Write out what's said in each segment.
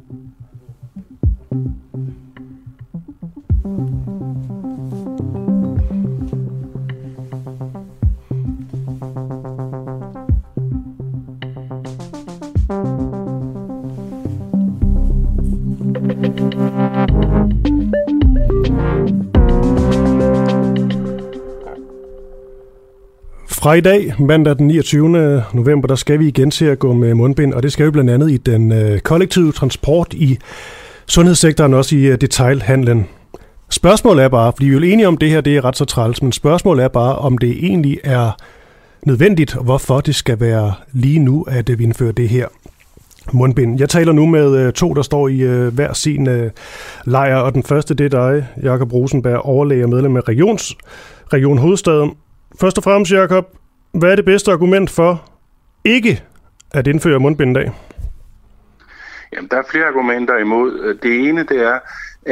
Fra i dag, mandag den 29. november, der skal vi igen til at gå med mundbind, og det skal vi blandt andet i den kollektive transport, i sundhedssektoren, også i detailhandlen. Spørgsmålet er bare, fordi vi er jo enige om det her, det er ret så træls, men spørgsmålet er bare, om det egentlig er nødvendigt, og hvorfor det skal være lige nu, at vi indfører det her mundbind. Jeg taler nu med to, der står i hver sin lejr, og den første, det er dig, Jakob Rosenberg, overlæge og medlem af Region Hovedstaden. Først og fremmest, Jakob, hvad er det bedste argument for ikke at indføre mundbind i dag? Jamen, der er flere argumenter imod. Det ene, det er,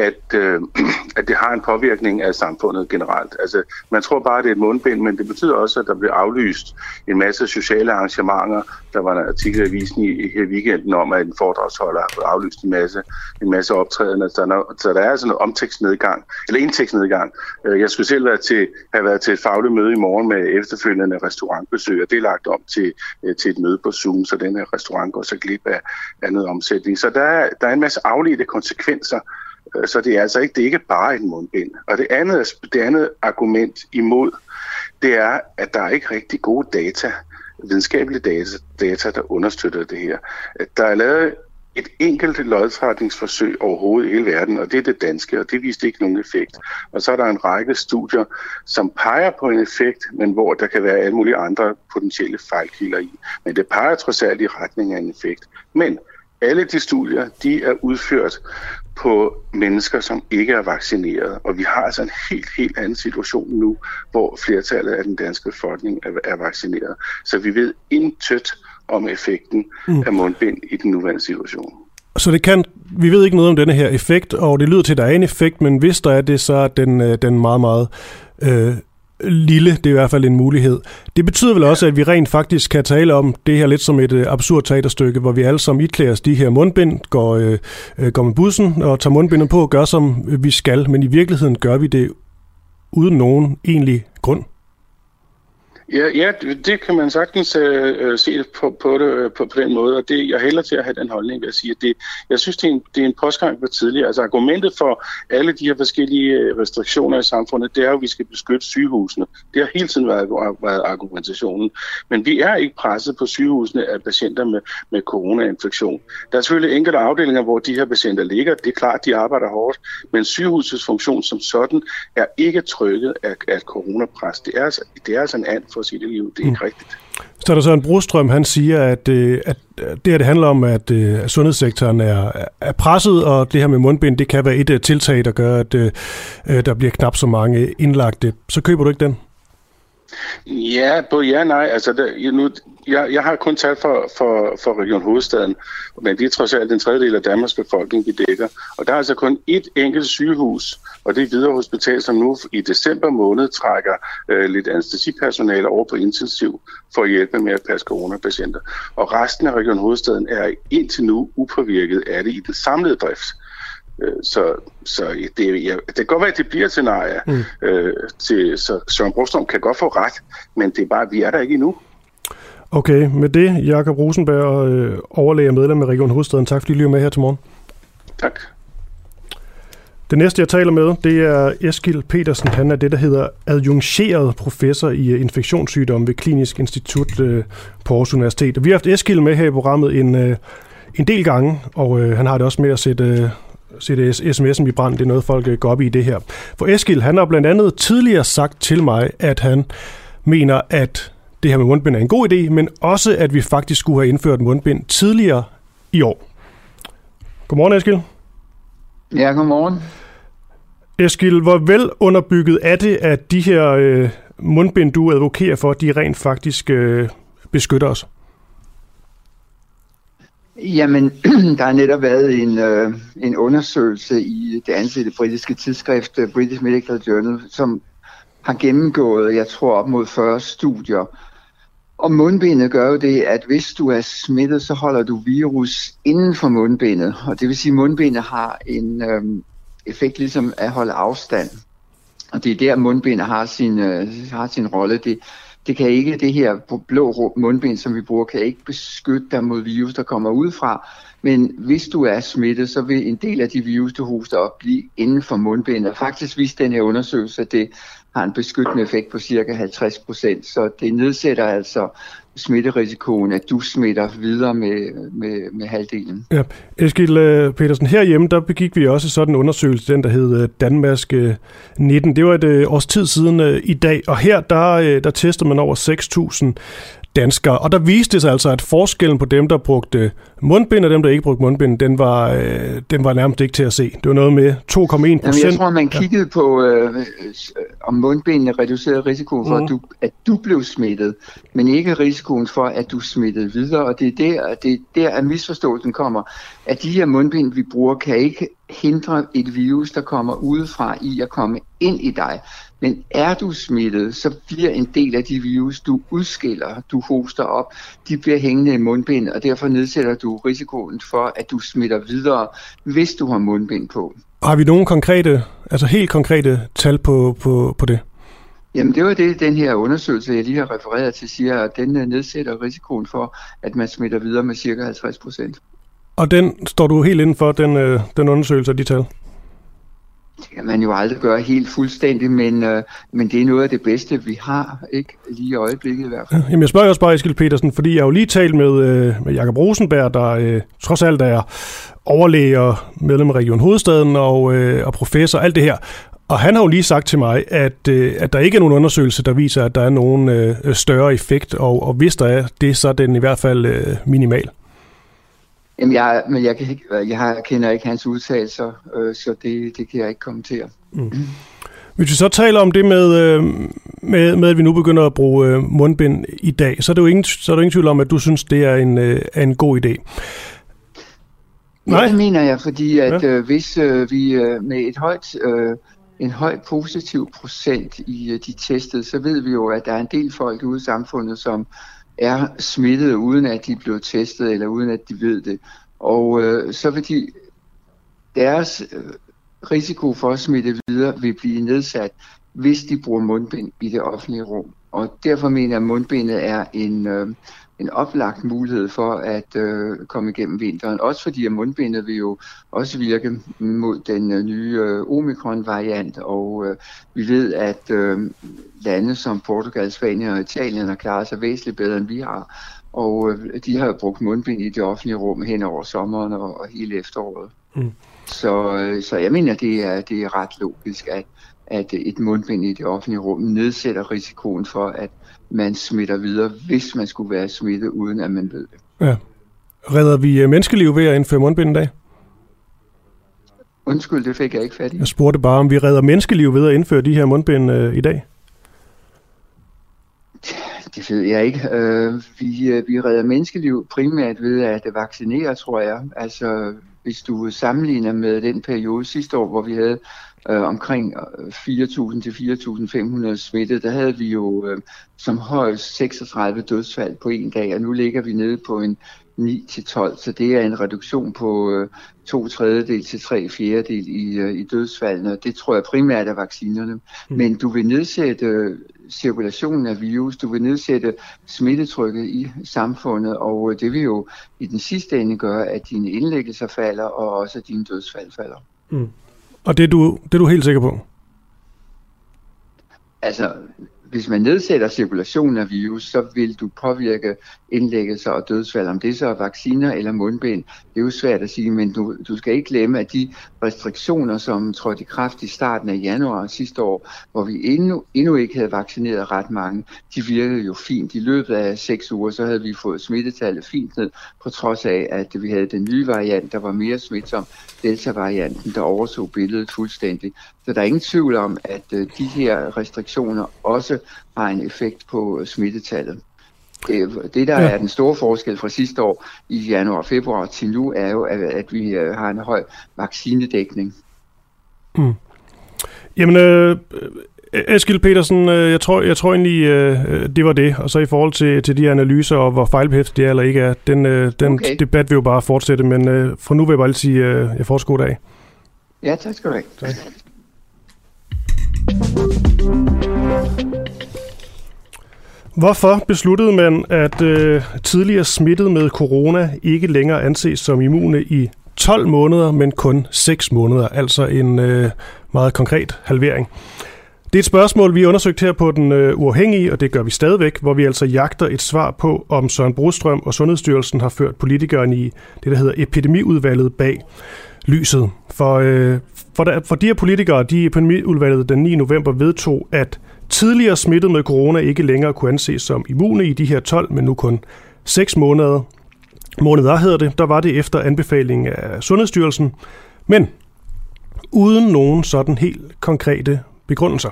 at det har en påvirkning af samfundet generelt. Altså, man tror bare, det er et mundbind, men det betyder også, at der bliver aflyst en masse sociale arrangementer. Der var en artikel i avisen i weekenden om, at en foredragsholder har aflyst en masse optrædener. Så der er altså en indtægtsnedgang. Jeg skulle selv have været til et fagligt møde i morgen med efterfølgende restaurantbesøg, og det er lagt om til et møde på Zoom, så den her restaurant går så glip af noget omsætning. Så der er en masse afledte konsekvenser. Så det er altså ikke, det er ikke bare et mundbind. Og det andet argument imod, det er, at der er ikke rigtig gode videnskabelige data, der understøtter det her. Der er lavet et enkelt lodtrækningsforsøg overhovedet i hele verden, og det er det danske, og det viste ikke nogen effekt. Og så er der en række studier, som peger på en effekt, men hvor der kan være alle mulige andre potentielle fejlkilder i. Men det peger trods alt i retning af en effekt. Men alle de studier, de er udført på mennesker, som ikke er vaccineret. Og vi har altså en helt anden situation nu, hvor flertallet af den danske befolkning er vaccineret. Så vi ved intet om effekten af mundbind i den nuværende situation. Så vi ved ikke noget om denne her effekt, og det lyder til, at der er en effekt, men hvis der er det, så er den meget, meget lille, det er i hvert fald en mulighed. Det betyder vel også, at vi rent faktisk kan tale om det her lidt som et absurd teaterstykke, hvor vi alle sammen iklæder os de her mundbind, går med bussen og tager mundbindet på og gør, som vi skal, men i virkeligheden gør vi det uden nogen egentlig grund. Ja, det kan man sagtens se på den måde, og jeg hælder til at have den holdning, vil jeg sige. Jeg synes, det er en postgang for tidligere. Altså argumentet for alle de her forskellige restriktioner i samfundet, det er jo, at vi skal beskytte sygehusene. Det har hele tiden været argumentationen. Men vi er ikke presset på sygehusene af patienter med coronainfektion. Der er selvfølgelig enkelte afdelinger, hvor de her patienter ligger. Det er klart, de arbejder hårdt, men sygehusets funktion som sådan er ikke trykket af coronapres. Det er altså en for at sige det liv. Det er ikke rigtigt. Så er der Søren Brostrøm, han siger, at det handler om, at sundhedssektoren er presset, og det her med mundbind, det kan være et tiltag, der gør, at der bliver knap så mange indlagte. Så køber du ikke den? Ja, både ja og nej. Altså, jeg har kun tal for Region Hovedstaden, men det er trods alt en tredjedel af Danmarks befolkning, vi dækker. Og der er altså kun et enkelt sygehus, og det er Hvidovre Hospital, som nu i december måned trækker lidt anestesipersonale over på intensiv for at hjælpe med at passe coronapatienter. Og resten af Region Hovedstaden er indtil nu upåvirket af det i den samlede drift. Så det kan godt være, at det bliver et scenarie. Så Søren Brostrøm kan godt få ret, men det er bare, vi er der ikke endnu. Okay, med det, Jakob Rosenberg, overlæge og medlem af Region Hovedstaden. Tak fordi I lytter med her til morgen. Tak. Det næste, jeg taler med, det er Eskild Petersen. Han er det, der hedder adjungeret professor i infektionssygdomme ved Klinisk Institut på Aarhus Universitet. Og vi har haft Eskild med her i programmet en del gange, og han har det også med at sætte sms'en i brand. Det er noget, folk går op i det her. For Eskild, han har blandt andet tidligere sagt til mig, at han mener, at det her med mundbind er en god idé, men også, at vi faktisk skulle have indført mundbind tidligere i år. Godmorgen, Eskild. Ja, godmorgen. Eskild, hvor vel underbygget er det, at de her mundbind, du advokerer for, de rent faktisk beskytter os? Jamen, der har netop været en undersøgelse i det ansete britiske tidsskrift British Medical Journal, som har gennemgået, jeg tror, op mod 40 studier, Og mundbindet gør jo det, at hvis du er smittet, så holder du virus inden for mundbindet. Og det vil sige, at mundbindet har en effekt ligesom at holde afstand. Og det er der, mundbindet har sin rolle. Det kan ikke, det her blå mundbind, som vi bruger, kan ikke beskytte dig mod virus, der kommer udefra. Men hvis du er smittet, så vil en del af de virus, du hoster op, blive inden for mundbindet. Faktisk viste den her undersøgelse, at det har en beskyttende effekt på ca. 50%, så det nedsætter altså smitterisikoen, at du smitter videre med halvdelen. Ja. Eskild Petersen, herhjemme, der begik vi også sådan en undersøgelse, den der hed Danmask 19. Det var et års tid siden i dag, og her der testede man over 6.000 danskere, og der viste det sig altså, at forskellen på dem, der brugte mundbind, og dem, der ikke brugte mundbind, den var nærmest ikke til at se. Det var noget med 2,1%. Jeg tror, man kiggede på, om mundbindene reducerede risikoen for, at du blev smittet, men ikke risikoen for, at du smittede videre, og det er der, at misforståelsen kommer, at de her mundbind, vi bruger, kan ikke hindre et virus, der kommer udefra i at komme ind i dig. Men er du smittet, så bliver en del af de virus, du udskiller, du hoster op, de bliver hængende i mundbind, og derfor nedsætter du risikoen for, at du smitter videre, hvis du har mundbind på. Har vi nogle helt konkrete tal på det? Jamen det var det, den her undersøgelse, jeg lige har refereret til, siger, at den nedsætter risikoen for, at man smitter videre med ca. 50%. Og den står du helt inden for, den undersøgelse af de tal? Det kan man jo aldrig gøre helt fuldstændigt, men det er noget af det bedste, vi har, ikke lige i øjeblikket i hvert fald. Jamen jeg spørger også bare Eskild Petersen, fordi jeg har jo lige talt med Jakob Rosenberg, der trods alt er overlæge og medlem af Region Hovedstaden og professor, alt det her. Og han har jo lige sagt til mig, at der ikke er nogen undersøgelse, der viser, at der er nogen større effekt, og hvis der er det, så er den i hvert fald minimal. Jamen, jeg kender ikke hans udtalelser, så det kan jeg ikke kommentere. Hvis vi så taler om det med at vi nu begynder at bruge mundbind i dag, så er der ingen tvivl om, at du synes, det er en god idé. Nej, det mener jeg, fordi at hvis vi med en høj positiv procent i de testede, så ved vi jo, at der er en del folk ude i samfundet, som er smittet, uden at de blev testet, eller uden at de ved det. Og så vil deres risiko for at smitte videre vil blive nedsat, hvis de bruger mundbind i det offentlige rum. Og derfor mener jeg, at mundbindet er en oplagt mulighed for at komme igennem vinteren. Også fordi at mundbindet vil jo også virke mod den nye Omikron-variant, og vi ved, at lande som Portugal, Spanien og Italien har klaret sig væsentligt bedre, end vi har. Og de har brugt mundbind i det offentlige rum hen over sommeren og hele efteråret. Så jeg mener, det er ret logisk, at et mundbind i det offentlige rum nedsætter risikoen for, at man smitter videre, hvis man skulle være smittet, uden at man ved det. Ja. Redder vi menneskeliv ved at indføre mundbind i dag? Undskyld, det fik jeg ikke fat i. Jeg spurgte bare, om vi redder menneskeliv ved at indføre de her mundbind i dag? Det ved jeg ikke. Vi redder menneskeliv primært ved at vaccinere, tror jeg. Altså, hvis du sammenligner med den periode sidste år, hvor vi havde omkring 4.000 til 4.500 smittede, der havde vi jo som højst 36 dødsfald på en dag, og nu ligger vi nede på en 9-12, så det er en reduktion på 2/3 til 3/4 i dødsfaldene, og det tror jeg primært er vaccinerne. Men du vil nedsætte cirkulationen af virus, du vil nedsætte smittetrykket i samfundet, og det vil jo i den sidste ende gøre, at dine indlæggelser falder, og også at dine dødsfald falder. Og det er du helt sikker på? Altså, hvis man nedsætter cirkulationen af virus, så vil du påvirke indlæggelser og dødsfald. Om det så er vacciner eller mundbind, det er jo svært at sige, men du skal ikke glemme, at de restriktioner, som trådte i kraft i starten af januar sidste år, hvor vi endnu ikke havde vaccineret ret mange, de virkede jo fint. I løbet af 6 uger, så havde vi fået smittetallet fint ned, på trods af, at vi havde den nye variant, der var mere smitsom, Delta-varianten, der overtog billedet fuldstændig. Så der er ingen tvivl om, at de her restriktioner også har en effekt på smittetallet. Det, der er den store forskel fra sidste år i januar og februar til nu, er jo, at vi har en høj vaccinedækning. Jamen, Eskild Petersen, jeg tror egentlig, det var det. Og så i forhold til de analyser, og hvor fejlbehæftet det er eller ikke er, den debat vil jo bare fortsætte. Men fra nu vil jeg bare lige sige, jeg får god dag. Ja, tak skal du have. Tak. Hvorfor besluttede man, at tidligere smittet med corona ikke længere anses som immune i 12 måneder, men kun 6 måneder? Altså en meget konkret halvering. Det er et spørgsmål, vi har undersøgt her på Den Uafhængige, og det gør vi stadigvæk, hvor vi altså jagter et svar på, om Søren Brostrøm og Sundhedsstyrelsen har ført politikeren i det, der hedder epidemiudvalget bag lyset. For de her politikere, de i epidemiudvalget den 9. november vedtog, at tidligere smittet med corona ikke længere kunne anses som immune i de her 12, men nu kun 6 måneder. Måneder hedder det, der var det efter anbefaling af Sundhedsstyrelsen, men uden nogen sådan helt konkrete begrundelser.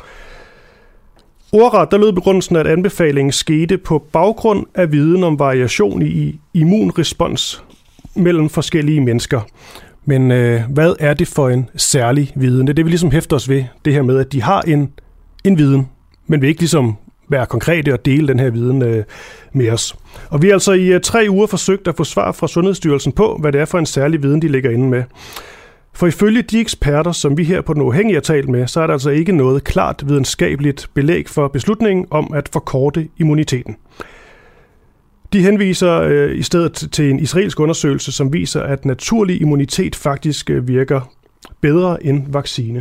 Ordret, der lød begrundelsen, at anbefalingen skete på baggrund af viden om variation i immunrespons mellem forskellige mennesker. Men hvad er det for en særlig viden? Det er det, vi ligesom hæfter os ved, det her med, at de har en viden, men vil ikke ligesom være konkrete og dele den her viden med os. Og vi har altså i 3 uger forsøgt at få svar fra Sundhedsstyrelsen på, hvad det er for en særlig viden, de ligger inde med. For ifølge de eksperter, som vi her på Den Uafhængige har talt med, så er der altså ikke noget klart videnskabeligt belæg for beslutningen om at forkorte immuniteten. De henviser i stedet til en israelsk undersøgelse, som viser, at naturlig immunitet faktisk virker bedre end vaccine.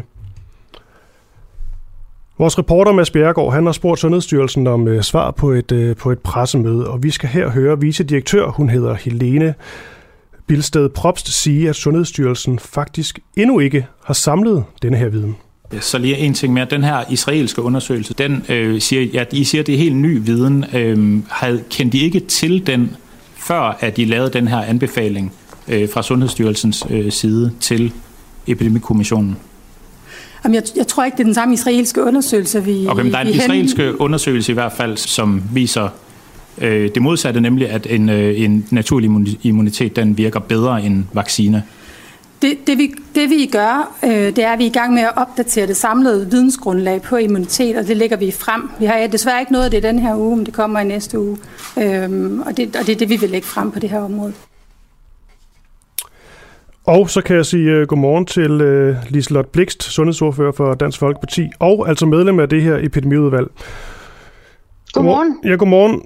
Vores reporter Mads Bjerregaard, han har spurgt Sundhedsstyrelsen om svar på et pressemøde, og vi skal her høre vicedirektør, hun hedder Helene Bilsted Probst, sige, at Sundhedsstyrelsen faktisk endnu ikke har samlet denne her viden. Så lige en ting mere. Den her israelske undersøgelse, den siger, at I siger, at det er helt ny viden. Kendte I ikke til den, før at I lavede den her anbefaling fra Sundhedsstyrelsens side til Epidemikommissionen? Jeg tror ikke, det er den samme israelske undersøgelse, vi... Okay, men der er en israelske undersøgelse i hvert fald, som viser det modsatte, nemlig at en naturlig immunitet, den virker bedre end vaccine. Det vi gør, det er, at vi er i gang med at opdatere det samlede vidensgrundlag på immunitet, og det lægger vi frem. Vi har desværre ikke noget af det den her uge, men det kommer i næste uge. Og det er det, vi vil lægge frem på det her område. Og så kan jeg sige godmorgen til Liselott Blixt, sundhedsordfører for Dansk Folkeparti, og altså medlem af det her epidemiudvalg. Godmorgen. Ja, godmorgen.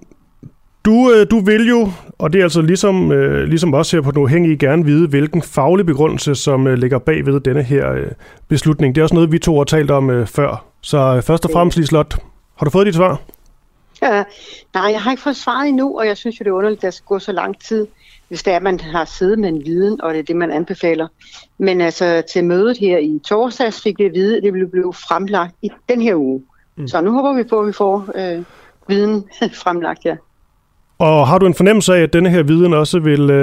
Du vil jo, og det er altså ligesom os her på Den Uafhængige, gerne vide, hvilken faglig begrundelse, som ligger bag ved denne her beslutning. Det er også noget, vi to har talt om før. Så først og fremmest, Liselott, har du fået dit svar? Nej, jeg har ikke fået svaret endnu, og jeg synes jo, det er underligt, at der skal gå så lang tid, hvis det er, at man har siddet med en viden, og det er det, man anbefaler. Men altså til mødet her i torsdags fik vi at vide, at det ville blive fremlagt i den her uge. Så nu håber vi på, at vi får viden fremlagt, ja. Og har du en fornemmelse af, at denne her viden også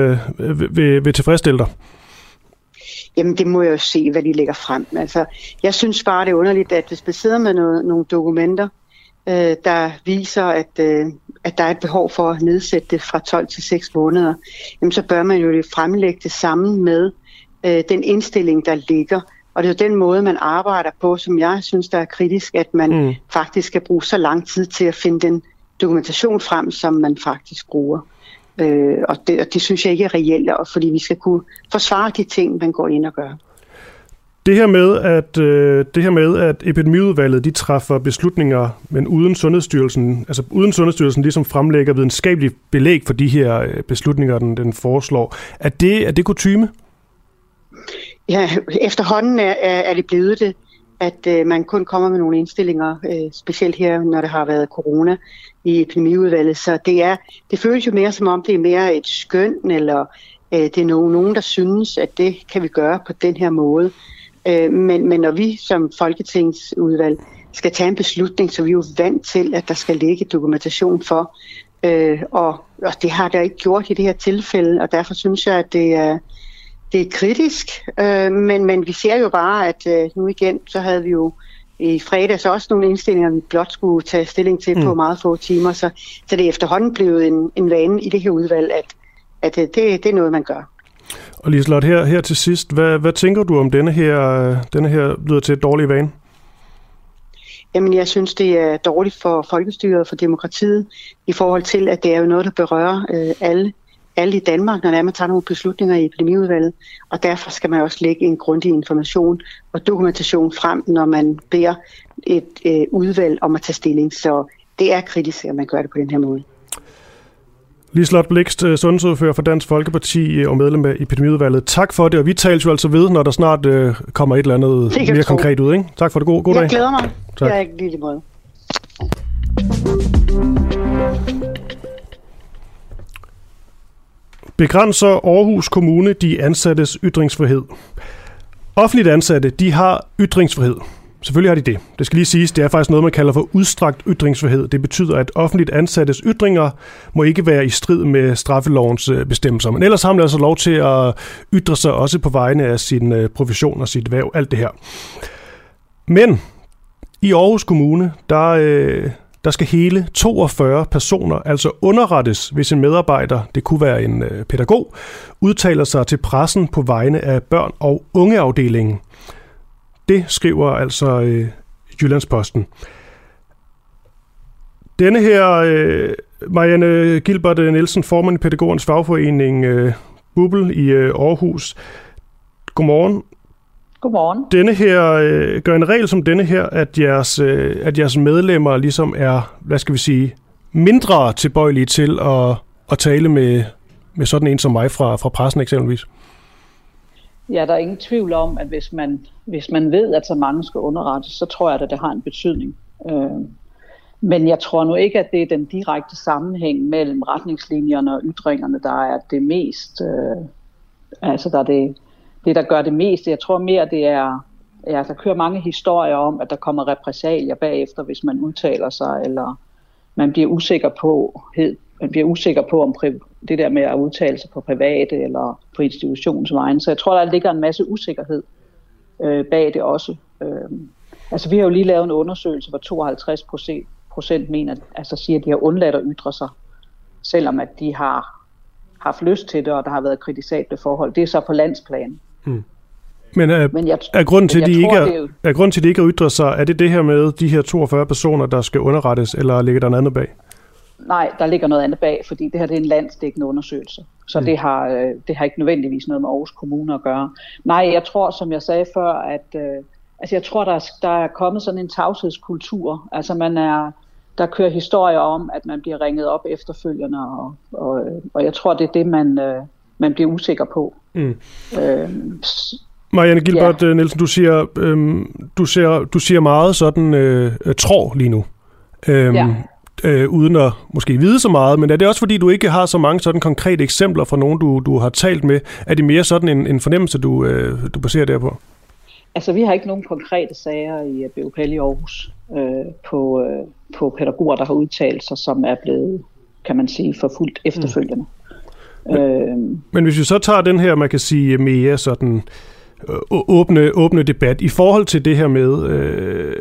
vil tilfredsstille dig? Jamen, det må jeg jo se, hvad de lægger frem. Altså, jeg synes bare, det er underligt, at hvis man sidder med nogle dokumenter, der viser, at der er et behov for at nedsætte det fra 12 til 6 måneder, jamen, så bør man jo fremlægge det sammen med den indstilling, der ligger. Og det er jo den måde, man arbejder på, som jeg synes, der er kritisk, at man faktisk skal bruge så lang tid til at finde den dokumentation frem, som man faktisk bruger. Og det synes jeg ikke er reelt, fordi vi skal kunne forsvare de ting, man går ind og gør. Det her med, at epidemiudvalget, de træffer beslutninger, men uden Sundhedsstyrelsen ligesom fremlægger videnskabeligt belæg for de her beslutninger, den foreslår. Er det kutyme? Ja, efterhånden er det blevet det, at man kun kommer med nogle indstillinger, specielt her, når det har været corona i epidemiudvalget. Så det føles jo mere som om, det er mere et skøn, eller det er nogen, der synes, at det kan vi gøre på den her måde. Men når vi som folketingsudvalg skal tage en beslutning, så er vi jo vant til, at der skal ligge dokumentation for. Og det har der ikke gjort i det her tilfælde, og derfor synes jeg, at det er kritisk. Men vi ser jo bare, at nu igen, så havde vi jo i fredags også nogle indstillinger, vi blot skulle tage stilling til på meget få timer. Så det er efterhånden blevet en vane i det her udvalg, at det er noget, man gør. Og Liselott, her til sidst, hvad tænker du om denne her lyder til et dårligt vane? Jamen, jeg synes, det er dårligt for folkestyret og for demokratiet i forhold til, at det er jo noget, der berører alle i Danmark, når man tager nogle beslutninger i epidemiudvalget. Og derfor skal man også lægge en grundig information og dokumentation frem, når man beder et udvalg om at tage stilling. Så det er kritisk, at man gør det på den her måde. Liselott Blixt, sundhedsordfører for Dansk Folkeparti og medlem af epidemiudvalget. Tak for det, og vi tales jo altså ved, når der snart kommer et eller andet mere konkret ud, ikke? Tak for det. God dag. Jeg glæder mig. Tak. Jeg er ikke lige måde. Begrænser Aarhus Kommune de ansattes ytringsfrihed? Offentligt ansatte, de har ytringsfrihed. Selvfølgelig har de det. Det skal lige siges, det er faktisk noget, man kalder for udstrakt ytringsfrihed. Det betyder, at offentligt ansattes ytringer må ikke være i strid med straffelovens bestemmelser. Men ellers har man altså lov til at ytre sig også på vegne af sin profession og sit hverv, alt det her. Men i Aarhus Kommune, der skal hele 42 personer altså underrettes, hvis en medarbejder, det kunne være en pædagog, udtaler sig til pressen på vegne af børn- og ungeafdelingen. Det skriver altså Jyllandsposten. Denne her Marianne Gilbert Nielsen, formand i Pædagogernes Fagforening BUPL i Aarhus. Godmorgen. Godmorgen. Denne her, gør en regel som denne her, at jeres medlemmer ligesom er, hvad skal vi sige, mindre tilbøjelige til at tale med sådan en som mig fra pressen eksempelvis? Ja, der er ingen tvivl om, at hvis man ved, at så mange skal underrettes, så tror jeg, at det har en betydning. Men jeg tror nu ikke, at det er den direkte sammenhæng mellem retningslinjerne og ytringerne, der er det mest, der er det, der gør det mest. Jeg tror mere, det er, der kører mange historier om, at der kommer repressalier bagefter, hvis man udtaler sig, eller man bliver usikker på om det der med at udtale sig på private eller på institutionens vegne. Så jeg tror, der ligger en masse usikkerhed bag det også. Vi har jo lige lavet en undersøgelse, hvor 52% mener, siger, at de har undladt at ytre sig, selvom at de har haft lyst til det, og der har været kritisable forhold. Det er så på landsplan. Mm. Men er grunden til, at de ikke har ytret sig, er det her med de her 42 personer, der skal underrettes, eller ligger der noget andet bag? Nej, der ligger noget andet bag, fordi det her det er en landsdækkende undersøgelse. Så det har ikke nødvendigvis noget med Aarhus Kommune at gøre. Nej, jeg tror, som jeg sagde før, at jeg tror, der er kommet sådan en tavshedskultur. Altså der kører historier om, at man bliver ringet op efterfølgende, og jeg tror, det er det, man bliver usikker på. Mm. Marianne Gilbert Nielsen, du siger meget sådan tror lige nu. Uden at måske vide så meget, men er det også fordi, du ikke har så mange sådan konkrete eksempler fra nogen, du har talt med? Er det mere sådan en fornemmelse, du baserer derpå? Altså, vi har ikke nogen konkrete sager i BUPL i Aarhus på pædagoger, der har udtalt sig, som er blevet, kan man sige, forfulgt efterfølgende. Men hvis vi så tager den her, man kan sige, mere sådan åbne debat i forhold til det her med,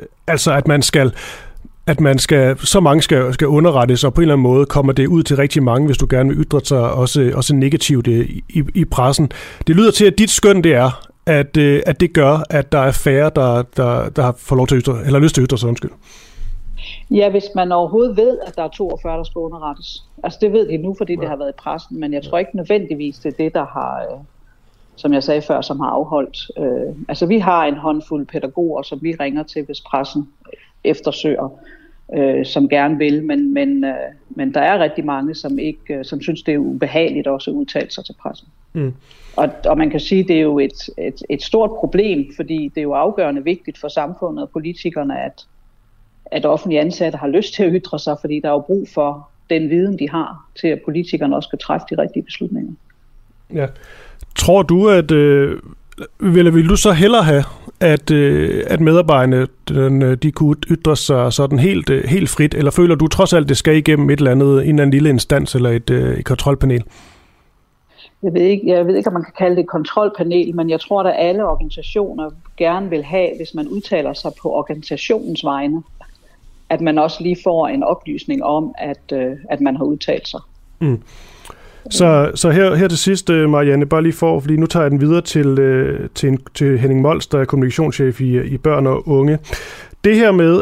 at man skal så mange skal underrettes, og på en eller anden måde kommer det ud til rigtig mange, hvis du gerne vil ytre sig også negativt i pressen. Det lyder til, at dit skøn det er, at det gør, at der er færre, der får lov til at ytre, eller lyst til at ytre sig, undskyld. Ja, hvis man overhovedet ved, at der er 42, der skal underrettes. Altså det ved de nu, fordi det har været i pressen, men jeg tror ikke nødvendigvis, det er det, der har, som jeg sagde før, som har afholdt. Vi har en håndfuld pædagoger, som vi ringer til, hvis pressen eftersøger, som gerne vil, men der er rigtig mange, som synes, det er ubehageligt også at udtale sig til pressen. Mm. Og man kan sige, det er jo et stort problem, fordi det er jo afgørende vigtigt for samfundet og politikerne, at offentlige ansatte har lyst til at ytre sig, fordi der er jo brug for den viden, de har, til at politikerne også kan træffe de rigtige beslutninger. Ja. Tror du, at vil du så hellere have, at medarbejderne de kunne ytre sig sådan helt frit, eller føler du trods alt, det skal igennem en eller anden lille instans eller et kontrolpanel? Jeg ved ikke, om man kan kalde det et kontrolpanel, men jeg tror, at alle organisationer gerne vil have, hvis man udtaler sig på organisationens vegne, at man også lige får en oplysning om, at man har udtalt sig. Mm. Så her til sidst, Marianne, bare lige fordi nu tager jeg den videre til Henning Mols, der er kommunikationschef i Børn og Unge. det her med,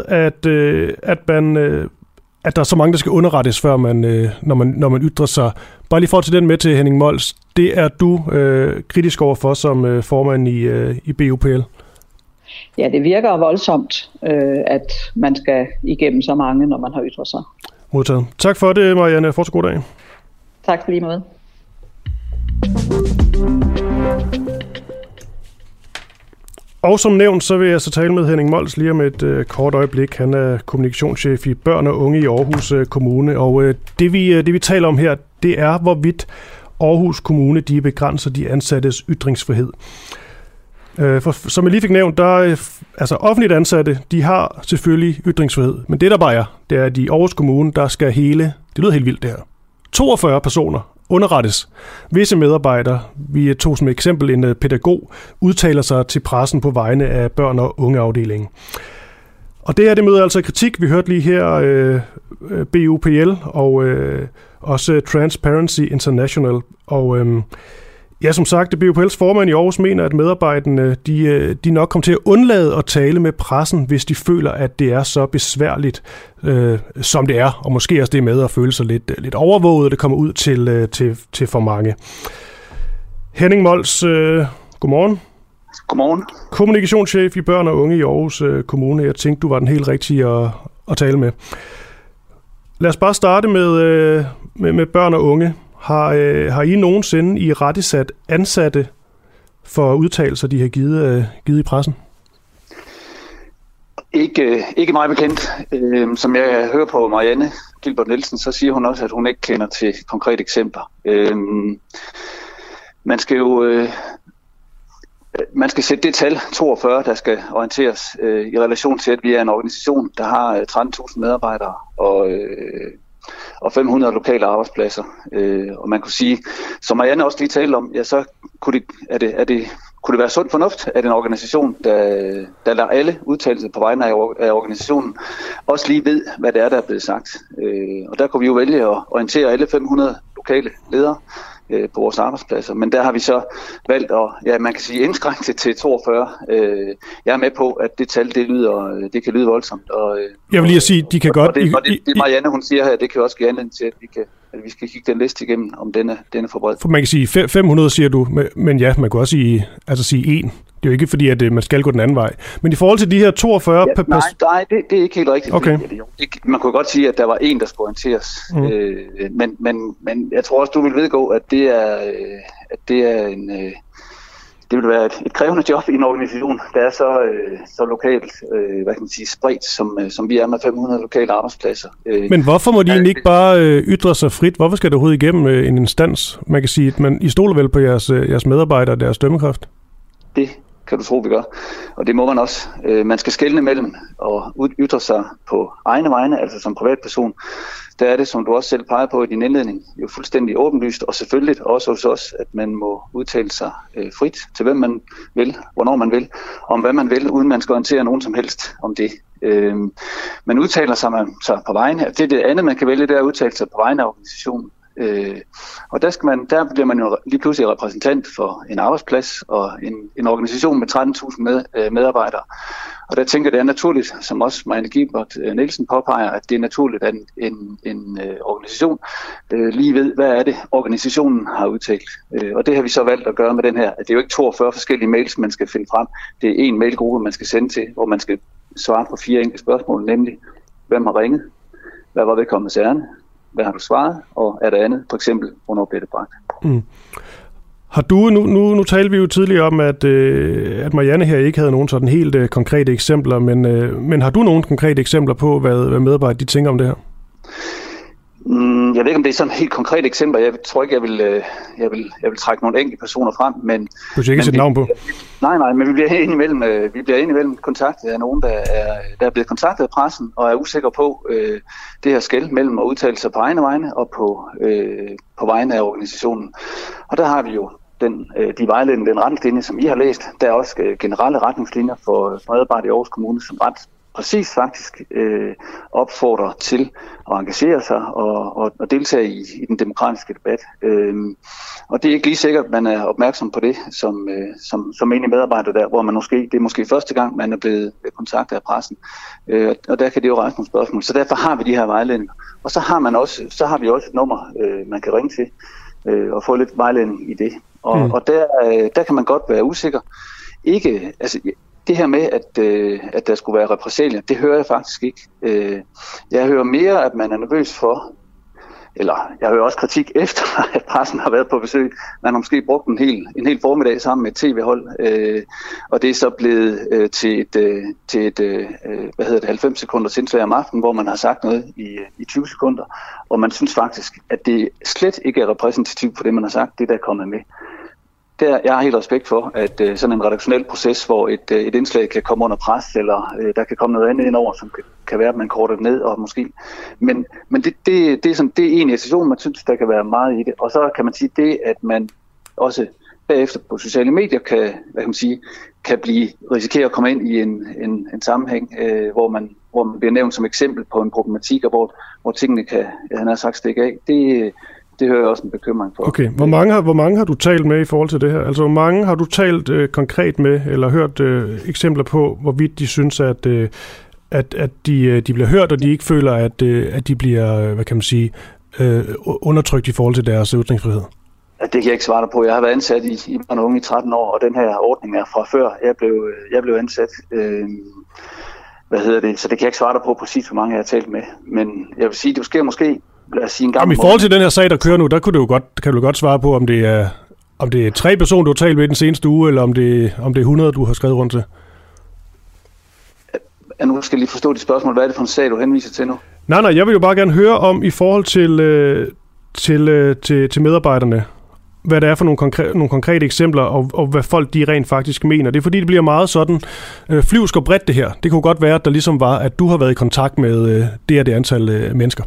at der er så mange, der skal underrettes, før når man ytrer sig. Bare lige for til den med til Henning Mols. Det er du kritisk overfor som formand i BUPL. Ja, det virker voldsomt, at man skal igennem så mange, når man har ytret sig. Modtaget. Tak for det, Marianne. Fortsat god dag. Tak for lige måde. Og som nævnt, så vil jeg så tale med Henning Mols lige om et kort øjeblik. Han er kommunikationschef i Børn og Unge i Aarhus Kommune. Og det vi taler om her, det er, hvorvidt Aarhus Kommune de begrænser de ansattes ytringsfrihed. For som jeg lige fik nævnt, altså offentligt ansatte, de har selvfølgelig ytringsfrihed. Men det der bare er, det er, at i Aarhus Kommune, der skal det lyder helt vildt det her, 42 personer underrettes. Visse medarbejdere, vi tog som eksempel en pædagog, udtaler sig til pressen på vegne af børn- og ungeafdelingen. Og det her, det møder altså kritik. Vi hørte lige her BUPL og også Transparency International. Og ja, som sagt, BUPL's formand i Aarhus mener, at medarbejderne de nok kommer til at undlade at tale med pressen, hvis de føler, at det er så besværligt, som det er. Og måske også det med at føle sig lidt overvåget, det kommer ud til for mange. Henning Mols, godmorgen. Godmorgen. Kommunikationschef i Børn og Unge i Aarhus Kommune. Jeg tænkte, du var den helt rigtige at tale med. Lad os bare starte med børn og unge. Har I nogensinde i rettesat ansatte for udtalelser, de har givet i pressen? Ikke meget bekendt. Som jeg hører på Marianne Gilbert Nielsen, så siger hun også, at hun ikke kender til konkrete eksempler. Man skal sætte det tal, 42, der skal orienteres i relation til, at vi er en organisation, der har 13.000 medarbejdere og 500 lokale arbejdspladser. Og man kunne sige, som Marianne også lige talte om, ja, så kunne det være sund fornuft, at en organisation, der lader alle udtalelser på vegne af organisationen, også lige ved, hvad det er, der er blevet sagt. Og der kunne vi jo vælge at orientere alle 500 lokale ledere på vores arbejdspladser. Men der har vi så valgt at, man kan sige, indskrænke det til 42. Jeg er med på, at det tal, det kan lyde voldsomt. Og, jeg vil lige sige, de kan godt... Det Marianne, hun siger her, det kan også give anledning til, at vi skal kigge den liste igennem, om den er for bred. For man kan sige 500, siger du, men ja, man kan også sige 1. Det er jo ikke fordi, at man skal gå den anden vej. Men i forhold til de her 42... Nej, det er ikke helt rigtigt. Okay. Man kunne godt sige, at der var en, der skulle orienteres. Men jeg tror også, du vil vedgå, at det vil være et krævende job i en organisation, der er så lokalt, hvad kan man sige, spredt, som vi er med 500 lokale arbejdspladser. Men hvorfor må de ikke bare ytre sig frit? Hvorfor skal det overhovedet igennem en instans? Man kan sige, at I stoler vel på jeres medarbejdere og deres dømmekraft? Det kan du tro, vi gør. Og det må man også. Man skal skelne mellem og ytre sig på egne vegne, altså som privatperson. Der er det, som du også selv peger på i din indledning, jo fuldstændig åbenlyst, og selvfølgelig også hos os, at man må udtale sig frit til hvem man vil, hvornår man vil, om hvad man vil, uden man skal orientere nogen som helst om det. Man udtaler sig på vegne, det er det andet, man kan vælge, det er at udtale sig på vegne af organisationen. Og der bliver man jo lige pludselig repræsentant for en arbejdsplads og en organisation med 13.000 medarbejdere. Og der tænker jeg, det er naturligt, som også Marianne Gilbert Nielsen påpeger, at det er naturligt, at en organisation lige ved, hvad er det, organisationen har udtalt. Og det har vi så valgt at gøre med den her. Det er jo ikke 42 forskellige mails, man skal finde frem. Det er en mailgruppe, man skal sende til, hvor man skal svare på 4 enkle spørgsmål, nemlig, hvem har ringet? Hvad var vedkommendes ærinde? Hvad har du svaret? Og er der andet? For eksempel, hvornår bliver det bragt? Har du, nu talte vi jo tidligere om, at Marianne her ikke havde nogen sådan helt konkrete eksempler, men har du nogle konkrete eksempler på, hvad medarbejdere de tænker om det her? Jeg ved ikke, om det er sådan helt konkrete eksempler. Jeg tror ikke, jeg vil trække nogle enkelte personer frem, men... Du skal ikke sætte navn på? Nej, men vi bliver indimellem kontaktet af nogen, der er blevet kontaktet af pressen, og er usikre på det her skel mellem at udtale sig på egne vegne og på vegne af organisationen. Og der har vi jo den retningslinje, som I har læst. Der er også generelle retningslinjer for medarbejdere i Aarhus Kommune, som ret præcis faktisk opfordrer til at engagere sig og deltage i den demokratiske debat. Og det er ikke lige sikkert, at man er opmærksom på det som enig medarbejder der, hvor man det er måske første gang, man er blevet kontaktet af pressen. Og der kan det jo rejse nogle spørgsmål. Så derfor har vi de her vejledninger. Og så har vi også et nummer, man kan ringe til og få lidt vejledning i det. Og der kan man godt være usikker. Ikke, altså det her med, at der skulle være repressalier, det hører jeg faktisk ikke. Jeg hører mere, at man er nervøs for, eller jeg hører også kritik efter, at pressen har været på besøg. Man har måske brugt en hel formiddag sammen med et tv-hold, og det er så blevet til et 90 sekunders indslag om aftenen, hvor man har sagt noget i 20 sekunder, og man synes faktisk, at det slet ikke er repræsentativt for det, man har sagt, det der er kommet med. Jeg har helt respekt for, at sådan en redaktionel proces, hvor et indslag kan komme under pres, eller der kan komme noget andet ind over, som kan være, at man korter det ned, og måske. Men det er en irritation, man synes, der kan være meget i det. Og så kan man sige det, at man også bagefter på sociale medier kan risikere at komme ind i en sammenhæng, hvor man bliver nævnt som eksempel på en problematik, og hvor tingene kan, han har sagt, stikke af. Det hører jeg også en bekymring for. Okay, hvor mange har du talt med i forhold til det her? Altså, hvor mange har du talt konkret med, eller hørt eksempler på, hvorvidt de synes, at de bliver hørt, og de ikke føler, at de bliver, undertrykt i forhold til deres ytringsfrihed? Det kan jeg ikke svare dig på. Jeg har været ansat i børn og unge i 13 år, og den her ordning er fra før jeg blev ansat. Så det kan jeg ikke svare dig på præcis, hvor mange jeg har talt med. Men jeg vil sige, det sker måske. I forhold til den her sag, der kører nu, der kan du godt svare på, om det er 3 personer, du har talt med den seneste uge, eller om det er 100, du har skrevet rundt til. Nu skal jeg lige forstå dit spørgsmål. Hvad er det for en sag, du henviser til nu? Nej, jeg vil jo bare gerne høre om i forhold til medarbejderne, hvad det er for nogle konkrete eksempler, og hvad folk de rent faktisk mener. Det er fordi, det bliver meget sådan flyvsk og bredt det her. Det kunne godt være, at der ligesom var, at du har været i kontakt med det antal mennesker.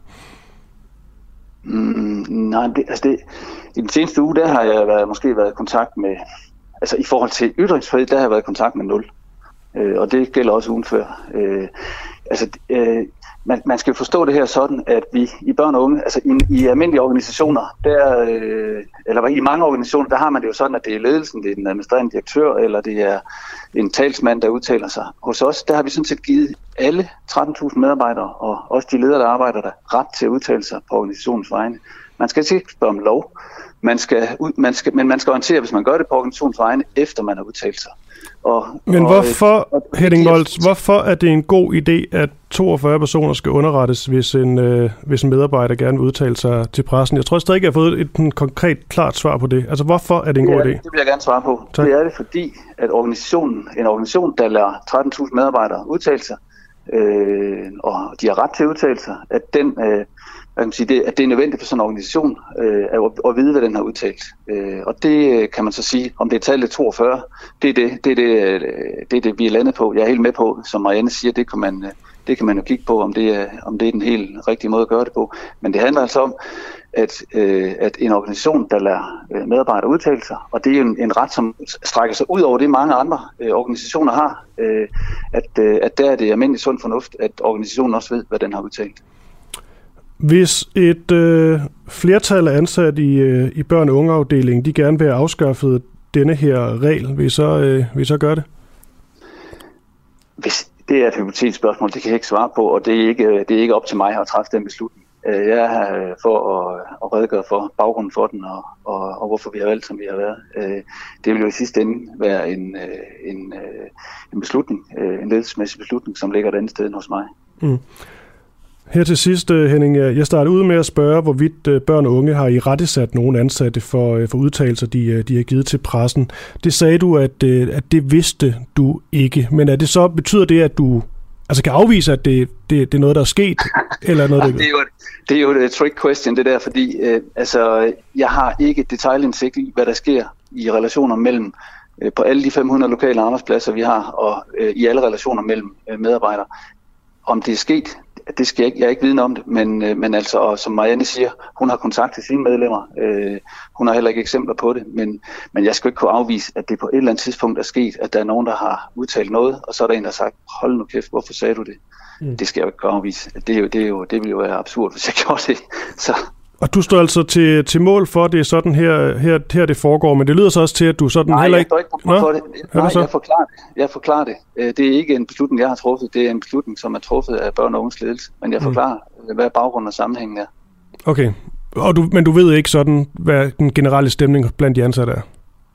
Nej, i den seneste uge, der har jeg måske været i kontakt med, altså i forhold til ytringsfrihed, der har jeg været i kontakt med 0. Og det gælder også ugen før. Man skal forstå det her sådan, at vi i børn og unge, altså i almindelige organisationer, eller i mange organisationer, der har man det jo sådan, at det er ledelsen, det er den administrerende direktør, eller det er en talsmand, der udtaler sig. Hos os, der har vi sådan set givet alle 13.000 medarbejdere, og også de ledere, der arbejder der, ret til at udtale sig på organisationens vegne. Man skal ikke spørge om lov, men man skal orientere, hvis man gør det på organisationens vegne, efter man har udtalt sig. Men hvorfor, Henning Moltz, hvorfor er det en god idé, at 42 personer skal underrettes, hvis en medarbejder gerne vil udtale sig til pressen? Jeg tror stadig ikke, jeg har fået et konkret, klart svar på det. Altså, hvorfor er det en god idé? Det vil jeg gerne svare på. Tak. Det er det, fordi at en organisation, der lader 13.000 medarbejdere udtale sig, og de har ret til at udtale sig, at den... at det er nødvendigt for sådan en organisation at vide, hvad den har udtalt. Og det kan man så sige, om det er tallet 42, det er det, vi er landet på. Jeg er helt med på, som Marianne siger, det kan man jo kigge på, om det er den helt rigtige måde at gøre det på. Men det handler altså om, at en organisation, der lader medarbejdere udtale sig, og det er jo en ret, som strækker sig ud over det, mange andre organisationer har, at der er det almindelig sund fornuft, at organisationen også ved, hvad den har udtalt. Hvis et flertal af ansat i børn- og ungeafdelingen, de gerne vil have afskaffet denne her regel, vil I så gøre det? Hvis det er et hypotetisk spørgsmål, det kan jeg ikke svare på, og det er ikke op til mig at træffe den beslutning. Jeg er her for at redegøre for baggrunden for den, og hvorfor vi har valgt, som vi har været. Det vil jo i sidste ende være en beslutning, en ledelsesmæssig beslutning, som ligger et andet sted end hos mig. Mm. Her til sidst, Henning, jeg startede ud med at spørge, hvorvidt børn og unge har irettesat nogle ansatte for udtalelser, de har givet til pressen. Det sagde du, at det vidste du ikke. Men betyder det, at du kan afvise, at det er noget, der er sket? Eller noget, det er jo et trick question, det der, fordi jeg har ikke detailindsigt i, hvad der sker i relationer mellem på alle de 500 lokale arbejdspladser, vi har, og i alle relationer mellem medarbejdere. Om det er sket, det skal jeg er ikke viden om det, men altså, og som Marianne siger, hun har kontakt til sine medlemmer. Hun har heller ikke eksempler på det, men jeg skal ikke kunne afvise, at det på et eller andet tidspunkt er sket, at der er nogen, der har udtalt noget, og så er der en, der har sagt, hold nu kæft, hvorfor sagde du det? Det skal jeg jo ikke kunne afvise. Det ville jo være absurd, hvis jeg gjorde det. Så. Og du står altså til mål for, at det er sådan her det foregår, men det lyder så også til, at du sådan heller ikke... Nej, jeg står ikke på mål for det. Nej, jeg forklarer det. Det er ikke en beslutning, jeg har truffet. Det er en beslutning, som er truffet af børn og unges ledelse. Men jeg forklarer, hvad baggrunden og sammenhængen er. Okay. Men du ved ikke sådan, hvad den generelle stemning blandt de ansatte er?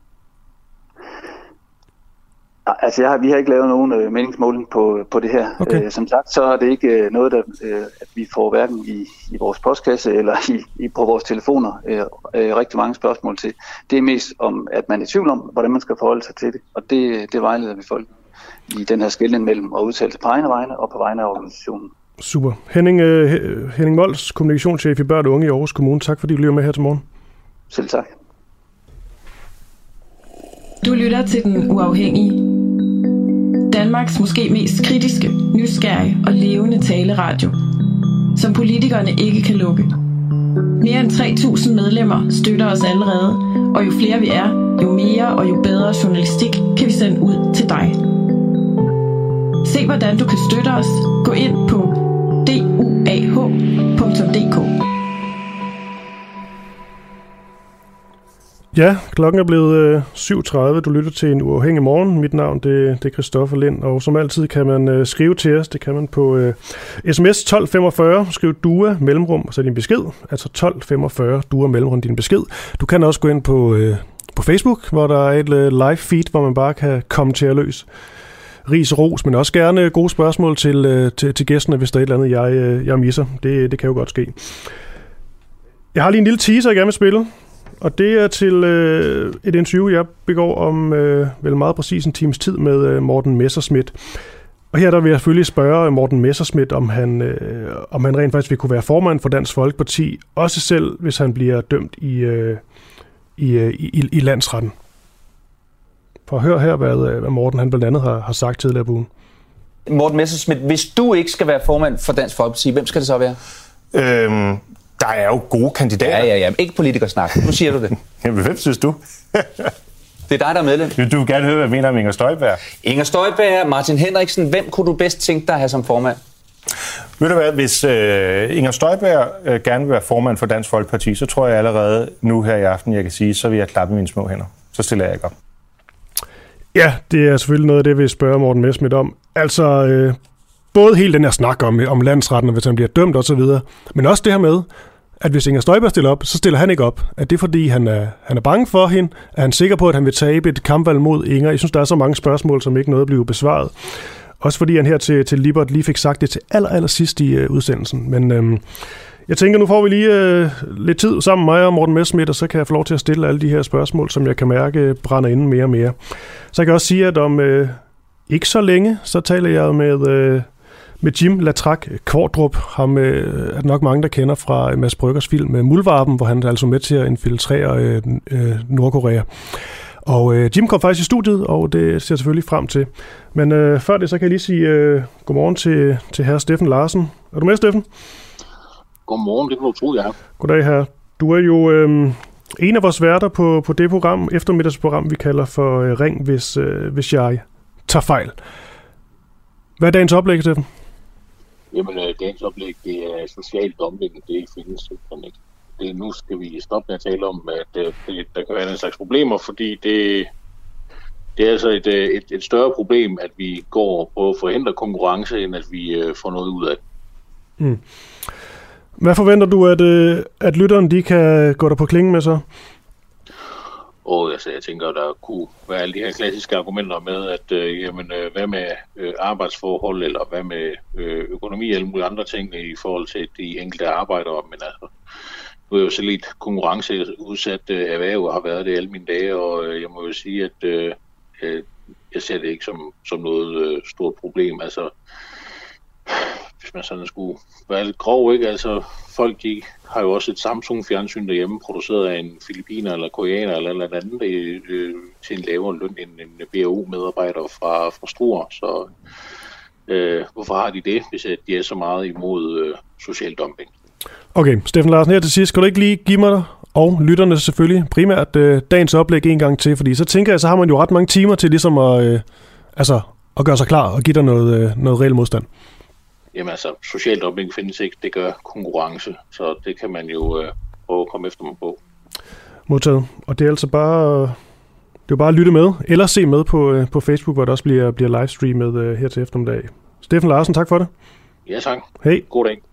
Altså, vi har ikke lavet nogen meningsmåling på det her. Okay. Som sagt, så er det ikke noget, at vi får hverken i vores postkasse eller på vores telefoner rigtig mange spørgsmål til. Det er mest om, at man er i tvivl om, hvordan man skal forholde sig til det. Og det vejleder vi folk i den her skelnen mellem at udtale sig på egne vegne og på vegne af organisationen. Super. Henning Mols, kommunikationschef i Børn og Unge i Aarhus Kommune. Tak fordi du lytter med her til morgen. Selv tak. Du lytter til Den Uafhængige. Danmarks måske mest kritiske, nysgerrige og levende taleradio, som politikerne ikke kan lukke. Mere end 3.000 medlemmer støtter os allerede, og jo flere vi er, jo mere og jo bedre journalistik kan vi sende ud til dig. Se hvordan du kan støtte os. Gå ind på duah.dk. Ja, klokken er blevet 7.30. Du lytter til En Uafhængig Morgen. Mit navn det er Christoffer Lind, og som altid kan man skrive til os. Det kan man på sms 1245. Skriv DUA mellemrum og så din besked. Altså 1245 DUA mellemrum din besked. Du kan også gå ind på Facebook, hvor der er et live feed, hvor man bare kan kommentere løs. Ris og ros, men også gerne gode spørgsmål til gæsterne, hvis der er et eller andet, jeg misser. Det kan jo godt ske. Jeg har lige en lille teaser, jeg gerne vil spille. Og det er til et interview, jeg begår om vel meget præcis en times tid med Morten Messerschmidt. Og her der vil jeg selvfølgelig spørge Morten Messerschmidt, om han rent faktisk vil kunne være formand for Dansk Folkeparti, også selv hvis han bliver dømt i landsretten. For at høre her, hvad Morten han blandt andet har sagt tidligere på ugen. Morten Messerschmidt, hvis du ikke skal være formand for Dansk Folkeparti, hvem skal det så være? Der er jo gode kandidater. Ja. Ikke politikersnak. Nu siger du det. Jamen, hvem synes du? Det er dig, der er medlem. Du vil gerne høre, hvad jeg mener om Inger Støjberg. Inger Støjberg, Martin Henriksen. Hvem kunne du bedst tænke dig at have som formand? Ved du hvad, hvis Inger Støjberg gerne vil være formand for Dansk Folkeparti, så tror jeg allerede nu her i aften, jeg kan sige, så vil jeg klappe mine små hænder. Så stiller jeg ikke op. Ja, det er selvfølgelig noget af det, vi spørger Morten Messerschmidt om. Altså, både hele den her snak om landsretten, hvis han bliver dømt og så videre, men også det her med, at hvis Inger Støjberg stiller op, så stiller han ikke op. Er det fordi, han er bange for hende? Er han sikker på, at han vil tabe et kampvalg mod Inger? Jeg synes, der er så mange spørgsmål, som ikke noget bliver besvaret. Også fordi han her til Libert lige fik sagt det til aller sidst i udsendelsen. Men jeg tænker, nu får vi lige lidt tid sammen med mig og Morten Messerschmidt, og så kan jeg få lov til at stille alle de her spørgsmål, som jeg kan mærke brænder inde mere og mere. Så jeg kan også sige, at om ikke så længe, så taler jeg med Jim Latrak Kvartrup. Ham er nok mange, der kender fra Mads Bryggers film med Muldvarpen, hvor han er altså med til at infiltrere Nordkorea. Og Jim kom faktisk i studiet, og det ser jeg selvfølgelig frem til. Men før det, så kan jeg lige sige godmorgen til herre Steffen Larsen. Er du med, Steffen? Godmorgen, det kan du tro, jeg er. Goddag, herre. Du er jo en af vores værter på det program, eftermiddagsprogram, vi kalder for Ring, hvis jeg tager fejl. Hvad er dagens oplæg, Steffen? Jamen, dagens oplæg, det er social dumping, det findes simpelthen ikke. Nu skal vi stoppe med at tale om, at der kan være en slags problemer, fordi det er altså et større problem, at vi går og prøver at forhindre konkurrence, end at vi får noget ud af det. Hvad forventer du, at lytteren de kan gå der på klingen med så? Og altså, jeg tænker, der kunne være alle de her klassiske argumenter med, at hvad med arbejdsforhold, eller hvad med økonomi og alle mulige andre ting i forhold til de enkelte arbejdere. Men altså, nu er jeg jo så lidt konkurrenceudsat erhverv og har været det alle mine dage, og jeg må jo sige, at jeg ser det ikke som noget stort problem. Altså, hvis man sådan skulle være lidt grov, ikke? Altså, folk har jo også et Samsung-fjernsyn derhjemme, produceret af en filipiner eller koreaner eller andet til en lavere løn end en BAU-medarbejder fra Struer. Så Hvorfor har de det, hvis de er så meget imod social dumping? Okay, Steffen Larsen, her til sidst. Skal du ikke lige give mig og lytterne selvfølgelig primært dagens oplæg en gang til? Fordi så tænker jeg, så har man jo ret mange timer til ligesom at gøre sig klar og give dig noget reel modstand. Jamen altså, social dumping findes ikke. Det gør konkurrence, så det kan man jo prøve at komme efter mig på. Modtaget. Og det er altså bare at lytte med, eller se med på Facebook, hvor der også bliver livestreamet her til eftermiddag. Steffen Larsen, tak for det. Ja, tak. Hej. God dag.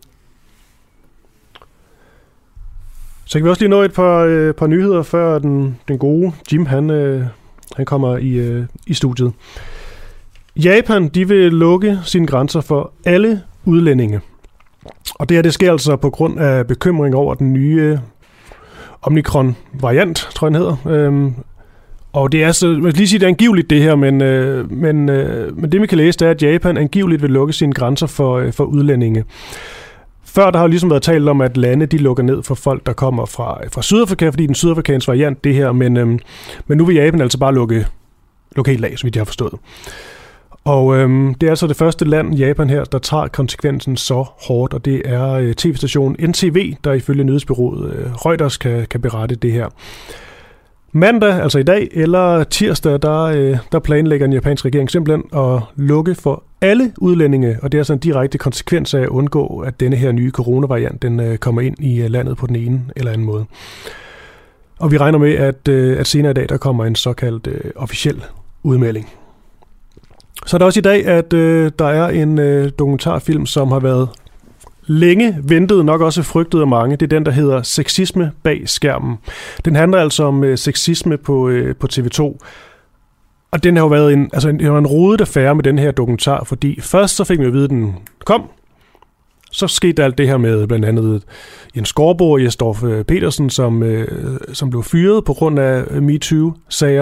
Så kan vi også lige nå et par nyheder, før den gode Jim, han kommer i studiet. Japan, de vil lukke sine grænser for alle udlændinge. Og det sker altså på grund af bekymring over den nye Omikron-variant, tror jeg den hedder. Og det er så, man skal lige sige, det er angiveligt det her, men det vi kan læse, det er, at Japan angiveligt vil lukke sine grænser for udlændinge. Før der har ligesom været talt om, at lande de lukker ned for folk, der kommer fra Sydafrika, fordi den sydafrikanske variant det her, men nu vil Japan altså bare lukke helt af, så vidt jeg har forstået. Og det er altså det første land, Japan her, der tager konsekvensen så hårdt, og det er tv-stationen NTV, der ifølge nyhedsbureauet Reuters kan berette det her. Mandag, altså i dag, eller tirsdag, der planlægger den japanske regering simpelthen at lukke for alle udlændinge, og det er altså en direkte konsekvens af at undgå, at denne her nye coronavariant, den kommer ind i landet på den ene eller anden måde. Og vi regner med, at senere i dag, der kommer en såkaldt officiel udmelding. Så er der også i dag, at der er en dokumentarfilm, som har været længe ventet, nok også frygtet af mange. Det er den, der hedder Sexisme bag skærmen. Den handler altså om sexisme på TV2. Og den har jo været en rodet affære med den her dokumentar, fordi først så fik vi at vide, at den kom. Så skete alt det her med blandt andet Jens Skorbo og Jesdorf Petersen, som blev fyret på grund af MeToo-sager.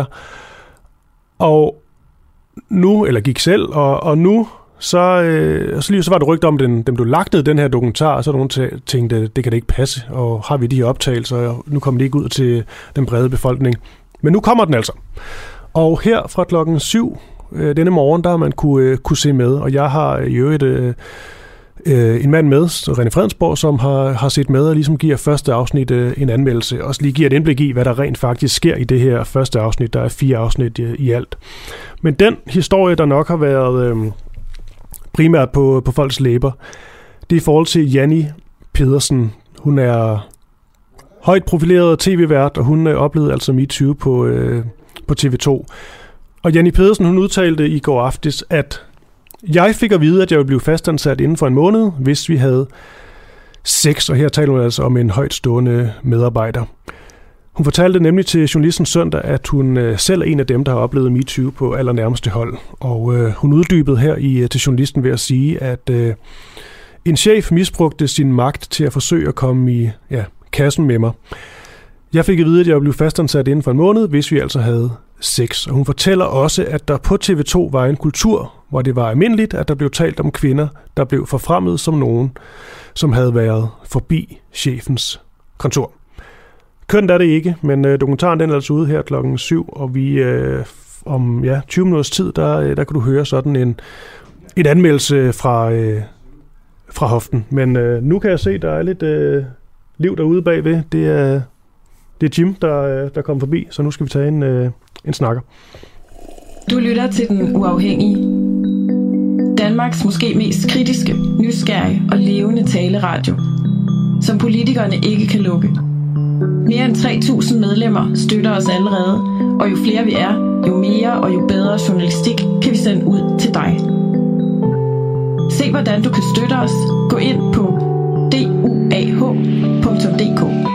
Og nu, eller gik selv, og nu, så var det rygter om, den blev lagt ned, den her dokumentar, og så nogen tænkte, det kan det ikke passe, og har vi de her optagelser, og nu kommer det ikke ud til den brede befolkning. Men nu kommer den altså. Og her fra klokken 7 denne morgen, der har man kunne se med, og jeg har i øvrigt en mand med, René Fredensborg, som har set med og ligesom giver første afsnit en anmeldelse, og også lige giver et indblik i, hvad der rent faktisk sker i det her første afsnit. Der er 4 afsnit i alt. Men den historie, der nok har været primært på folks læber, det er i forhold til Janni Pedersen. Hun er højt profileret tv-vært, og hun oplevede altså MeToo på TV2. Og Janni Pedersen, hun udtalte i går aftes, at jeg fik at vide, at jeg ville blive fastansat inden for en måned, hvis vi havde sex, og her taler hun altså om en højtstående medarbejder. Hun fortalte nemlig til journalisten søndag, at hun selv er en af dem, der har oplevet MeToo på allernærmeste hold. Og hun uddybede her til journalisten ved at sige, at en chef misbrugte sin magt til at forsøge at komme i kassen med mig. Jeg fik at vide, at jeg ville blive fastansat inden for en måned, hvis vi altså havde sex. Og hun fortæller også, at der på TV2 var en kultur, hvor det var almindeligt, at der blev talt om kvinder, der blev forfremmet som nogen, som havde været forbi chefens kontor. Kønt er det ikke, men dokumentaren den er altså ude her klokken 7, og vi om 20 minutters tid, der kan du høre sådan en anmeldelse fra hoften. Men nu kan jeg se, der er lidt liv derude bagved. Det er Jim, der kommer forbi, så nu skal vi tage en snakker. Du lytter til Den Uafhængige. Danmarks måske mest kritiske, nysgerrige og levende taleradio, som politikerne ikke kan lukke. Mere end 3.000 medlemmer støtter os allerede, og jo flere vi er, jo mere og jo bedre journalistik kan vi sende ud til dig. Se hvordan du kan støtte os. Gå ind på duah.dk.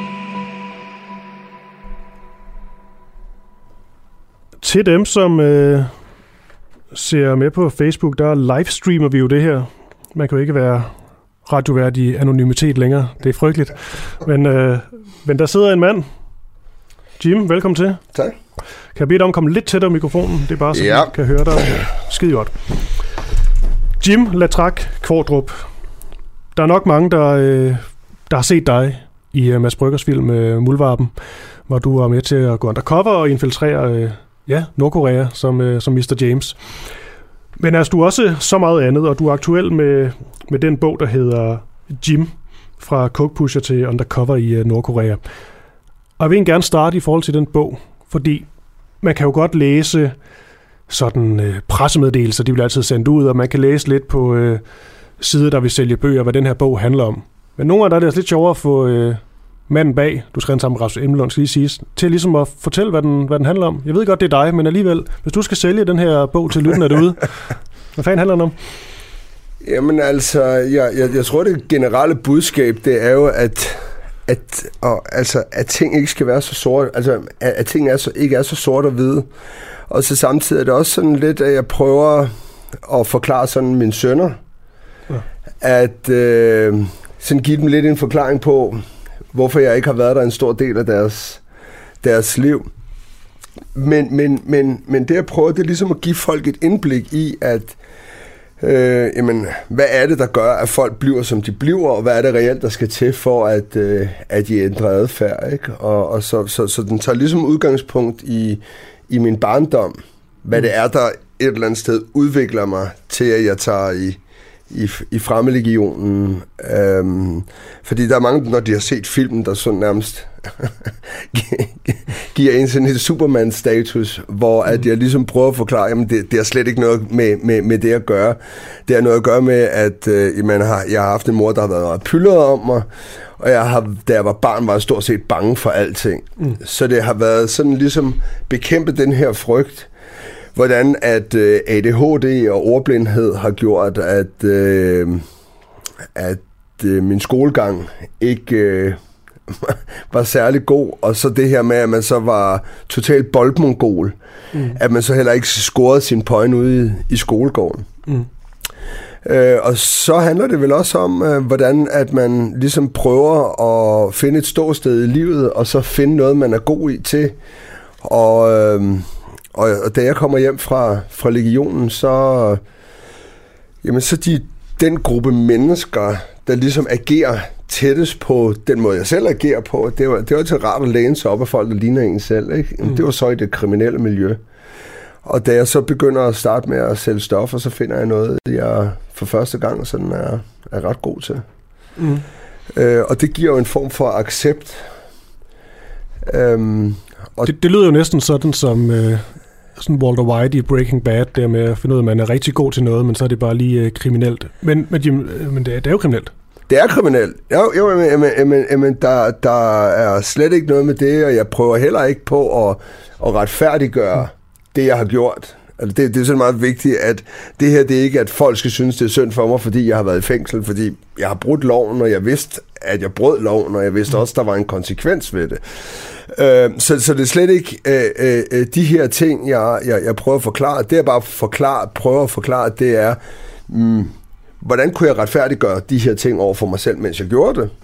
Til dem, som ser med på Facebook, der livestreamer vi jo det her. Man kan jo ikke være radiovært i anonymitet længere. Det er frygteligt. Men der sidder en mand. Jim, velkommen til. Tak. Kan jeg bede dig om at komme lidt tættere mikrofonen? Det er bare så, vi kan høre dig skide godt. Jim Latrak Kvartrup. Der er nok mange, der har set dig i Mads Bryggers film Muldvarpen, hvor du var med til at gå undercover og infiltrere Nordkorea som Mr. James. Men altså, du er også så meget andet, og du er aktuel med den bog, der hedder Jim, fra Coke Pusher til Undercover i Nordkorea. Og jeg vil gerne starte i forhold til den bog, fordi man kan jo godt læse sådan pressemeddelelser, de vil altid sende ud, og man kan læse lidt på sider, der vil sælge bøger, hvad den her bog handler om. Men nogle af der er det altså lidt sjovere at få manden bag, du skrev sammen med Rasmus Emmelund, skal lige siges, til ligesom at fortælle, hvad den handler om. Jeg ved godt, det er dig, men alligevel, hvis du skal sælge den her bog til lytterne derude, hvad fanden handler den om? Jamen altså, jeg tror, det generelle budskab, det er jo, at ting ikke skal være så sorte, altså at ting ikke er så sort og hvide. Og så samtidig er det også sådan lidt, at jeg prøver at forklare sådan mine sønner, at sådan give dem lidt en forklaring på, hvorfor jeg ikke har været der en stor del af deres liv. Men det jeg prøver, det er ligesom at give folk et indblik i, at hvad er det, der gør, at folk bliver, som de bliver, og hvad er det reelt, der skal til for, at de ændrer adfærd, ikke? Og så den tager ligesom udgangspunkt i min barndom, hvad det er, der et eller andet sted udvikler mig til, at jeg tager i Fremmedlegionen. Fordi der er mange, når de har set filmen, der sådan nærmest giver en sådan et Superman-status, hvor at jeg ligesom prøver at forklare, jamen det har slet ikke noget med det at gøre. Det har noget at gøre med, at jeg har haft en mor, der har været pyldret om mig, og da jeg var barn, var jeg stort set bange for alting. Så det har været sådan ligesom bekæmpe den her frygt, hvordan at ADHD og ordblindhed har gjort, at min skolegang ikke var særlig god, og så det her med, at man så var totalt boldmongol, at man så heller ikke scorede sin point ude i skolegården. Og så handler det vel også om, hvordan at man ligesom prøver at finde et ståsted i livet, og så finde noget, man er god i til. Og da jeg kommer hjem fra legionen, så den gruppe mennesker, der ligesom agerer tættest på den måde, jeg selv agerer på, det var til rart at læne sig op af folk, der ligner en selv. Ikke? Det var så i det kriminelle miljø. Og da jeg så begynder at starte med at sælge stoffer, så finder jeg noget, jeg for første gang sådan er ret god til. Og det giver jo en form for accept. Det lyder jo næsten sådan som sådan Walter White i Breaking Bad, der med at finde ud af, at man er rigtig god til noget, men så er det bare lige kriminelt. Men det er jo kriminelt. Det er kriminelt. Men der er slet ikke noget med det, og jeg prøver heller ikke på at retfærdiggøre det, jeg har gjort. Altså det er sådan meget vigtigt, at det her, det er ikke, at folk skal synes, det er synd for mig, fordi jeg har været i fængsel, fordi jeg har brudt loven, og jeg vidste, at jeg brød loven, og jeg vidste også, at der var en konsekvens ved det. Så det er slet ikke de her ting, jeg prøver at forklare. Det jeg bare prøver at forklare, det er, hvordan kunne jeg retfærdiggøre de her ting over for mig selv, mens jeg gjorde det?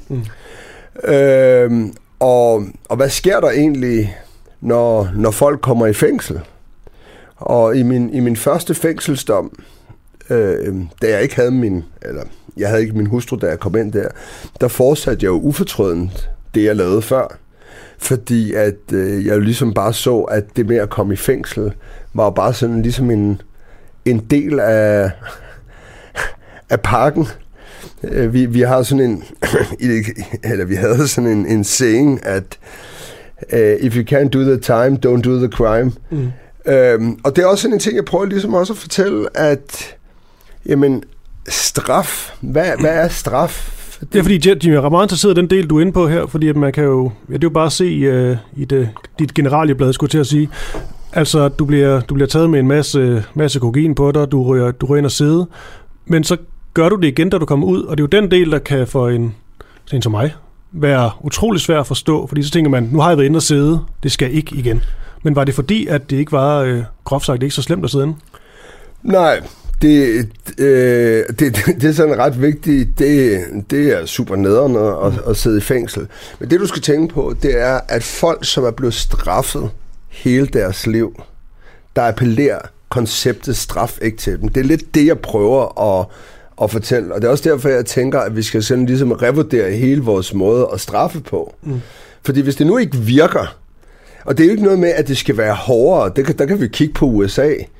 Og hvad sker der egentlig, når folk kommer i fængsel? Og i min første fængselsdom, da jeg ikke havde jeg havde ikke min hustru, da jeg kom ind der fortsatte jeg jo ufortrødent det, jeg lavede før. Fordi at jeg ligesom bare så, at det med at komme i fængsel, var bare sådan ligesom en del af pakken. Vi har sådan vi havde sådan en saying, at if you can't do the time, don't do the crime. Og det er også sådan en ting, jeg prøver ligesom også at fortælle, at jamen, straf, hvad er straf? Det er fordi, Jimmy er meget interesseret i den del, du er inde på her, fordi at man kan jo, det er jo bare at se i dit generalieblad, skulle jeg til at sige. Altså, du bliver taget med en masse kokain på dig, du ryger ind og sidde, men så gør du det igen, da du kommer ud, og det er jo den del, der kan for en som mig være utrolig svært at forstå, fordi så tænker man, nu har jeg været inde og sidde, det skal ikke igen. Men var det fordi, at det ikke var, groft sagt, ikke så slemt at sidde inde? Nej, det er sådan ret vigtigt. Det er super nederen at sidde i fængsel. Men det, du skal tænke på, det er, at folk, som er blevet straffet hele deres liv, der appellerer konceptet straf ikke til dem. Det er lidt det, jeg prøver at fortælle. Og det er også derfor, jeg tænker, at vi skal sådan ligesom revurdere hele vores måde at straffe på. Fordi hvis det nu ikke virker, og det er jo ikke noget med, at det skal være hårdere, der kan vi kigge på USA.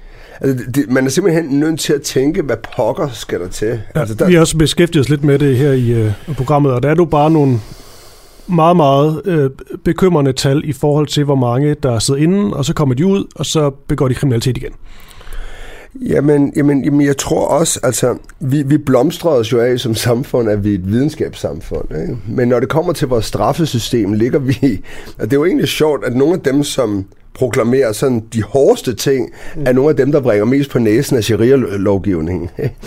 Altså, man er simpelthen nødt til at tænke, hvad pokker skal der til. Ja, altså, vi har også beskæftiget os lidt med det her i programmet, og der er jo bare nogle meget, meget bekymrende tal i forhold til, hvor mange der sidder inde, og så kommer de ud, og så begår de kriminalitet igen. Jamen, jeg tror også, altså, vi blomstrede os jo af som samfund, at vi er et videnskabssamfund. Ikke? Men når det kommer til vores straffesystem, ligger vi... Og det er jo egentlig sjovt, at nogle af dem, som proklamerer sådan de hårdeste ting, er nogle af dem, der bringer mest på næsen af sharia-lovgivningen.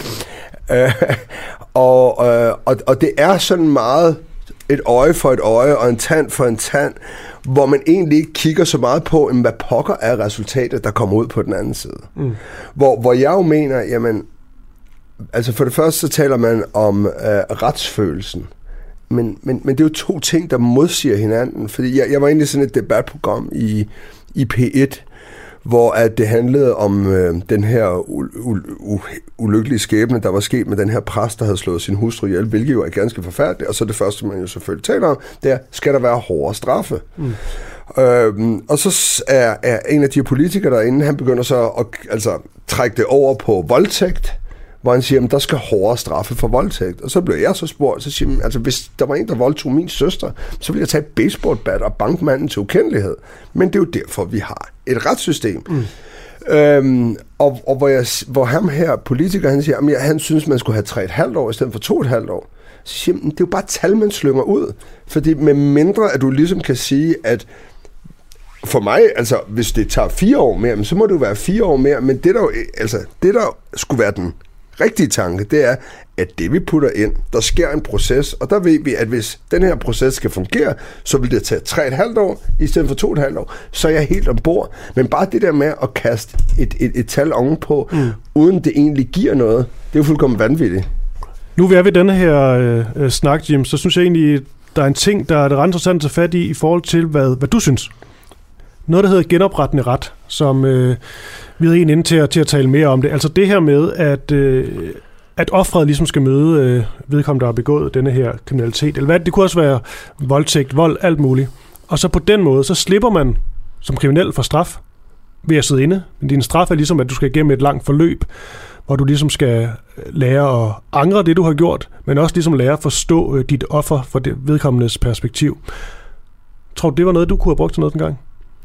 Og det er sådan meget et øje for et øje og en tand for en tand, hvor man egentlig ikke kigger så meget på, hvad pokker er resultatet, der kommer ud på den anden side. Hvor jeg jo mener, jamen, altså for det første så taler man om retsfølelsen, men det er jo to ting, der modsiger hinanden, fordi jeg var egentlig sådan et debatprogram i P1, hvor at det handlede om den her ulykkelige skæbne, der var sket med den her præst, der havde slået sin hustru ihjel, hvilket jo er ganske forfærdeligt. Og så det første, man jo selvfølgelig taler om, det er, skal der være hårdere straffe? Og så er en af de politikere derinde, han begynder så at trække det over på voldtægt, hvor han siger, at der skal hårdere straffe for voldtægt. Og så blev jeg så spurgt, så siger han, hvis der var en, der voldtog min søster, så ville jeg tage et baseballbat og banke manden til ukendelighed. Men det er jo derfor, vi har et retssystem. Og hvor ham her, politiker, han siger, at han synes, man skulle have 3,5 år i stedet for 2,5 år. Så siger han, det er jo bare tal, man slynger ud. Fordi med mindre, at du ligesom kan sige, at for mig, altså, hvis det tager 4 år mere, så må det jo være 4 år mere. Men det der skulle være den rigtige tanke, det er, at det vi putter ind, der sker en proces, og der ved vi, at hvis den her proces skal fungere, så vil det tage 3,5 år, i stedet for 2,5 år, så er jeg helt ombord. Men bare det der med at kaste et tal ovenpå, uden det egentlig giver noget, det er jo fuldkommen vanvittigt. Nu er vi denne her snak, Jim, så synes jeg egentlig, der er en ting, der er det ret interessant at tage fat i forhold til, hvad du synes. Noget, der hedder genoprettende ret, som vi havde en inde til at tale mere om det. Altså det her med, at offeret ligesom skal møde vedkommende, der har begået denne her kriminalitet. Eller hvad, det kunne også være voldtægt, vold, alt muligt. Og så på den måde, så slipper man som kriminel for straf ved at sidde inde. Men din straf er ligesom, at du skal igennem et langt forløb, hvor du ligesom skal lære at angre det, du har gjort, men også ligesom lære at forstå dit offer fra det vedkommendes perspektiv. Tror du, det var noget, du kunne have brugt til noget dengang?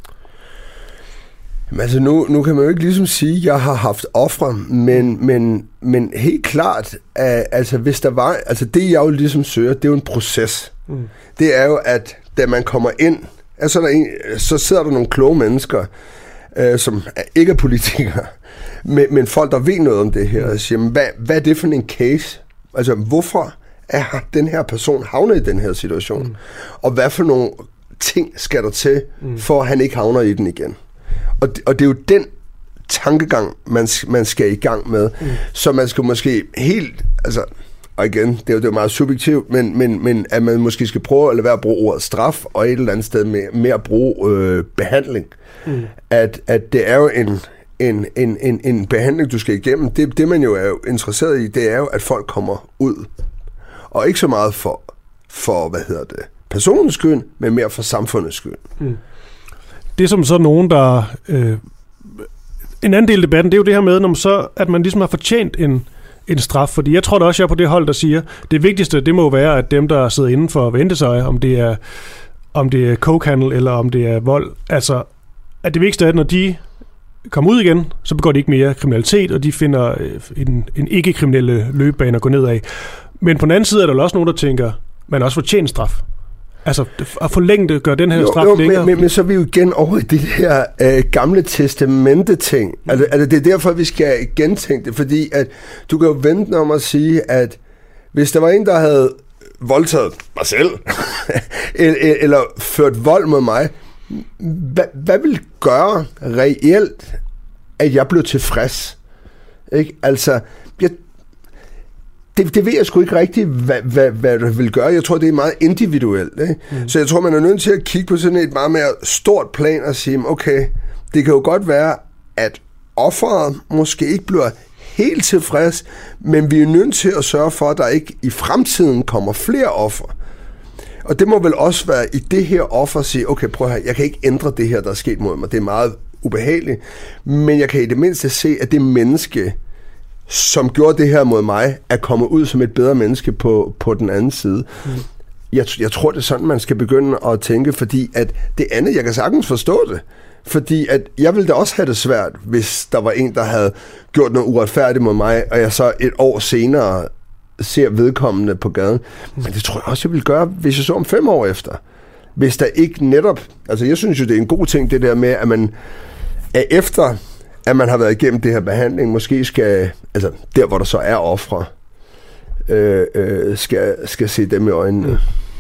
Altså nu kan man jo ikke ligesom sige, at jeg har haft ofre, men helt klart, altså hvis der var, altså det jeg jo ligesom søger, det er jo en proces. Det er jo, at da man kommer ind, altså så sidder der nogle kloge mennesker, som ikke er politikere, men folk, der ved noget om det her, og siger, hvad er det for en case? Altså hvorfor er den her person havnet i den her situation? Og hvad for nogle ting skal der til, for at han ikke havner i den igen? Og det er jo den tankegang, man skal i gang med. Så man skal måske helt, altså, og igen, det er jo meget subjektivt, men at man måske skal prøve at lade være at bruge ordet straf, og et eller andet sted med at bruge behandling. At det er jo en behandling, du skal igennem. Det man jo er interesseret i, det er jo, at folk kommer ud. Og ikke så meget for personens skyld, men mere for samfundets skyld. Det som så nogen, der... en anden del af debatten, det er jo det her med, når man så, at man ligesom har fortjent en straf. Fordi jeg tror da også, jeg er på det hold, der siger, det vigtigste, det må være, at dem, der sidder inden for at vente sig, om det er cokehandel eller om det er vold, altså, at det vigtigste er, at når de kommer ud igen, så begår de ikke mere kriminalitet, og de finder en ikke-kriminelle løbebane at gå ned af. Men på den anden side er der også nogen, der tænker, man også fortjener straf. Altså, at forlænge det, gør den her straf længere. Men så er vi jo igen over i det her gamle testamente-ting. Altså, det er derfor, vi skal gentænke det, fordi at du kan jo vente om at sige, at hvis der var en, der havde voldtaget mig selv, eller ført vold mod mig, hvad vil gøre reelt, at jeg blev tilfreds? Ikke? Altså, det ved jeg sgu ikke rigtigt, hvad det vil gøre. Jeg tror, det er meget individuelt. Ikke? Så jeg tror, man er nødt til at kigge på sådan et meget mere stort plan og sige, okay, det kan jo godt være, at offeret måske ikke bliver helt tilfreds, men vi er nødt til at sørge for, at der ikke i fremtiden kommer flere offer. Og det må vel også være i det her offer at sige, okay, prøv at høre, jeg kan ikke ændre det her, der er sket mod mig. Det er meget ubehagelig, men jeg kan i det mindste se, at det menneske, som gjorde det her mod mig, er kommet ud som et bedre menneske på den anden side. Jeg tror, det er sådan, man skal begynde at tænke, fordi at det andet, jeg kan sagtens forstå det, fordi at jeg ville da også have det svært, hvis der var en, der havde gjort noget uretfærdigt mod mig, og jeg så et år senere ser vedkommende på gaden. Men det tror jeg også, jeg ville gøre, hvis jeg så om 5 år efter. Hvis der ikke netop... Altså, jeg synes jo, det er en god ting, det der med, at man er efter, at man har været igennem det her behandling, måske skal... Altså, der, hvor der så er ofre, skal se dem i øjnene.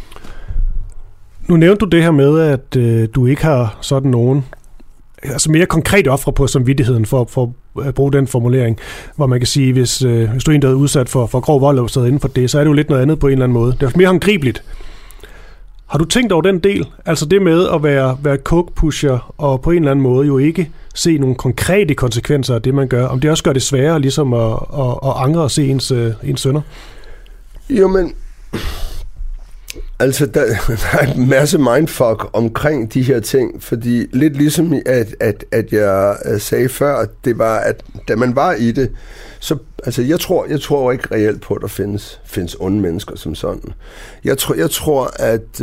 Nu nævnte du det her med, at du ikke har sådan nogen altså mere konkret ofre på samvittigheden for at bruge den formulering, hvor man kan sige, hvis du er en, der er udsat for grov vold og sidder inden for det, så er det jo lidt noget andet på en eller anden måde. Det er mere håndgribeligt. Har du tænkt over den del? Altså det med at være coke-pusher og på en eller anden måde jo ikke se nogle konkrete konsekvenser af det, man gør. Om det også gør det sværere ligesom at angre og se ens sønner? Jo, men altså, der er en masse mindfuck omkring de her ting, fordi lidt ligesom at jeg sagde før, det var, at da man var i det, så altså, jeg tror ikke reelt på, at der findes onde mennesker som sådan. Jeg tror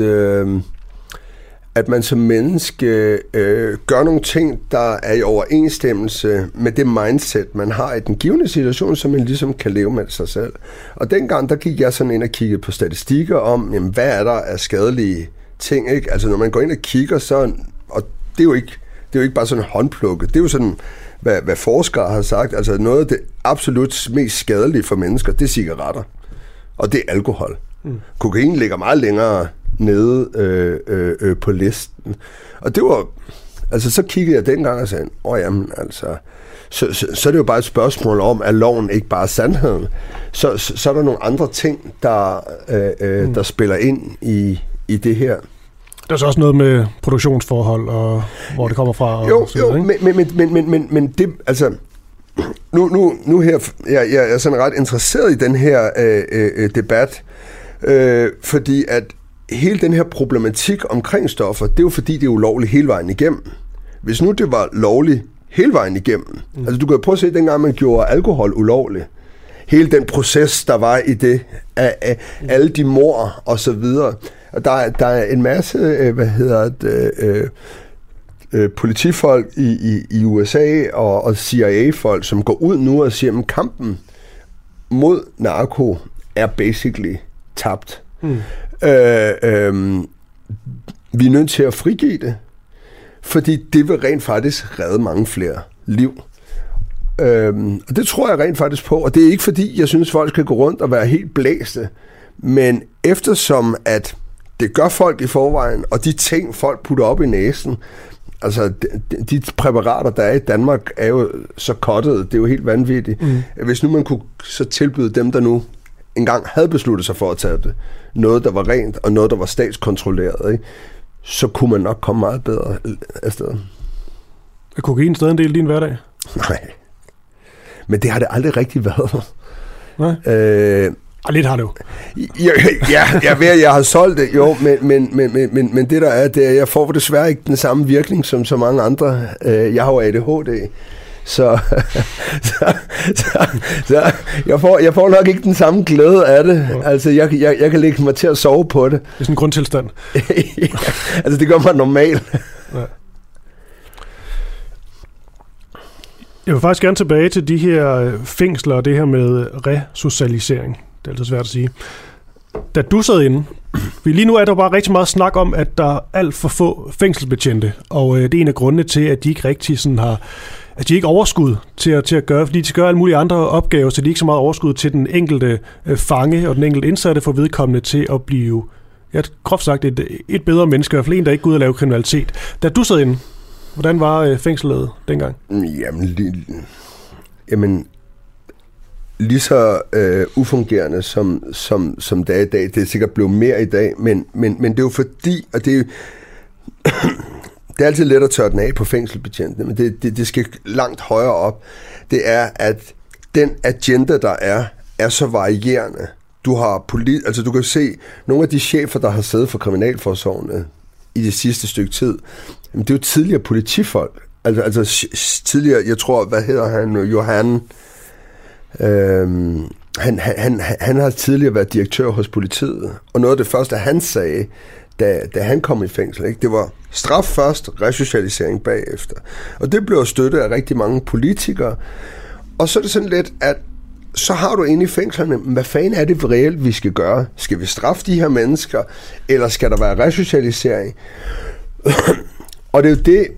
at man som menneske gør nogle ting, der er i overensstemmelse med det mindset, man har i den givne situation, som man ligesom kan leve med sig selv. Og dengang, der gik jeg sådan ind og kiggede på statistikker om, jamen, hvad er der af skadelige ting, ikke? Altså, når man går ind og kigger, så... Og det er jo ikke bare sådan håndplukket. Det er jo sådan, hvad forskere har sagt. Altså, noget af det absolut mest skadelige for mennesker, det er cigaretter. Og det er alkohol. Kokain ligger meget længere nede på listen. Og det var... Altså, så kiggede jeg dengang og sagde, jamen, altså... Så er det jo bare et spørgsmål om, at loven ikke bare er sandheden. Så er der nogle andre ting, der spiller ind i det her. Der er så også noget med produktionsforhold, og hvor det kommer fra. Og jo, ikke? men det... Altså... Nu her... Jeg er sådan ret interesseret i den her debat, fordi at hele den her problematik omkring stoffer, det er jo fordi, det er ulovligt hele vejen igennem. Hvis nu det var lovligt hele vejen igennem, altså du kan jo prøve at se, dengang man gjorde alkohol ulovligt, hele den proces, der var i det, af alle de mord og så videre. Og der er en masse, politifolk i USA og CIA-folk, som går ud nu og siger, at kampen mod narko er basically tabt. Vi er nødt til at frigive det, fordi det vil rent faktisk redde mange flere liv. Og det tror jeg rent faktisk på, og det er ikke fordi, jeg synes, folk skal gå rundt og være helt blæste, men eftersom at det gør folk i forvejen, og de ting, folk putter op i næsen, altså de præparater, der er i Danmark, er jo så kottede, det er jo helt vanvittigt. Hvis nu man kunne så tilbyde dem, der nu engang havde besluttet sig for at tage det, noget, der var rent, og noget, der var statskontrolleret, ikke? Så kunne man nok komme meget bedre afsted. Er kokain stadig en del af din hverdag? Nej. Men det har det aldrig rigtig været. Nej? Og lidt har det jo. Jeg har solgt det, jo, men det der er, det er, jeg får desværre ikke den samme virkning som så mange andre. Jeg har jo ADHD, så jeg får nok ikke den samme glæde af det. Ja. Altså, jeg kan lægge mig til at sove på det. Det er sådan en grundtilstand. Ja, altså, det gør mig normalt. Ja. Jeg vil faktisk gerne tilbage til de her fængsler og det her med resocialisering. Det er altid svært at sige. Da du sad inde, lige nu er der bare rigtig meget snak om, at der er alt for få fængselsbetjente, og det er en af grundene til, at de ikke rigtig sådan har, at de ikke overskud til at gøre, fordi de skal gøre alle mulige andre opgaver, så de ikke så meget overskud til den enkelte fange og den enkelte indsatte for vedkommende til at blive, groft sagt, et bedre menneske, i hvert fald en, der ikke går ud og laver kriminalitet. Da du sad inde, hvordan var fængslet dengang? Jamen lige så ufungerende som det er i dag. Det er sikkert blevet mere i dag, men det er jo fordi, og det er det er altid let at tørre den af på fængselsbetjentene, men det skal langt højere op. Det er, at den agenda, der er så varierende. Du har altså du kan se, nogle af de chefer, der har siddet for kriminalforsorgene i det sidste stykke tid, det er jo tidligere politifolk. Altså tidligere, jeg tror, hvad hedder han, Johan, han har tidligere været direktør hos politiet, og noget af det første, han sagde, da han kom i fængsel, ikke, det var straf først, resocialisering bagefter. Og det blev støttet af rigtig mange politikere. Og så er det sådan lidt, at så har du inde i fængslerne, hvad fanden er det reelt, vi skal gøre? Skal vi straffe de her mennesker, eller skal der være resocialisering? Og det er jo det,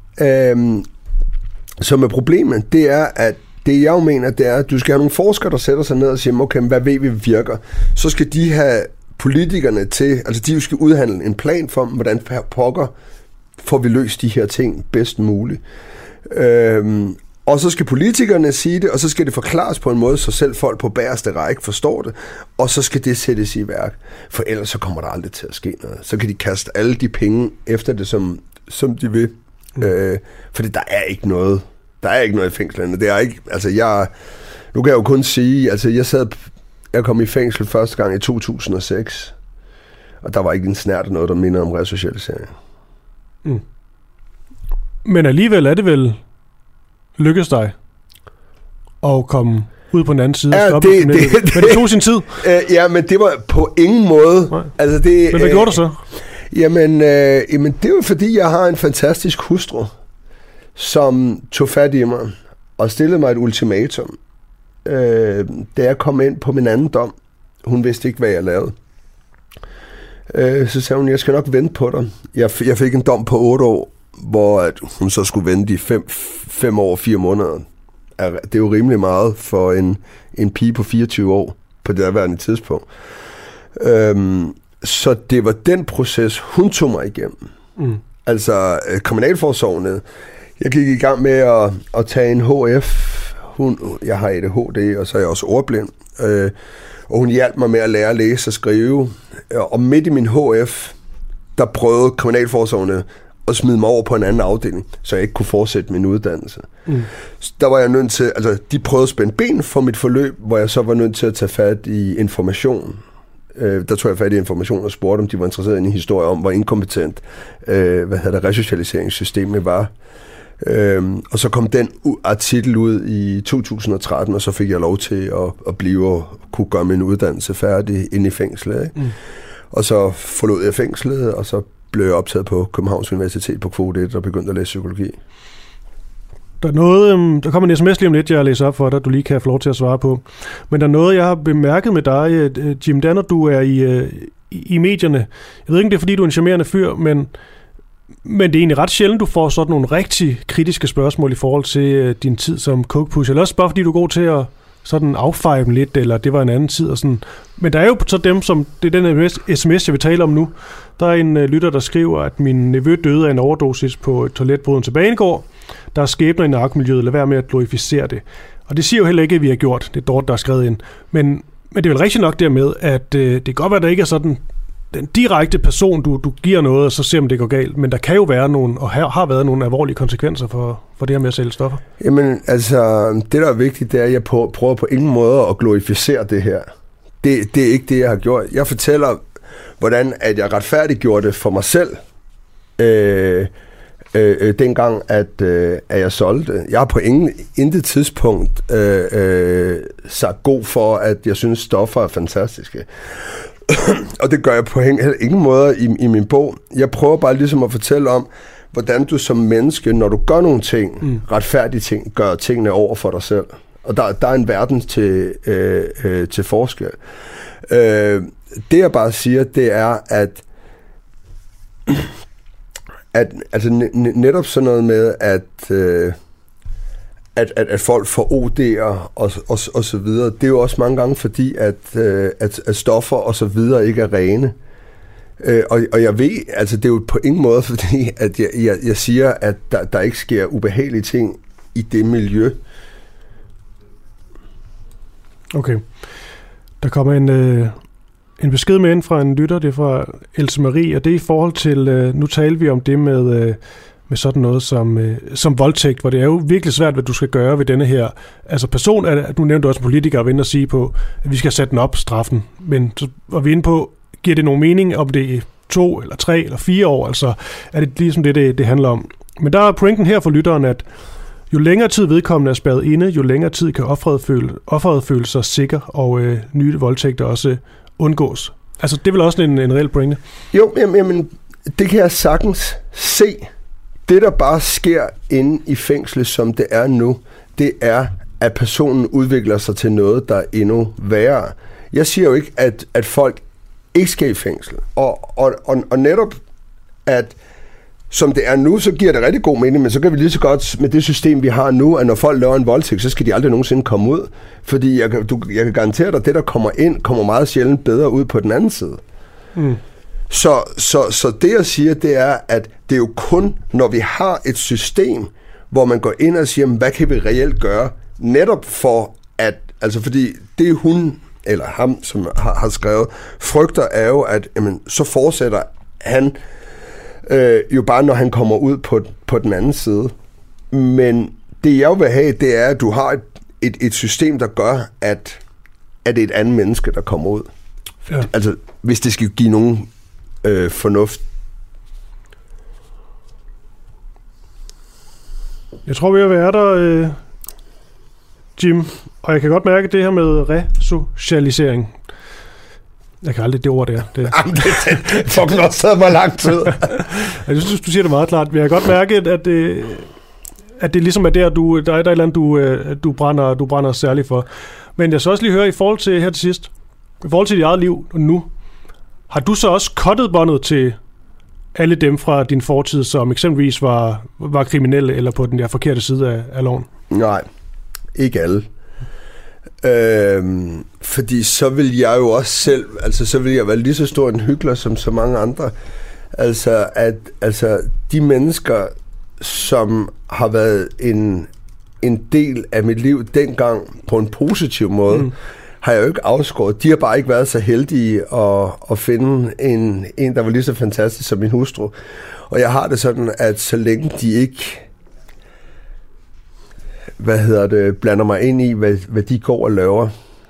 som er problemet, det er, at det jeg jo mener, det er, at du skal have nogle forskere, der sætter sig ned og siger, okay, hvad ved vi virker? Så skal de have politikerne til, altså de skal udhandle en plan for, hvordan pokker får vi løst de her ting bedst muligt. Og så skal politikerne sige det, og så skal det forklares på en måde, så selv folk på bagerste række forstår det, og så skal det sættes i værk. For ellers så kommer der aldrig til at ske noget. Så kan de kaste alle de penge efter det, som de vil. Fordi der er ikke noget. Der er ikke noget i fængslerne. Det er ikke, altså nu kan jeg jo kun sige, altså jeg kom i fængsel første gang i 2006, og der var ikke en snært noget, der minder om resocialisering. Mm. Men alligevel er det vel lykkes dig at komme ud på den anden side og stoppe det. Men det tog sin tid. Ja, men det var på ingen måde. Altså det, men hvad gjorde du så? Jamen, det var fordi, jeg har en fantastisk hustru, som tog fat i mig og stillede mig et ultimatum. Da jeg kom ind på min anden dom, hun vidste ikke, hvad jeg lavede. Så sagde hun, jeg skal nok vente på dig. Jeg fik en dom på 8 år, hvor at hun så skulle vente i 5 år og 4 måneder. Det er jo rimelig meget for en pige på 24 år på det derværende tidspunkt. Så det var den proces, hun tog mig igennem. Mm. Altså kriminalforsorgen. Jeg gik i gang med at tage en HF. Jeg har ADHD, og så er jeg også ordblind. Og hun hjalp mig med at lære at læse og skrive. Og midt i min HF, der prøvede kriminalforsorgen at smide mig over på en anden afdeling, så jeg ikke kunne fortsætte min uddannelse. Mm. Der var jeg nødt til, altså de prøvede at spænde ben for mit forløb, hvor jeg så var nødt til at tage fat i information. Der tog jeg fat i information og spurgte, om de var interesseret i en historie om, hvor inkompetent resocialiseringssystemet var. Og så kom den artikel ud i 2013, og så fik jeg lov til at blive og kunne gøre min uddannelse færdig inde i fængslet. Ikke? Mm. Og så forlod jeg fængslet, og så blev jeg optaget på Københavns Universitet på kvote 1 og begyndte at læse psykologi. Der kommer en sms lige om lidt, jeg læser op for dig, du lige kan få lov til at svare på. Men der er noget, jeg har bemærket med dig, Jim, der når du er i medierne. Jeg ved ikke, det er fordi, du er en charmerende fyr, men det er egentlig ret sjældent, du får sådan nogle rigtig kritiske spørgsmål i forhold til din tid som coke-pusher. Eller også bare fordi, du er god til at sådan affeje dem lidt, eller det var en anden tid og sådan. Men der er jo så dem, som det er den sms, jeg vil tale om nu. Der er en lytter, der skriver, at min nevø døde af en overdosis på et toiletbruden til Banegård. Der er skæbner i narkomiljøet, lad være med at glorificere det. Og det siger jo heller ikke, at vi har gjort. Det er Dorte, der er skrevet ind. Men det er vel rigtig nok dermed, at det kan godt være, at der ikke er sådan den direkte person, du giver noget, og så ser om det går galt. Men der kan jo være nogle, og har været nogle alvorlige konsekvenser for det her med at sælge stoffer. Jamen, altså, det der er vigtigt, det er, at jeg prøver på ingen måde at glorificere det her. Det er ikke det, jeg har gjort. Jeg fortæller, hvordan at jeg retfærdiggjorde det for mig selv, dengang, at jeg solgte. Jeg har på intet tidspunkt sagt god for, at jeg synes, stoffer er fantastiske. Og det gør jeg på ingen måde i min bog. Jeg prøver bare ligesom at fortælle om, hvordan du som menneske, når du gør nogle ting, retfærdige ting, gør tingene over for dig selv. Og der er en verden til forskel. Det jeg bare siger, det er, at altså netop sådan noget med, at folk får OD'er og så videre, det er jo også mange gange fordi, at stoffer og så videre ikke er rene. Og jeg ved, altså det er jo på ingen måde fordi, at jeg siger, at der ikke sker ubehagelige ting i det miljø. Okay. Der kommer en besked med ind fra en lytter, det er fra Else Marie, og det er i forhold til, nu taler vi om det med sådan noget som voldtægt, hvor det er jo virkelig svært, hvad du skal gøre ved denne her altså person, at du nævnte også politikere at vende og sige på, at vi skal sætte den op, straffen, men så var vi inde på, giver det nogen mening, om det er 2 eller 3 eller 4 år, altså er det ligesom det handler om. Men der er pointen her for lytteren, at jo længere tid vedkommende er spærret inde, jo længere tid kan offeret føle sig sikker, og nye voldtægter også undgås. Altså, det er vel også en reel pointe? Jo, jamen, det kan jeg sagtens se. Det, der bare sker inde i fængslet, som det er nu, det er, at personen udvikler sig til noget, der er endnu værre. Jeg siger jo ikke, at folk ikke skal i fængsel. Og netop, at som det er nu, så giver det rigtig god mening, men så kan vi lige så godt med det system, vi har nu, at når folk laver en voldtægt, så skal de aldrig nogensinde komme ud. Fordi jeg kan garantere dig, at det, der kommer ind, kommer meget sjældent bedre ud på den anden side. Mm. Så det, jeg siger, det er, at det er jo kun, når vi har et system, hvor man går ind og siger, hvad kan vi reelt gøre, netop for at, altså fordi det hun, eller ham, som har skrevet, frygter er jo, at jamen, så fortsætter han jo bare, når han kommer ud på den anden side. Men det jeg jo vil have, det er, at du har et system, der gør, at det er et andet menneske, der kommer ud. Ja. Altså, hvis det skal give nogen fornuft. Jeg tror, vi er ved at være der, Jim. Og jeg kan godt mærke det her med resocialisering. Jeg kan aldrig det ord der. Det fucking også taget mig lang tid. Jeg synes, du siger det meget klart. Men jeg kan godt mærke, at det ligesom er der, der er et eller andet, du brænder særligt for. Men jeg så også lige høre i forhold til her til sidst, i forhold til dit eget liv nu, har du så også cuttet båndet til alle dem fra din fortid, som eksempelvis var kriminelle eller på den der forkerte side af loven? Nej, ikke alle. Fordi så vil jeg jo også selv, altså så vil jeg være lige så stor en hyggelig som så mange andre. Altså de mennesker, som har været en del af mit liv dengang på en positiv måde, har jeg jo ikke afskåret. De har bare ikke været så heldige at finde en, der var lige så fantastisk som min hustru. Og jeg har det sådan, at så længe de ikke blander mig ind i, hvad de går og laver,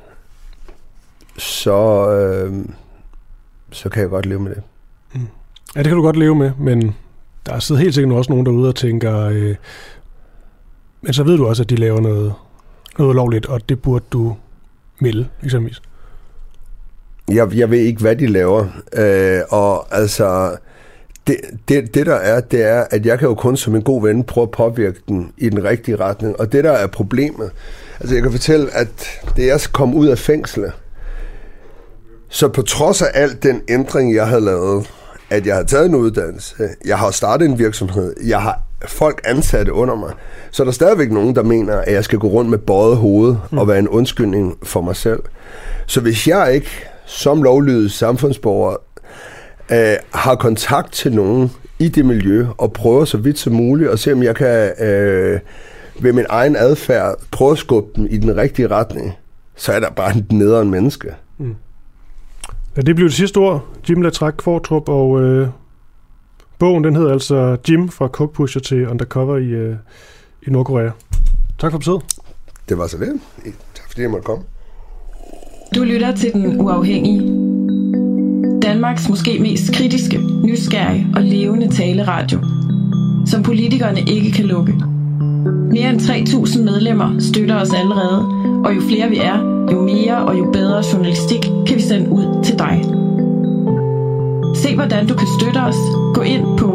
så kan jeg godt leve med det. Ja, det kan du godt leve med, men der er siddet helt sikkert også nogen derude og tænker, men så ved du også, at de laver noget lovligt, og det burde du melde, eksempelvis. Jeg ved ikke, hvad de laver, og altså det der er, det er, at jeg kan jo kun som en god ven prøve at påvirke den i den rigtige retning, og det der er problemet, altså jeg kan fortælle, at det jeg kom ud af fængslet, så på trods af alt den ændring, jeg havde lavet, at jeg har taget en uddannelse, jeg har startet en virksomhed, jeg har folk ansatte under mig, så er der stadigvæk nogen, der mener, at jeg skal gå rundt med bøjet hoved og være en undskyldning for mig selv. Så hvis jeg ikke som lovlydig samfundsborger har kontakt til nogen i det miljø og prøver så vidt som muligt og se, om jeg kan ved min egen adfærd prøve at skubbe dem i den rigtige retning, så er der bare en nederen menneske. Ja, det blev det sidste ord. Jim Latrak Kvartrup, og bogen, den hedder altså Jim fra Coke Pusher til Undercover i Nordkorea. Tak for besøget. Det var så det. Tak fordi jeg måtte komme. Du lytter til Den Uafhængige. Danmarks måske mest kritiske, nysgerrige og levende taleradio, som politikerne ikke kan lukke. Mere end 3.000 medlemmer støtter os allerede, og jo flere vi er, jo mere og jo bedre journalistik kan vi sende ud til dig. Se hvordan du kan støtte os. Gå ind på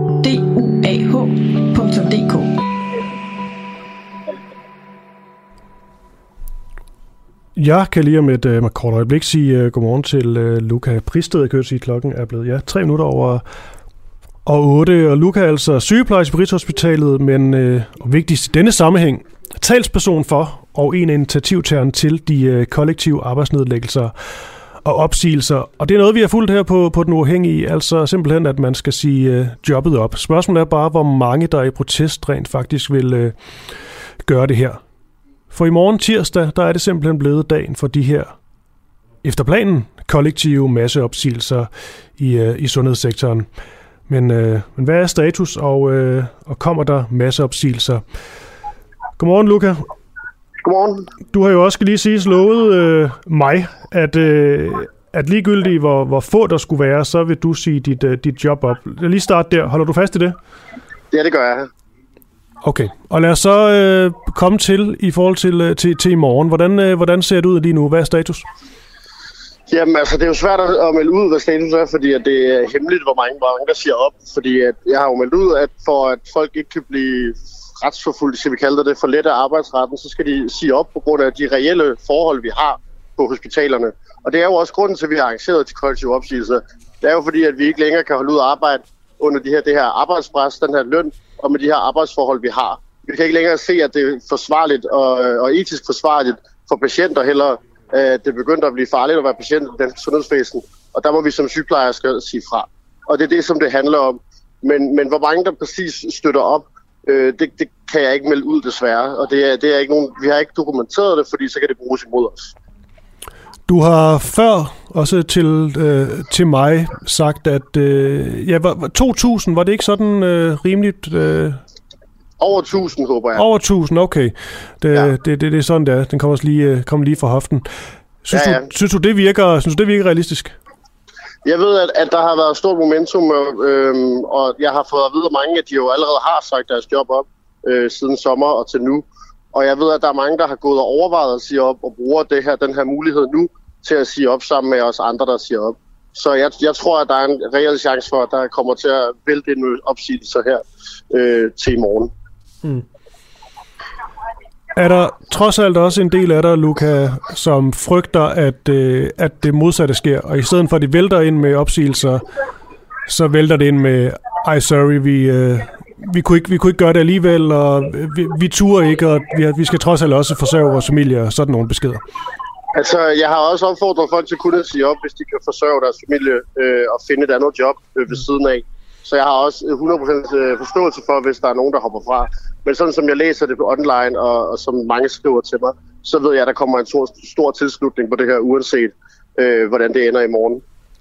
duah.dk. Jeg kan lige om et kort øjeblik sige godmorgen til Luca Pristed. Jeg kan sige, at klokken er blevet 3 minutter over 8. Og Luca er altså sygeplejerske på Rigshospitalet, men og vigtigst i denne sammenhæng, talsperson for og en af initiativtagerne til de kollektive arbejdsnedlæggelser og opsigelser. Og det er noget, vi har fulgt her på Den Uafhængige, altså simpelthen, at man skal sige jobbet op. Spørgsmålet er bare, hvor mange der i protest rent faktisk vil gøre det her. For i morgen tirsdag, der er det simpelthen blevet dagen for de her, efter planen, kollektive masseopsigelser i sundhedssektoren. Men hvad er status, og kommer der masseopsigelser? Godmorgen, Luca. Godmorgen. Du har jo også, skal lige sige, lovet mig, at ligegyldigt hvor få der skulle være, så vil du sige dit job op. Lad lige starte der. Holder du fast i det? Ja, det gør jeg. Okay, og lad os så komme til i forhold til i morgen. Hvordan ser det ud lige nu? Hvad er status? Jamen altså, det er jo svært at melde ud, hvad status er, fordi at det er hemmeligt, hvor mange der siger op. Fordi at jeg har jo meldt ud, at for at folk ikke kan blive retsforfulgt, skal vi kalde det, for let af arbejdsretten, så skal de sige op på grund af de reelle forhold, vi har på hospitalerne. Og det er jo også grunden til, at vi har arrangeret de kollektive opsigelser. Det er jo fordi, at vi ikke længere kan holde ud at arbejde under det her arbejdspres, den her løn, og med de her arbejdsforhold, vi har. Vi kan ikke længere se, at det er forsvarligt og etisk forsvarligt for patienter heller. Det begynder at blive farligt at være patient i dansk sundhedsvæsen, og der må vi som sygeplejersker sige fra. Og det er det, som det handler om. Men hvor mange der præcis støtter op, det kan jeg ikke melde ud desværre. Og det er ikke vi har ikke dokumenteret det, fordi så kan det bruges imod os. Du har før også til mig sagt, at 2.000, var det ikke sådan rimeligt? Over 1.000, håber jeg. Over 1.000, okay. Det er sådan, det er. Den kommer også lige fra hoften. Synes du, det virker realistisk? Jeg ved, at der har været stort momentum, og jeg har fået at vide, at mange af de jo allerede har sagt deres job op siden sommer og til nu. Og jeg ved, at der er mange, der har gået og overvejet at sige op og bruger den her mulighed nu til at sige op sammen med os andre, der siger op. Så jeg tror, at der er en reel chance for, at der kommer til at vælte en opsigelse her til i morgen. Er der trods alt også en del af dig, Luca, som frygter, at det modsatte sker, og i stedet for at det vælter ind med opsigelser, så vælter det ind med, sorry, vi kunne ikke gøre det alligevel, og vi turer ikke, og vi skal trods alt også forsørge vores familie, og sådan nogle beskeder? Altså, jeg har også opfordret folk til kun at sige op, hvis de kan forsørge deres familie og finde et andet job ved siden af. Så jeg har også 100% forståelse for, hvis der er nogen, der hopper fra. Men sådan som jeg læser det på online, og som mange skriver til mig, så ved jeg, at der kommer en stor tilslutning på det her, uanset hvordan det ender i morgen.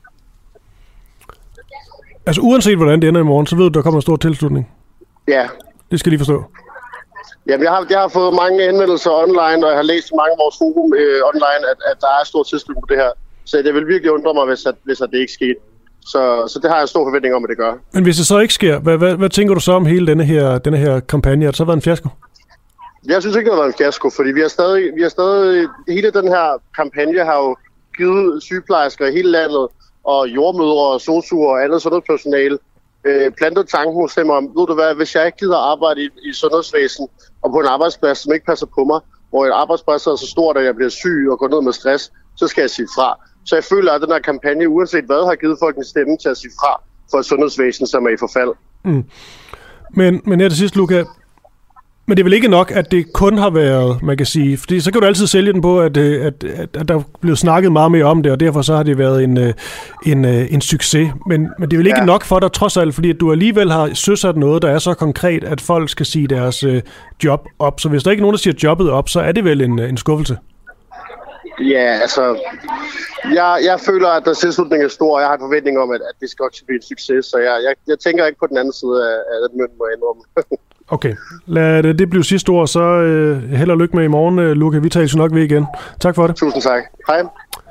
Altså uanset hvordan det ender i morgen, så ved du, der kommer en stor tilslutning? Ja. Det skal jeg lige forstå. Jamen, jeg har fået mange henvendelser online, og jeg har læst i mange af vores forum online, at der er stor tilslutning på det her. Så det vil virkelig undre mig, hvis det ikke skete. Så det har jeg en stor forventning om, at det gør. Men hvis det så ikke sker, hvad tænker du så om hele denne her kampagne? Har det så været en fiasko? Jeg synes ikke, det har været en fiasko, fordi vi har stadig hele den her kampagne har jo givet sygeplejersker i hele landet, og jordmødre og sosuer og andet sundhedspersonale plantet tanken hos dem om, ved du hvad, hvis jeg ikke gider arbejde i sundhedsvæsen og på en arbejdsplads, som ikke passer på mig, hvor et arbejdsplads er så stort, at jeg bliver syg og går ned med stress, så skal jeg sige fra. Så jeg føler, at den her kampagne, uanset hvad, har givet folk en stemme til at sige fra for et sundhedsvæsen, som er i forfald. Men her til sidst, Luca, men det er vel ikke nok, at det kun har været, man kan sige, fordi så kan du altid sælge den på, at der er blevet snakket meget mere om det, og derfor så har det været en succes. Men det er vel ikke nok for dig, trods alt, fordi at du alligevel har søsat noget, der er så konkret, at folk skal sige deres job op. Så hvis der ikke er nogen, der siger jobbet op, så er det vel en skuffelse? Ja, altså, jeg føler, at der tilslutning er stor, og jeg har en forventning om, at det skal også blive en succes, så jeg tænker ikke på den anden side af den mønt, må jeg indrømme. Okay, lad det blive sidste ord, så held og lykke med i morgen, Luca. Vi taler nok ved igen. Tak for det. Tusind tak. Hej.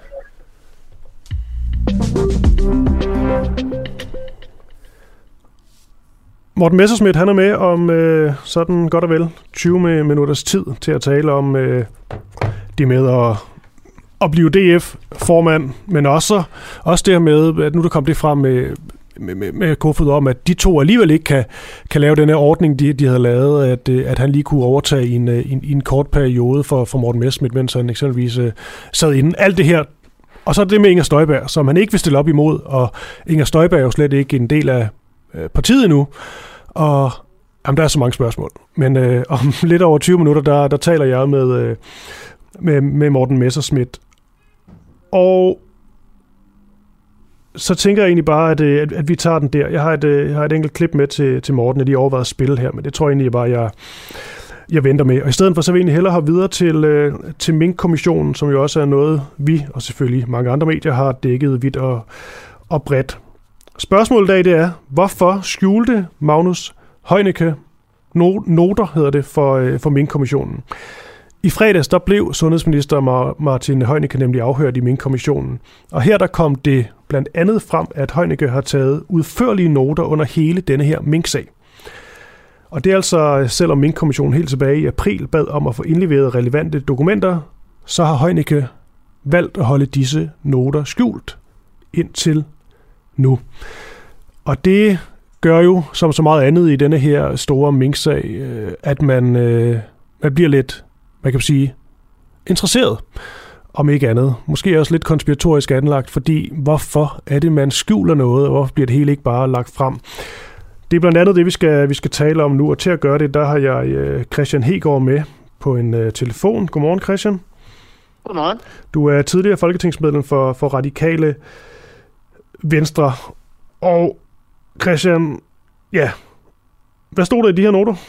Morten Messerschmidt, han er med om sådan godt og vel 20 minutters tid til at tale om det med at blive DF-formand, men også det her med, at nu der kom det frem med Kofod om, at de to alligevel ikke kan lave den her ordning, de havde lavet, at han lige kunne overtage i en kort periode for Morten Messerschmidt, mens han eksempelvis sad inde. Alt det her, og så er det med Inger Støjberg, som han ikke vil stille op imod, og Inger Støjberg er jo slet ikke en del af partiet endnu, og jamen, der er så mange spørgsmål. Men om lidt over 20 minutter, der taler jeg med Morten Messerschmidt. Og så tænker jeg egentlig bare, at vi tager den der. Jeg har et enkelt klip med til Morten, at de overvejer at spille her, men det tror jeg egentlig bare, jeg venter med. Og i stedet for, så vil jeg egentlig hellere have videre til Mink-kommissionen, som jo også er noget, vi og selvfølgelig mange andre medier har dækket vidt og bredt. Spørgsmålet i dag, det er, hvorfor skjulte Magnus Heunicke noter, hedder det, for Mink-kommissionen? I fredags, der blev sundhedsminister Martin Heunicke nemlig afhørt i Mink-kommissionen. Og her der kom det blandt andet frem, at Heunicke har taget udførlige noter under hele denne her Mink-sag. Og det er altså, selvom Minkkommissionen helt tilbage i april bad om at få indleveret relevante dokumenter, så har Heunicke valgt at holde disse noter skjult indtil nu. Og det gør jo, som så meget andet i denne her store Mink-sag, at man bliver lidt, man kan sige, interesseret, om ikke andet. Måske også lidt konspiratorisk anlagt, fordi hvorfor er det, man skjuler noget, og hvorfor bliver det hele ikke bare lagt frem? Det er blandt andet det, vi skal tale om nu, og til at gøre det, der har jeg Kristian Hegaard med på en telefon. Godmorgen, Kristian. Godmorgen. Du er tidligere folketingsmedlem for Radikale Venstre. Og Kristian, ja, hvad stod der i de her noter?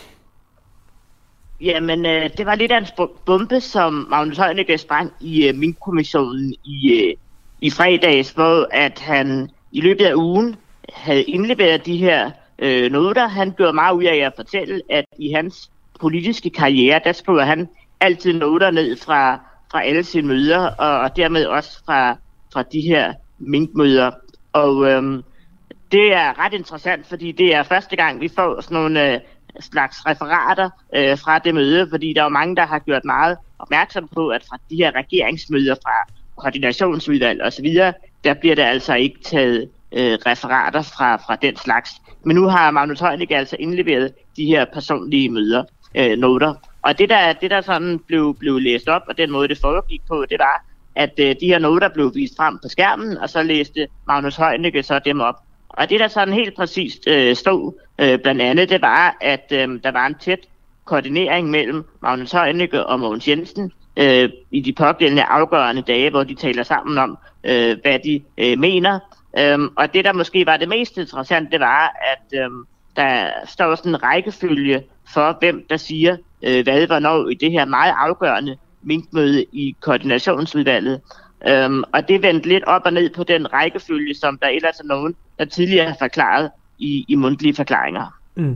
Jamen, det var lidt af en bombe, som Magnus Heunicke sprang i Minkkommissionen i fredags, hvor at han i løbet af ugen havde indleveret de her noter. Han gjorde meget ud af at fortælle, at i hans politiske karriere, der skriver han altid noter ned fra alle sine møder, og dermed også fra de her minkmøder. Og det er ret interessant, fordi det er første gang, vi får sådan nogle slags referater fra det møde, fordi der er mange, der har gjort meget opmærksom på, at fra de her regeringsmøder, fra koordinationsudvalg osv., der bliver der altså ikke taget referater fra den slags. Men nu har Magnus Heunicke altså indleveret de her personlige møder, noter. Og det der sådan blev læst op, og den måde det foregik på, det var, at de her noter blev vist frem på skærmen, og så læste Magnus Heunicke så dem op. Og det der sådan helt præcist stod blandt andet, det var, at der var en tæt koordinering mellem Magnus Heunicke og Mogens Jensen i de pågældende afgørende dage, hvor de taler sammen om, hvad de mener. Og det der måske var det mest interessante, det var, at der står sådan en rækkefølge for, hvem der siger hvad hvornår i det her meget afgørende minkmøde i koordinationsudvalget. Og det vendte lidt op og ned på den rækkefølge, som der ellers er nogen, der tidligere har forklaret i mundtlige forklaringer. Mm.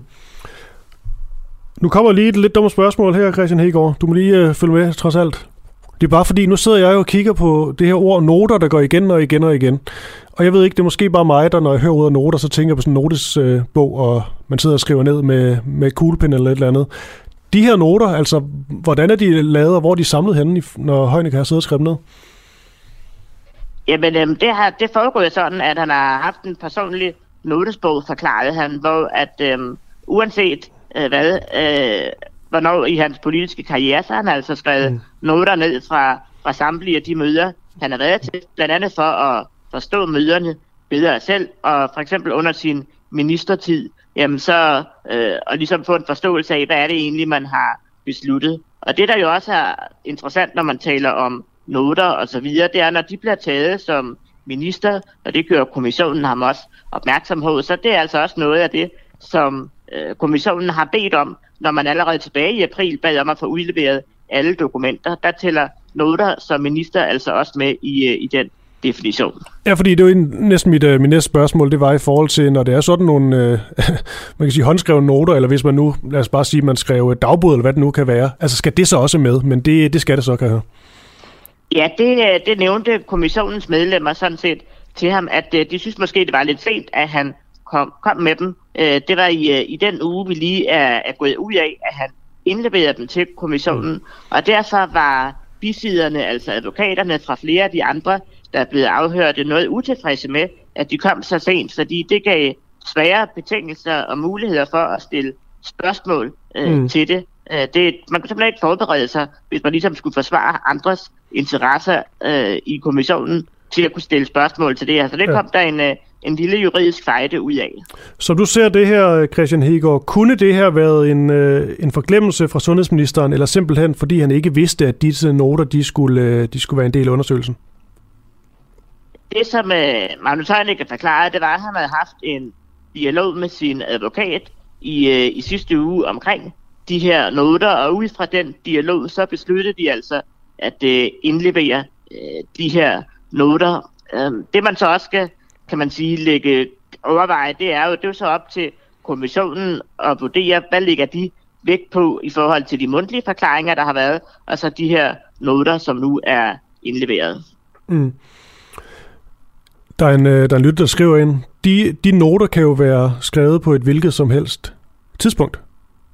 Nu kommer lige et lidt dumt spørgsmål her, Kristian Hegaard. Du må lige følge med, trods alt. Det er bare fordi, nu sidder jeg jo og kigger på det her ord noter, der går igen og igen og igen. Og jeg ved ikke, det er måske bare mig, der når jeg hører ordet noter, så tænker jeg på sådan en notesbog, og man sidder og skriver ned med kuglepen eller et eller andet. De her noter, altså, hvordan er de lavet, og hvor er de samlet henne, når Heunicke har siddet og skrevet ned? Jamen, det foregår sådan, at han har haft en personlig notesbog, forklarede han, hvor at uanset hvornår i hans politiske karriere, så har han altså skrevet noter ned fra samtlige af de møder, han har været til, blandt andet for at forstå møderne bedre selv, og for eksempel under sin ministertid, jamen så, og ligesom få en forståelse af, hvad er det egentlig, man har besluttet. Og det, der jo også er interessant, når man taler om noter og så videre, det er, når de bliver taget som minister, og det gør kommissionen ham også opmærksom på, så det er altså også noget af det, som kommissionen har bedt om, når man allerede tilbage i april bad om at få udleveret alle dokumenter. Der tæller noter som minister altså også med i den definition. Ja, fordi det er jo næsten mit næste spørgsmål, det var i forhold til, når det er sådan nogle, man kan sige håndskrevne noter, eller hvis man nu, lad os bare sige, man skrev dagbog, eller hvad det nu kan være, altså skal det så også med, men det skal det så, kan jeg høre. Ja, det nævnte kommissionens medlemmer sådan set til ham, at de synes måske, det var lidt sent, at han kom med dem. Det var i den uge, vi lige er gået ud af, at han indleverede dem til kommissionen, og derfor var bisiderne, altså advokaterne fra flere af de andre, der er blevet afhørt, noget utilfredse med, at de kom så sent, fordi det gav svære betingelser og muligheder for at stille spørgsmål til det. Man kunne simpelthen ikke forberede sig, hvis man ligesom skulle forsvare andres interesser i kommissionen til at kunne stille spørgsmål til det her. Så det kom der en lille juridisk fejde ud af. Som du ser det her, Kristian Hegaard, kunne det her været en forglemmelse fra sundhedsministeren, eller simpelthen fordi han ikke vidste, at disse noter de skulle være en del af undersøgelsen? Det, som Magnus Heunicke forklarede, det var, at han havde haft en dialog med sin advokat i sidste uge omkring de her noter, og ud fra den dialog, så besluttede de altså at indlevere de her noter. Det man så også skal, kan man sige, overveje, det er jo så op til kommissionen at vurdere, hvad ligger de vægt på i forhold til de mundtlige forklaringer, der har været, og så de her noter, som nu er indleveret. Mm. Der er en lytter, der skriver ind, de noter kan jo være skrevet på et hvilket som helst tidspunkt.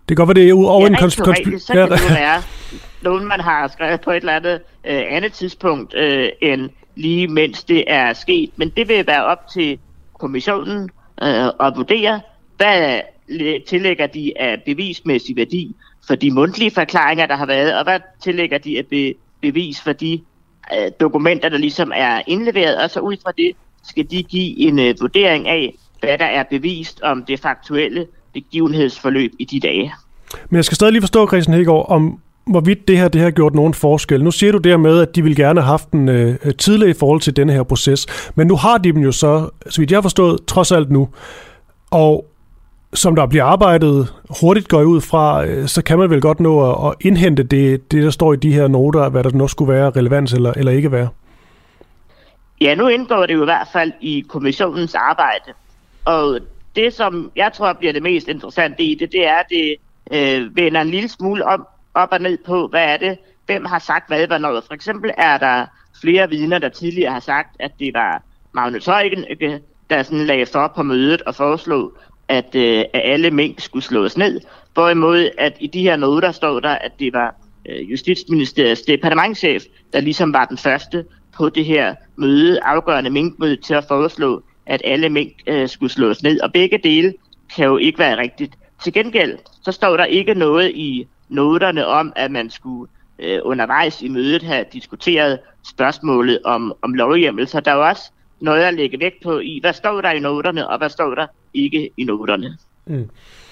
Det kan godt være, det er over en konspiration. Så kan det jo være nogen, man har skrevet på et eller andet andet tidspunkt, end lige mens det er sket. Men det vil være op til kommissionen at vurdere, hvad tillægger de af bevismæssig værdi for de mundtlige forklaringer, der har været, og hvad tillægger de af bevis for de dokumenter, der ligesom er indleveret, og så ud fra det skal de give en vurdering af, hvad der er bevist om det faktuelle begivenhedsforløb i de dage. Men jeg skal stadig lige forstå, Christian Hegaard, om hvorvidt det har gjort nogen forskel. Nu siger du dermed, at de ville gerne have haft den tidligere i forhold til denne her proces, men nu har de dem jo så vidt jeg har forstået, trods alt nu. Og som der bliver arbejdet hurtigt går ud fra, så kan man vel godt nå at indhente det, der står i de her noter, hvad der nu skulle være relevans eller ikke være. Ja, nu indgår det jo i hvert fald i kommissionens arbejde. Og det, som jeg tror bliver det mest interessante i det er, at det vender en lille smule op og ned på, hvad er det, hvem har sagt hvad hvornår. For eksempel er der flere vidner, der tidligere har sagt, at det var Magnus Heunicke, der sådan lagde for på mødet og foreslog, at alle mink skulle slås ned. Hvorimod, at i de her noter står der, at det var Justitsministeriets departementschef, der ligesom var den første på det her møde, afgørende minkmøde, til at foreslå, at alle mink skulle slås ned. Og begge dele kan jo ikke være rigtigt. Til gengæld, så står der ikke noget i noterne om, at man skulle undervejs i mødet have diskuteret spørgsmålet om lovhjemmel. Så der er jo også noget at lægge vægt på i, hvad står der i noterne, og hvad står der ikke i noterne. Mm.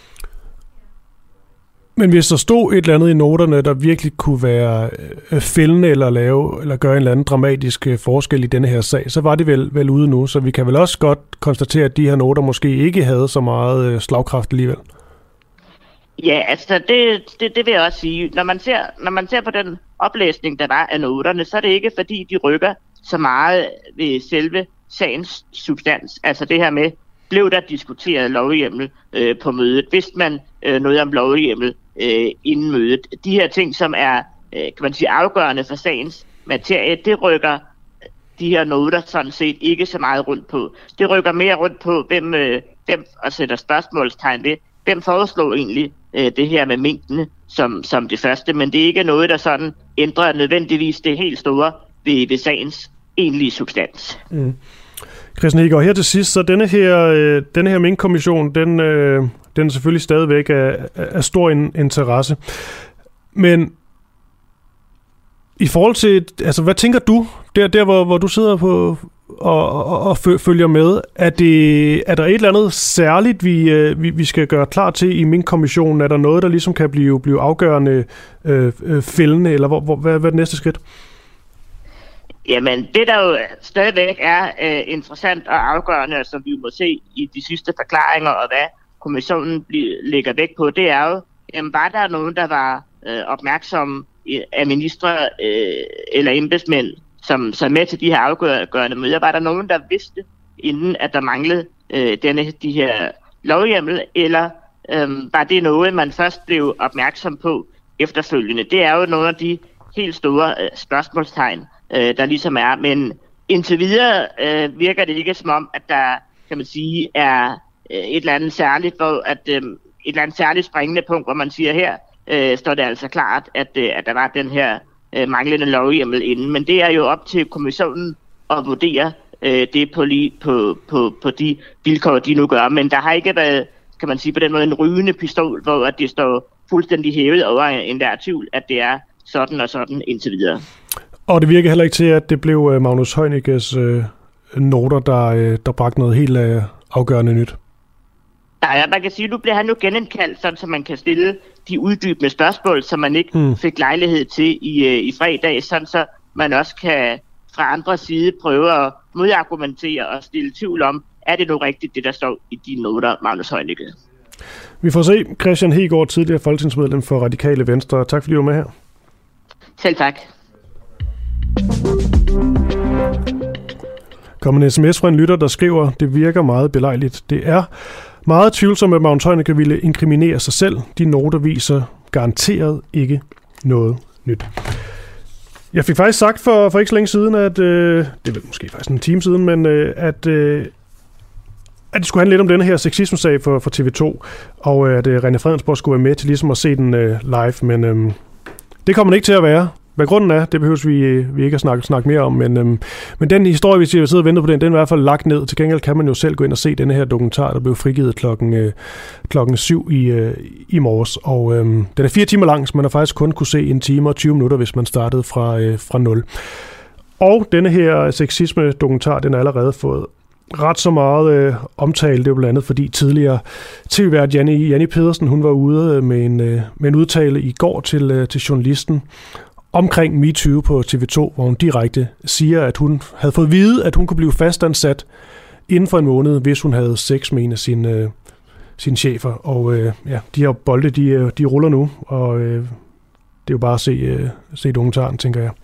Men hvis der stod et eller andet i noterne, der virkelig kunne være fældende eller gøre en eller anden dramatisk forskel i denne her sag, så var det vel ude nu. Så vi kan vel også godt konstatere, at de her noter måske ikke havde så meget slagkraft alligevel. Ja, altså det vil jeg også sige. Når man ser på den oplæsning, der var af noterne, så er det ikke fordi, de rykker så meget ved selve sagens substans. Altså det her med, blev der diskuteret lovhjemmel på mødet? Vidste man noget om lovhjemmel inden mødet? De her ting, som er kan man sige, afgørende for sagens materie, det rykker de her noter sådan set ikke så meget rundt på. Det rykker mere rundt på, hvem og sætter spørgsmålstegn ved, hvem foreslår egentlig det her med minkene som det første, men det er ikke noget, der sådan ændrer nødvendigvis det helt store ved sagens egentlige substans. Mm. Christian Hegaard, her til sidst, så denne her minkkommission, den er selvfølgelig stadigvæk af stor interesse. Men i forhold til, altså hvad tænker du, der hvor du sidder på og følger med, er der et eller andet særligt, vi skal gøre klar til i minkkommissionen? Er der noget, der ligesom kan blive afgørende fældende, eller hvad er det næste skridt? Jamen, det der jo stadigvæk er interessant og afgørende, som vi må se i de sidste forklaringer, og hvad kommissionen lægger vægt på, det er jo, jamen, var der nogen, der var opmærksomme af ministre eller embedsmænd, som med til de her afgørende møder? Var der nogen, der vidste, inden at der manglede de her lovhjemmel, eller var det noget, man først blev opmærksom på efterfølgende? Det er jo nogle af de helt store spørgsmålstegn, der ligesom er, men indtil videre virker det ikke som om, at der, kan man sige, er et eller andet særligt, hvor at et eller andet særligt springende punkt, hvor man siger her, står det altså klart, at der var den her manglende lovhjemmel inden, men det er jo op til kommissionen at vurdere det på de vilkår, de nu gør, men der har ikke været, kan man sige på den måde, en rygende pistol, hvor at det står fuldstændig hævet over enhver tvivl, at det er sådan og sådan indtil videre. Og det virker heller ikke til, at det blev Magnus Heunickes noter, der bragte noget helt afgørende nyt. Ja, man kan sige, at nu bliver han jo genindkaldt, sådan så man kan stille de uddybende spørgsmål, som man ikke fik lejlighed til i fredag, sådan så man også kan fra andre side prøve at modargumentere og stille tvivl om, er det nu rigtigt, det der står i de noter, Magnus Heunicke? Vi får se. Christian Hegaard, tidligere folketingsmedlem for Radikale Venstre. Tak fordi du var med her. Selv tak. Kommer en sms fra en lytter, der skriver, det virker meget belejligt. Det er meget tvivlsomt, at Magnus Heunicke ville inkriminere sig selv. De noter viser garanteret ikke noget nyt. Jeg fik faktisk sagt for ikke så længe siden, at det er måske faktisk en time siden, men at at det skulle handle lidt om denne her sexisme-sag for TV2, og at René Fredensborg skulle være med til ligesom at se den live, men det kommer den ikke til at være. Hvad grunden er, det behøver vi ikke at snakke mere om, men den historie, vi sidder og venter på den er i hvert fald lagt ned. Til gengæld kan man jo selv gå ind og se denne her dokumentar, der blev frigivet klokken 7 i morges. Og den er 4 timer lang, så man har faktisk kun kunne se 1 time og 20 minutter, hvis man startede fra 0. Og denne her sexisme-dokumentar, den har allerede fået ret så meget omtale. Det er jo blandt andet, fordi tidligere tv-vært Janni Pedersen, hun var ude med en udtale i går til journalisten omkring MeToo på TV2, hvor hun direkte siger, at hun havde fået at vide, at hun kunne blive fastansat inden for en måned, hvis hun havde sex med en af sine chefer. Og de her bolde, de ruller nu, og det er jo bare at se dokumentaren, tænker jeg.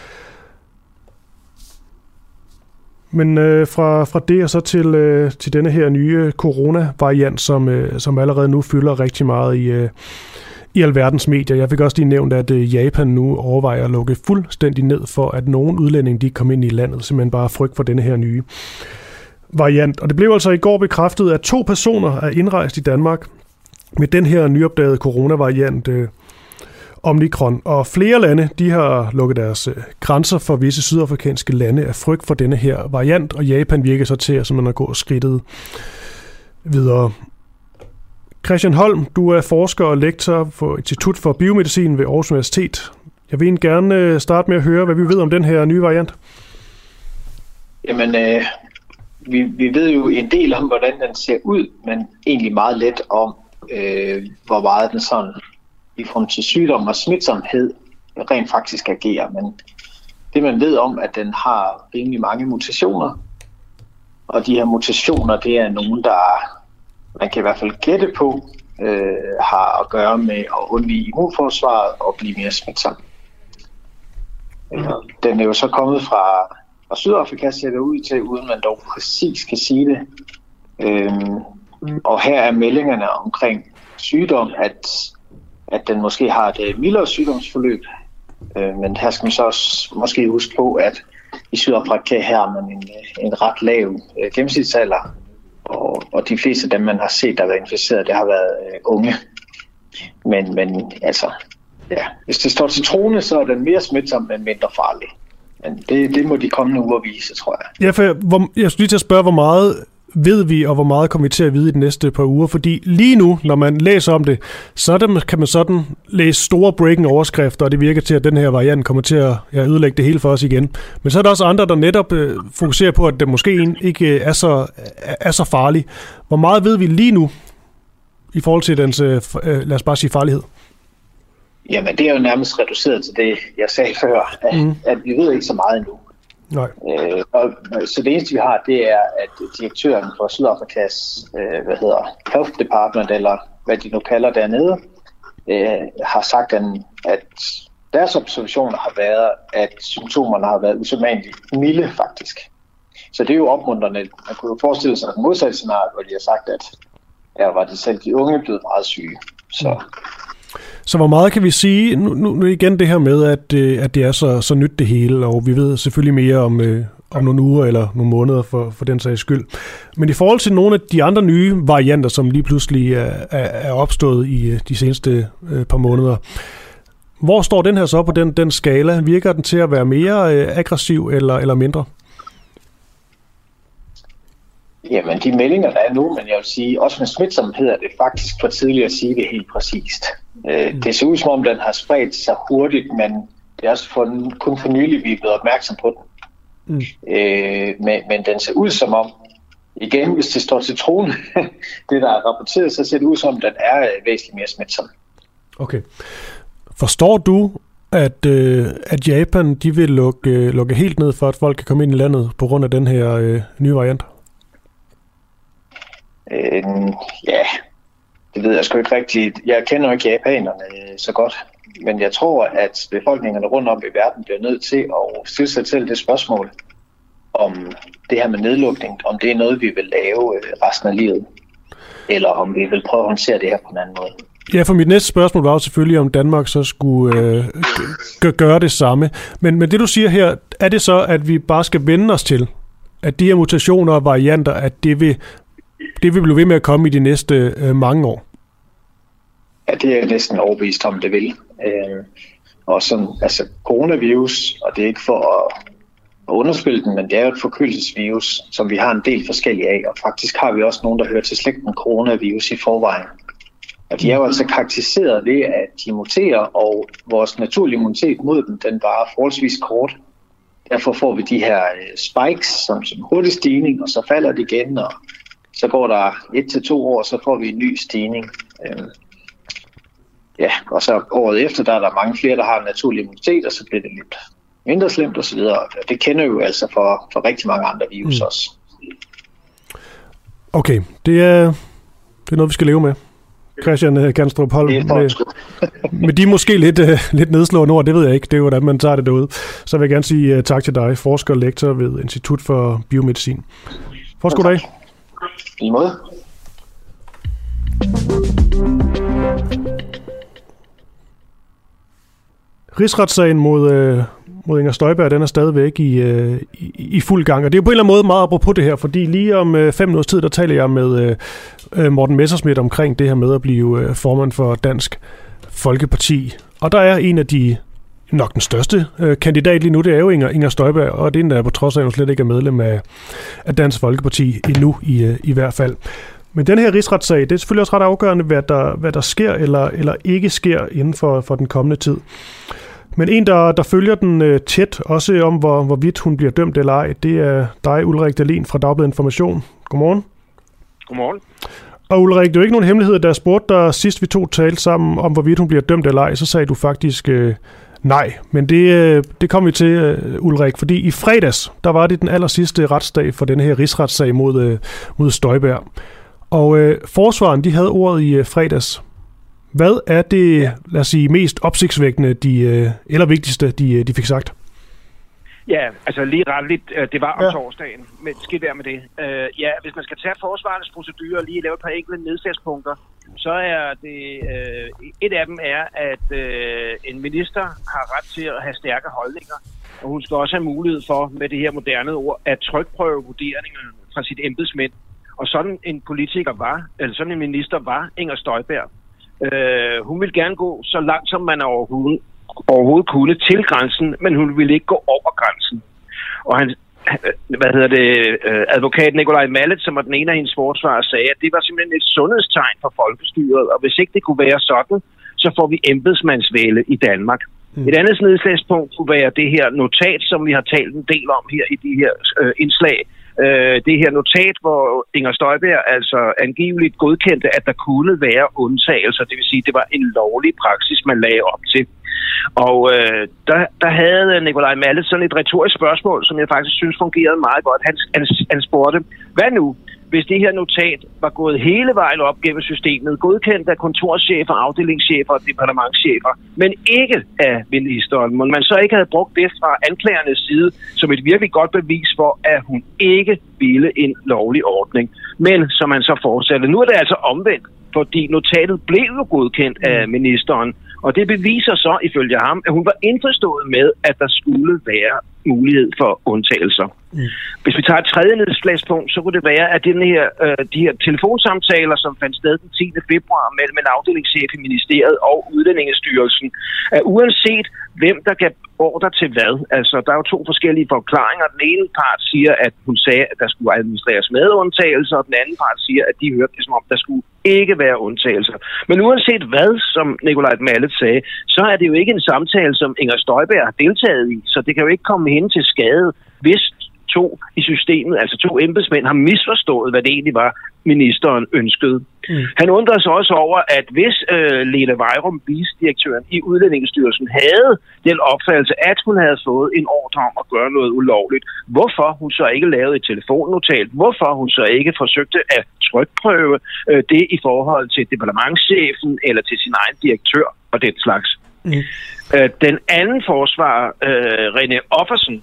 Men fra det og så til denne her nye corona-variant, som allerede nu fylder rigtig meget i alverdens medier. Jeg fik også lige nævnt, at Japan nu overvejer at lukke fuldstændig ned for, at nogen udlændinge de kom ind i landet, simpelthen bare frygt for denne her nye variant. Og det blev altså i går bekræftet, at 2 personer er indrejst i Danmark med den her nyopdagede coronavariant Omikron. Og flere lande, de har lukket deres grænser for visse sydafrikanske lande af frygt for denne her variant, og Japan virker så til at man gå skridtet videre. Christian Holm, du er forsker og lektor på Institut for Biomedicin ved Aarhus Universitet. Jeg vil gerne starte med at høre, hvad vi ved om den her nye variant. Jamen, vi ved jo en del om, hvordan den ser ud, men egentlig meget lidt om, hvor meget den sådan i form til sygdom og smitsomhed rent faktisk agerer. Men det man ved om, at den har rimelig mange mutationer, og de her mutationer, det er nogen, der man kan i hvert fald gætte på, har at gøre med at undvige immunforsvaret og blive mere smitsom. Den er jo så kommet fra Sydafrika, ser det ud til, uden man dog præcis kan sige det. Og her er meldingerne omkring sygdom, at den måske har et mildere sygdomsforløb. Men her skal man så også måske huske på, at i Sydafrika her har man en ret lav gennemsnitsalder. Og de fleste af dem, man har set, der har været inficeret, det har været unge. Men altså, ja, hvis det står til troende, så er den mere smitsom, men mindre farlig. Men det må de kommende uger vise, tror jeg. Ja, for jeg skulle lige til at spørge, hvor meget ved vi, og hvor meget kommer vi til at vide i de næste par uger? Fordi lige nu, når man læser om det, så kan man sådan læse store breaking overskrifter, og det virker til, at den her variant kommer til at ødelægge det hele for os igen. Men så er der også andre, der netop fokuserer på, at det måske ikke er så farlig. Hvor meget ved vi lige nu i forhold til dens, lad os bare sige, farlighed? Jamen, det er jo nærmest reduceret til det, jeg sagde før, at vi ved ikke så meget endnu. Nej. Så det eneste vi har, det er, at direktøren for Sydafrikas Health Department, eller hvad de nu kalder dernede, har sagt, at deres observationer har været, at symptomerne har været usædvanligt milde faktisk. Så det er jo opmuntrende. Man kunne jo forestille sig et modsat scenarie, hvor de har sagt, at her var de selv de unge blevet meget syge. Så hvor meget kan vi sige, nu igen det her med, at det er så nyt det hele, og vi ved selvfølgelig mere om nogle uger eller nogle måneder for den sags skyld. Men i forhold til nogle af de andre nye varianter, som lige pludselig er opstået i de seneste par måneder, hvor står den her så på den skala? Virker den til at være mere aggressiv eller mindre? Jamen, de meldinger, der er nu, men jeg vil sige, også med smitsomhed er det faktisk for tidligt at sige det helt præcist. Det ser ud som om, den har spredt sig hurtigt, men det er også kun for nylig, vi er blevet opmærksom på den. Men den ser ud som om, igen, hvis det står til troende, det der er rapporteret, så ser det ud som om, den er væsentligt mere smitsom. Okay. Forstår du, at Japan de vil lukke helt ned for, at folk kan komme ind i landet på grund af den her nye variant? Ja, det ved jeg sgu ikke rigtigt. Jeg kender jo ikke japanerne så godt, men jeg tror, at befolkningerne rundt om i verden bliver nødt til at stille sig til det spørgsmål, om det her med nedlukning, om det er noget, vi vil lave resten af livet, eller om vi vil prøve at håndtere det her på en anden måde. Ja, for mit næste spørgsmål var jo selvfølgelig, om Danmark så skulle gøre det samme. Men det du siger her, er det så, at vi bare skal vende os til, at de her mutationer og varianter, at det vil det vil blive ved med at komme i de næste mange år? Ja, det er jeg næsten overbevist om, det vil. Og sådan, altså coronavirus, og det er ikke for at underspille den, men det er jo et forkølelsesvirus, som vi har en del forskellige af, og faktisk har vi også nogen, der hører til slægten coronavirus i forvejen. Og de er jo altså karakteriseret ved, at de muterer, og vores naturlige immunitet mod dem, den varer forholdsvis kort. Derfor får vi de her spikes, som hurtig stigning, og så falder det igen, og så går der 1 til 2 år, så får vi en ny stigning. Ja, og så året efter, der er der mange flere, der har en naturlig immunitet, og så bliver det lidt mindre slemt osv. Det kender jo altså for rigtig mange andre virus også. Okay, det er noget, vi skal leve med. Christian Kanstrup Holm, med de måske lidt nedslående ord, det ved jeg ikke, det er jo, hvordan man tager det derude. Så vil jeg gerne sige tak til dig, forsker og lektor ved Institut for Biomedicin. Forsker dag. I måde. Rigsretssagen mod Inger Støjberg, den er stadigvæk i fuld gang, og det er på en eller anden måde meget apropos det her, fordi lige om 5 minutters tid, der taler jeg med Morten Messerschmidt omkring det her med at blive formand for Dansk Folkeparti, og der er en af de nok den største kandidat lige nu, det er jo Inger Støjberg, og det er endda på trods af, at hun slet ikke er medlem af Dansk Folkeparti endnu i hvert fald. Men den her rigsretssag, det er selvfølgelig også ret afgørende, hvad der sker eller ikke sker inden for den kommende tid. Men en, der følger den tæt, også om hvorvidt hun bliver dømt eller ej, det er dig, Ulrik Dahlin fra Dagbladet Information. Godmorgen. Godmorgen. Og Ulrik, det er jo ikke nogen hemmelighed, da jeg spurgte dig sidst vi to talte sammen om, hvorvidt hun bliver dømt eller ej, så sagde du faktisk nej. Men det kom vi til, Ulrik, fordi i fredags, der var det den allersidste retsdag for den her rigsretssag mod Støjberg. Og forsvaren, de havde ordet i fredags. Hvad er det, lad os sige, mest opsigtsvækkende, eller vigtigste, de fik sagt? Ja, altså lige retligt, det var om torsdagen, men skidt være med det. Ja, hvis man skal tage forsvarets procedurer og lige lave et par enkelte nedslagspunkter, så er det, et af dem er, at en minister har ret til at have stærke holdninger, og hun skal også have mulighed for, med det her moderne ord, at trykprøve vurderingerne fra sit embedsmænd. Og sådan en politiker var, eller sådan en minister var Inger Støjberg. Hun ville gerne gå så langt, som man overhovedet kunne til grænsen, men hun ville ikke gå over grænsen. Og advokat Nikolaj Mallet, som var den ene af hendes forsvarer, sagde, at det var simpelthen et sundhedstegn for folkestyret, og hvis ikke det kunne være sådan, så får vi embedsmandsvælde i Danmark. Et andet nedslagspunkt kunne være det her notat, som vi har talt en del om her i de her indslag. Det her notat, hvor Inger Støjberg altså angiveligt godkendte, at der kunne være undtagelser. Det vil sige, at det var en lovlig praksis, man lagde op til. Og der havde Nikolaj Mallet sådan et retorisk spørgsmål, som jeg faktisk synes fungerede meget godt. Han spurgte, hvad nu, hvis det her notat var gået hele vejen op gennem systemet, godkendt af kontorchefer, afdelingschefer og departementschefer, men ikke af ministeren, må man så ikke have brugt det fra anklagernes side som et virkelig godt bevis for, at hun ikke ville en lovlig ordning. Men som man så fortsatte. Nu er det altså omvendt, fordi notatet blev jo godkendt af ministeren, og det beviser så ifølge ham, at hun var indforstået med, at der skulle være mulighed for undtagelser. Hvis vi tager et tredje nedslagspunkt, så kunne det være, at de her telefonsamtaler, som fandt sted den 10. februar mellem en afdelingschef i ministeriet og Udlændingestyrelsen, at uanset hvem der gav ordre til hvad, altså der er jo 2 forskellige forklaringer. Den ene part siger, at hun sagde, at der skulle administreres med undtagelser, og den anden part siger, at de hørte det som om, der skulle ikke være undtagelser. Men uanset hvad, som Nikolaj Mallet sagde, så er det jo ikke en samtale, som Inger Støjberg har deltaget i, så det kan jo ikke komme hende til skade, hvis 2 i systemet, altså 2 embedsmænd, har misforstået, hvad det egentlig var, ministeren ønskede. Han undrede sig også over, at hvis Lene Vejrum, vicedirektøren i Udlændingestyrelsen, havde den opfattelse, at hun havde fået en ordre om at gøre noget ulovligt, hvorfor hun så ikke lavede et telefonnotat, hvorfor hun så ikke forsøgte at trykprøve det i forhold til departementschefen eller til sin egen direktør og den slags. Den anden forsvarer, René Offersen,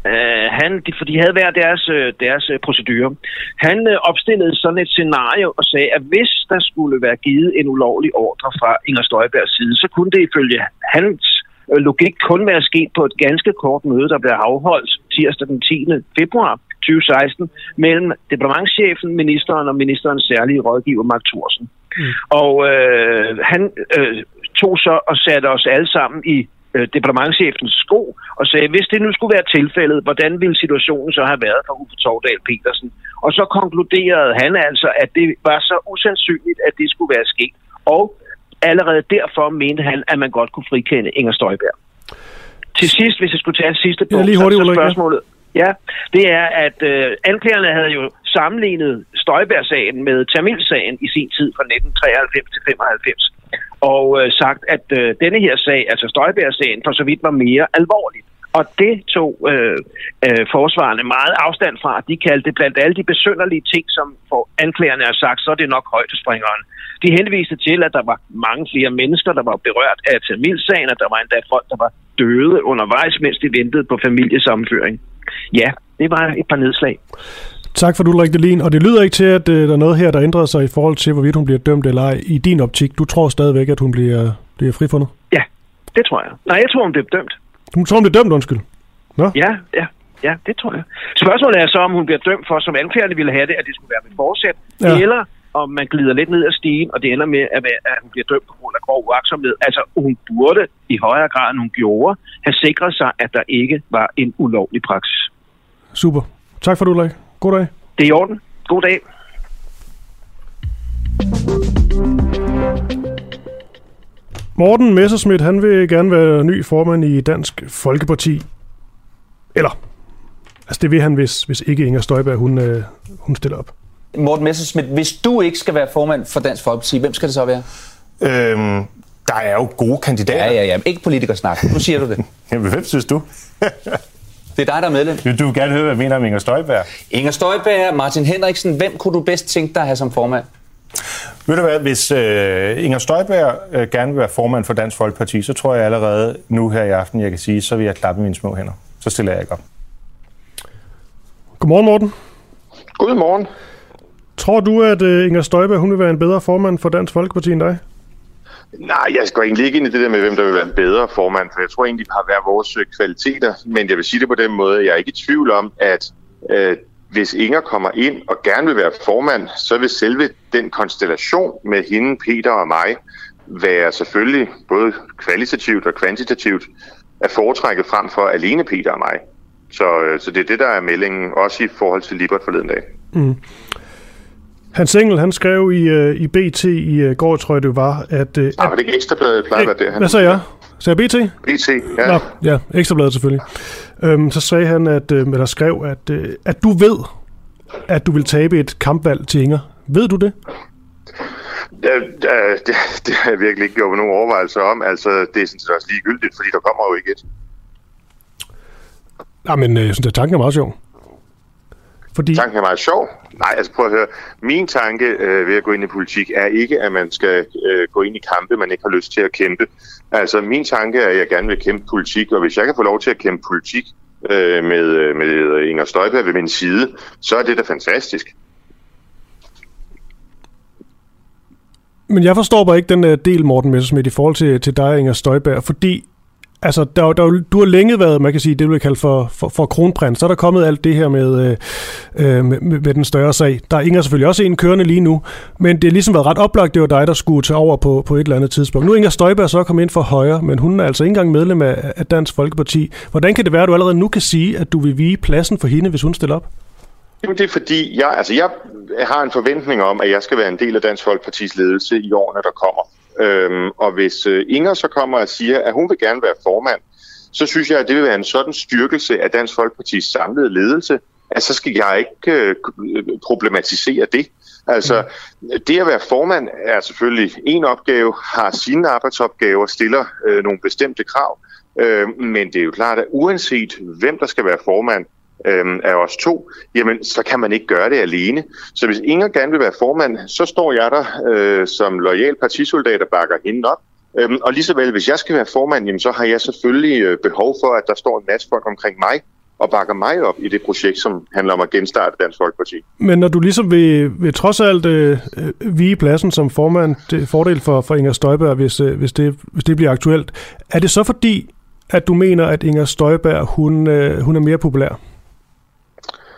for de havde hver deres procedure. Han opstillede sådan et scenario og sagde, at hvis der skulle være givet en ulovlig ordre fra Inger Støjbergs side, så kunne det ifølge hans logik kun være sket på et ganske kort møde, der blev afholdt tirsdag den 10. februar 2016 mellem departementschefen, ministeren og ministerens særlige rådgiver, Mark Thorsen. Og han tog så og satte os alle sammen i departementschefens sko og sagde, hvis det nu skulle være tilfældet, hvordan ville situationen så have været for Uffe Tourdal Petersen? Og så konkluderede han altså, at det var så usandsynligt, at det skulle være sket. Og allerede derfor mente han, at man godt kunne frikende Inger Støjberg. Til sidst, hvis jeg skulle tage et sidste punkt, så spørgsmålet. Ja, det er, at anklagerne havde jo sammenlignet Støjberg-sagen med Tamil-sagen i sin tid fra 1993 til 95. Og sagt, at denne her sag, altså Støjberg-sagen, for så vidt var mere alvorligt. Og det tog forsvarerne meget afstand fra. De kaldte det blandt alle de besynderlige ting, som for anklagerne har sagt, så er det nok højdespringeren. De henviste til, at der var mange flere mennesker, der var berørt af Tamil-sagen, og der var endda folk, der var døde undervejs, mens de ventede på familiesammenføring. Ja, det var et par nedslag. Tak for du, Ulrik Dahlin. Og det lyder ikke til, at der er noget her, der ændrer sig i forhold til, hvorvidt hun bliver dømt eller ej. I din optik, du tror stadigvæk, at hun bliver frifundet? Ja, det tror jeg. Nej, jeg tror, hun bliver dømt. Du tror, hun bliver dømt, undskyld? Nå? Ja, det tror jeg. Spørgsmålet er så, om hun bliver dømt for, som anklagerne ville have det, at det skulle være med forsæt, eller om man glider lidt ned ad stigen, og det ender med, at hun bliver dømt på grund af grov uagtsomhed. Altså, hun burde i højere grad, end hun gjorde, have sikret sig, at der ikke var en ulovlig praksis. Super. Tak for det, Ulrik. God dag. Det er i orden. God dag. Morten Messerschmidt, han vil gerne være ny formand i Dansk Folkeparti. Eller, altså det vil han, hvis ikke Inger Støjberg, hun stiller op. Morten Messerschmidt, hvis du ikke skal være formand for Dansk Folkeparti, hvem skal det så være? Der er jo gode kandidater. Ja. Ikke politikersnak. Nu siger du det. Jamen, hvem synes du? Det er dig, der er medlem. Du vil gerne høre, hvad jeg mener om Inger Støjberg. Inger Støjberg, Martin Henriksen, hvem kunne du bedst tænke dig at have som formand? Ved du hvad, hvis Inger Støjberg gerne vil være formand for Dansk Folkeparti, så tror jeg allerede nu her i aften, jeg kan sige, så vil jeg klappe mine små hænder. Så stiller jeg ikke op. Godmorgen, Morten. Godmorgen. Tror du, at Inger Støjberg hun vil være en bedre formand for Dansk Folkeparti end dig? Nej, jeg går egentlig ikke ind i det der med, hvem der vil være en bedre formand, for jeg tror egentlig, vi har hver vores kvaliteter, men jeg vil sige det på den måde, jeg er ikke i tvivl om, at hvis Inger kommer ind og gerne vil være formand, så vil selve den konstellation med hende, Peter og mig, være selvfølgelig både kvalitativt og kvantitativt at foretrække frem for alene Peter og mig. Så det er det, der er meldingen, også i forhold til Lippert forleden dag. Mm. Hans Engel, han skrev i BT i går, tror jeg det var, at... var det ikke Ekstrabladet, plejer at være det? Hvad sagde jeg? Sagde jeg BT? BT, ja. Nå, ja, Ekstrabladet selvfølgelig. Så sagde han, eller skrev, at du ved, at du vil tabe et kampvalg til Inger. Ved du det? Det har jeg virkelig ikke gjort nogen overvejelser om. Altså, det er sådan set også ligegyldigt, fordi der kommer jo ikke et. Nej, men jeg synes, at tanken er meget sjov. Tanken er meget sjov? Nej, altså prøv at høre. Min tanke ved at gå ind i politik er ikke, at man skal gå ind i kampe, man ikke har lyst til at kæmpe. Altså min tanke er, at jeg gerne vil kæmpe politik, og hvis jeg kan få lov til at kæmpe politik med Inger Støjberg ved min side, så er det da fantastisk. Men jeg forstår bare ikke den del, Morten Messerschmidt, i forhold til dig, Inger Støjberg, fordi altså, du har længe været, man kan sige, det du vil kalde for kronprins. Så er der kommet alt det her med den større sag. Der er Inger selvfølgelig også en kørende lige nu, men det har ligesom været ret oplagt, det var dig, der skulle tage over på et eller andet tidspunkt. Nu er Inger Støjberg så kommet ind for højre, men hun er altså ikke engang medlem af Dansk Folkeparti. Hvordan kan det være, at du allerede nu kan sige, at du vil vige pladsen for hende, hvis hun stiller op? Jamen det er fordi, jeg har en forventning om, at jeg skal være en del af Dansk Folkepartis ledelse i årene, der kommer. Og hvis Inger så kommer og siger, at hun vil gerne være formand, så synes jeg, at det vil være en sådan styrkelse af Dansk Folkepartis samlede ledelse, at så skal jeg ikke problematisere det. Altså, det at være formand er selvfølgelig en opgave, har sine arbejdsopgaver, stiller nogle bestemte krav, men det er jo klart, at uanset hvem der skal være formand af os to, jamen så kan man ikke gøre det alene. Så hvis Inger gerne vil være formand, så står jeg der som loyal partisoldat og bakker hende op. Og lige så vel, hvis jeg skal være formand, jamen, så har jeg selvfølgelig behov for, at der står en masse folk omkring mig og bakker mig op i det projekt, som handler om at genstarte Dansk Folkeparti. Men når du ligesom vil trods alt vige pladsen som formand til fordel for Inger Støjberg, hvis det bliver aktuelt, er det så fordi, at du mener, at Inger Støjberg hun er mere populær?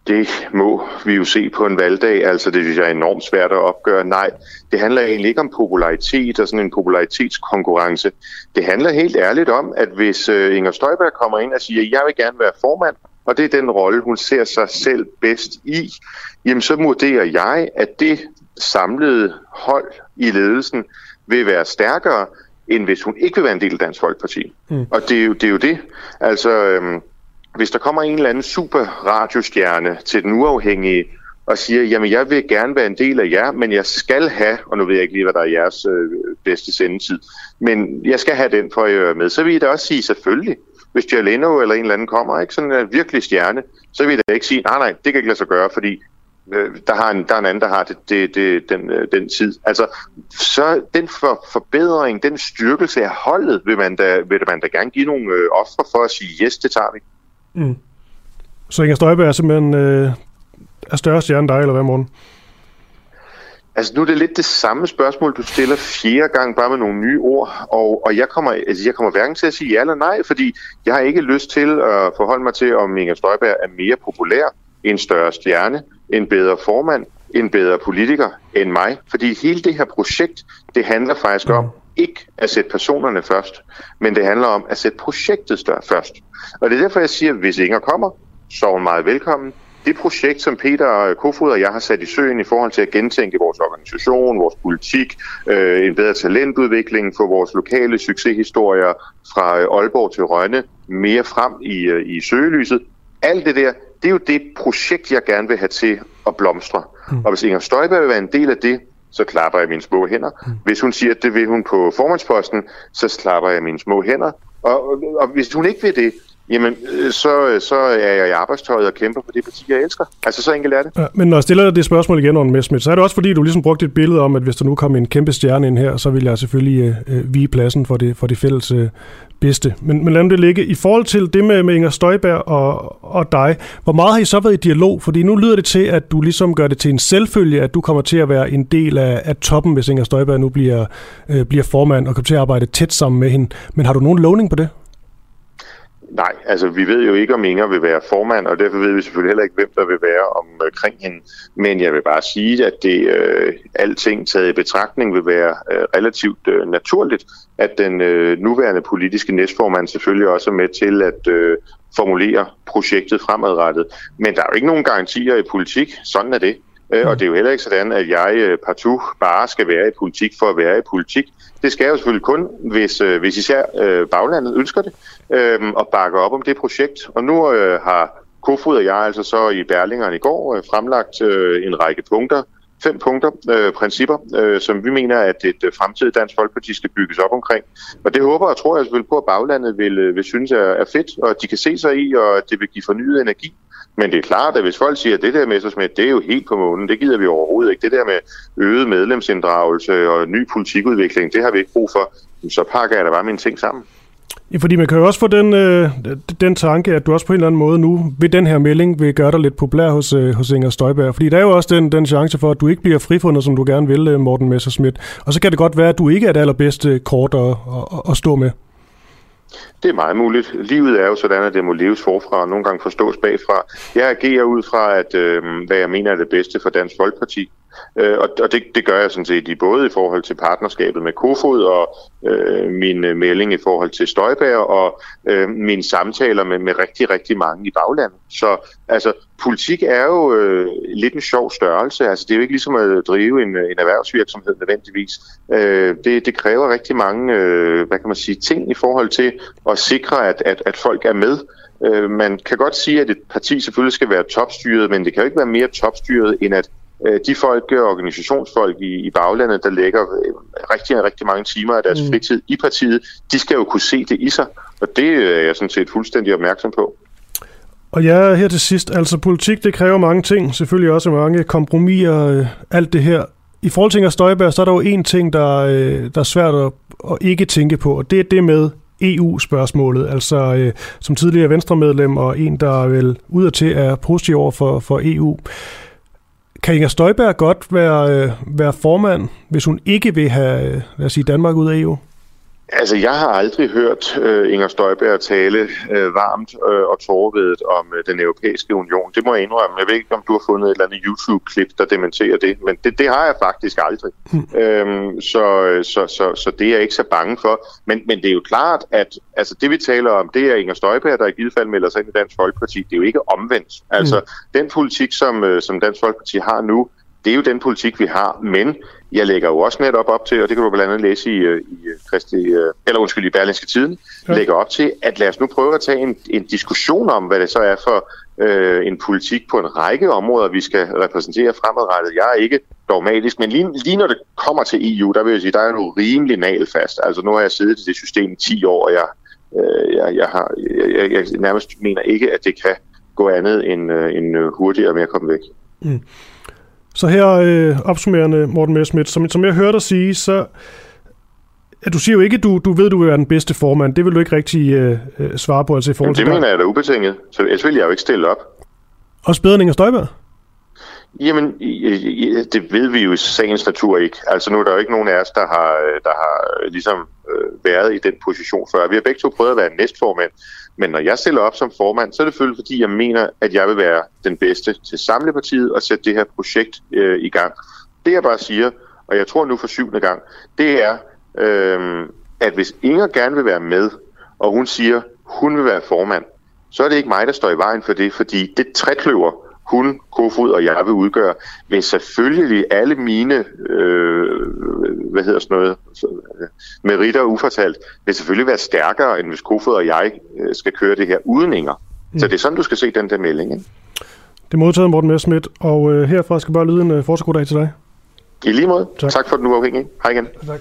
Det må vi jo se på en valgdag, altså det synes jeg er enormt svært at opgøre. Nej, det handler egentlig ikke om popularitet og sådan en popularitetskonkurrence. Det handler helt ærligt om, at hvis Inger Støjberg kommer ind og siger, at jeg vil gerne være formand, og det er den rolle, hun ser sig selv bedst i, jamen så vurderer jeg, at det samlede hold i ledelsen vil være stærkere, end hvis hun ikke vil være en del af Dansk Folkeparti. Og det er jo det. Altså, hvis der kommer en eller anden super radiostjerne til den uafhængige og siger, jamen jeg vil gerne være en del af jer, men jeg skal have, og nu ved jeg ikke lige, hvad der er jeres bedste sendetid, men jeg skal have den for at være med, så vil I da også sige selvfølgelig. Hvis Jay Leno eller en eller anden kommer, ikke sådan en virkelig stjerne, så vil jeg da ikke sige, nej, det kan ikke lade sig gøre, fordi der er en anden, der har den tid. Altså, så den forbedring, den styrkelse af holdet, vil man da gerne give nogle ofre for at sige, yes, det tager vi. Så Inger Støjberg er simpelthen er større stjerne end dig, eller hvad, Morten? Altså nu er det lidt det samme spørgsmål, du stiller 4 gange, bare med nogle nye ord, og jeg kommer hverken til at sige ja eller nej, fordi jeg har ikke lyst til at forholde mig til, om Inger Støjberg er mere populær, en større stjerne, en bedre formand, en bedre politiker end mig. Fordi hele det her projekt, det handler faktisk om ikke at sætte personerne først, men det handler om at sætte projektet først. Og det er derfor, jeg siger, at hvis Inger kommer, så er hun meget velkommen. Det projekt, som Peter Kofod og jeg har sat i søen i forhold til at gentænke vores organisation, vores politik, en bedre talentudvikling, få vores lokale succeshistorier fra Aalborg til Rønne mere frem i søgelyset. Alt det der, det er jo det projekt, jeg gerne vil have til at blomstre. Og hvis Inger Støjberg vil være en del af det, så klapper jeg mine små hænder. Hvis hun siger, at det vil hun på formandsposten, så klapper jeg mine små hænder. Og hvis hun ikke vil det, jamen, så er jeg i arbejdstøjet og kæmper for det parti, jeg elsker. Altså, så enkelt er det. Ja, men når jeg stiller det spørgsmål igen, Morten Messerschmidt, så er det også fordi, du ligesom brugte et billede om, at hvis der nu kom en kæmpe stjerne ind her, så vil jeg selvfølgelig vige pladsen for det fælles bedste. Men lad det ligge. I forhold til det med Inger Støjberg og dig, hvor meget har I så været i dialog? Fordi nu lyder det til, at du ligesom gør det til en selvfølge, at du kommer til at være en del af toppen, hvis Inger Støjberg nu bliver formand og kommer til at arbejde tæt sammen med hende. Men har du nogen lovning på det? Nej, altså vi ved jo ikke, om Inger vil være formand, og derfor ved vi selvfølgelig heller ikke, hvem der vil være omkring hende. Men jeg vil bare sige, at det alting taget i betragtning vil være relativt naturligt, at den nuværende politiske næstformand selvfølgelig også er med til at formulere projektet fremadrettet. Men der er jo ikke nogen garantier i politik, sådan er det. Og det er jo heller ikke sådan, at jeg partout bare skal være i politik for at være i politik. Det skal jeg jo selvfølgelig kun, hvis især baglandet ønsker det, og bakker op om det projekt. Og nu har Kofod og jeg altså så i Berlingeren i går fremlagt en række punkter, 5 punkter, principper, som vi mener, at et fremtidigt Dansk Folkeparti skal bygges op omkring. Og det håber og tror jeg selvfølgelig på, at baglandet vil synes er fedt, og at de kan se sig i, og at det vil give fornyet energi. Men det er klart, at hvis folk siger, at det der Messerschmidt, det er jo helt på månen, det gider vi overhovedet ikke. Det der med øget medlemsinddragelse og ny politikudvikling, det har vi ikke brug for. Så pakker jeg da bare mine ting sammen. Ja, fordi man kan jo også få den tanke, at du også på en eller anden måde nu ved den her melding vil gøre dig lidt populær hos Inger Støjberg. Fordi der er jo også den chance for, at du ikke bliver frifundet, som du gerne vil, Morten Messerschmidt. Og så kan det godt være, at du ikke er det allerbedste kort at stå med. Det er meget muligt. Livet er jo sådan, at det må leves forfra og nogle gange forstås bagfra. Jeg agerer ud fra, at hvad jeg mener er det bedste for Dansk Folkeparti. Og det gør jeg sådan set både i forhold til partnerskabet med Kofod og min melding i forhold til Støjberg og mine samtaler med rigtig, rigtig mange i baglandet. Så altså, politik er jo lidt en sjov størrelse. Altså, det er jo ikke ligesom at drive en erhvervsvirksomhed nødvendigvis. Det kræver rigtig mange ting i forhold til at sikre, at folk er med. Man kan godt sige, at et parti selvfølgelig skal være topstyret, men det kan jo ikke være mere topstyret, end at de organisationsfolk i baglandet, der lægger rigtig, rigtig mange timer af deres fritid i partiet, de skal jo kunne se det i sig, og det er jeg sådan set fuldstændig opmærksom på. Og ja, her til sidst, altså politik, det kræver mange ting, selvfølgelig også mange kompromiser, alt det her. I forhold til Inger Støjberg, så er der jo en ting, der er svært at ikke tænke på, og det er det med EU-spørgsmålet, altså som tidligere Venstremedlem og en, der vel udadtil er positiv over for EU. Kan Inger Støjberg godt være formand, hvis hun ikke vil have, lad os sige, Danmark ud af EU? Altså, jeg har aldrig hørt Inger Støjberg tale varmt og tårevedet om den europæiske union. Det må jeg indrømme. Jeg ved ikke, om du har fundet et eller andet YouTube-klip, der dementerer det, men det har jeg faktisk aldrig. Så det er jeg ikke så bange for. Men det er jo klart, at altså, det vi taler om, det er Inger Støjberg, der i givet fald melder sig ind i Dansk Folkeparti. Det er jo ikke omvendt. Altså, den politik, som Dansk Folkeparti har nu, det er jo den politik, vi har, men jeg lægger jo også netop op til, og det kan du blandt andet læse i Berlingske Tiden, lægger op til, at lad os nu prøve at tage en diskussion om, hvad det så er for en politik på en række områder, vi skal repræsentere fremadrettet. Jeg er ikke dogmatisk, men lige når det kommer til EU, der vil jeg sige, der er jo rimelig nagelfast. Altså nu har jeg siddet i det system i 10 år, og jeg nærmest mener ikke, at det kan gå andet end hurtigere med at komme væk. Mm. Så her opsummerende, Morten Messerschmidt, som jeg hørte dig sige, så du siger jo ikke, du ved, du vil være den bedste formand. Det vil du ikke rigtig svare på, altså i forhold til det mener jeg da ubetinget, så ellers vil jeg jo ikke stille op. Også bedre end Inger Støjberg? Jamen, det ved vi jo i sagens natur ikke. Altså nu er der jo ikke nogen af os, der har ligesom været i den position før. Vi har begge to prøvet at være næstformand, men når jeg stiller op som formand, så er det selvfølgelig, fordi jeg mener, at jeg vil være den bedste til at samle partiet og sætte det her projekt i gang. Det jeg bare siger, og jeg tror nu for 7. gang, det er, at hvis Inger gerne vil være med, og hun siger, hun vil være formand, så er det ikke mig, der står i vejen for det, fordi det trekløver, hun, Kofod og jeg vil udgøre, vil selvfølgelig alle mine meritter ufortalt, vil selvfølgelig være stærkere, end hvis Kofod og jeg skal køre det her uden Inger. Så det er sådan, du skal se den der melding. Ikke? Det er modtaget, Morten Messerschmidt, og herfra skal bare lyde en fortsat god dag til dig. I lige måde. Tak for den uafhængige. Hej igen. Tak.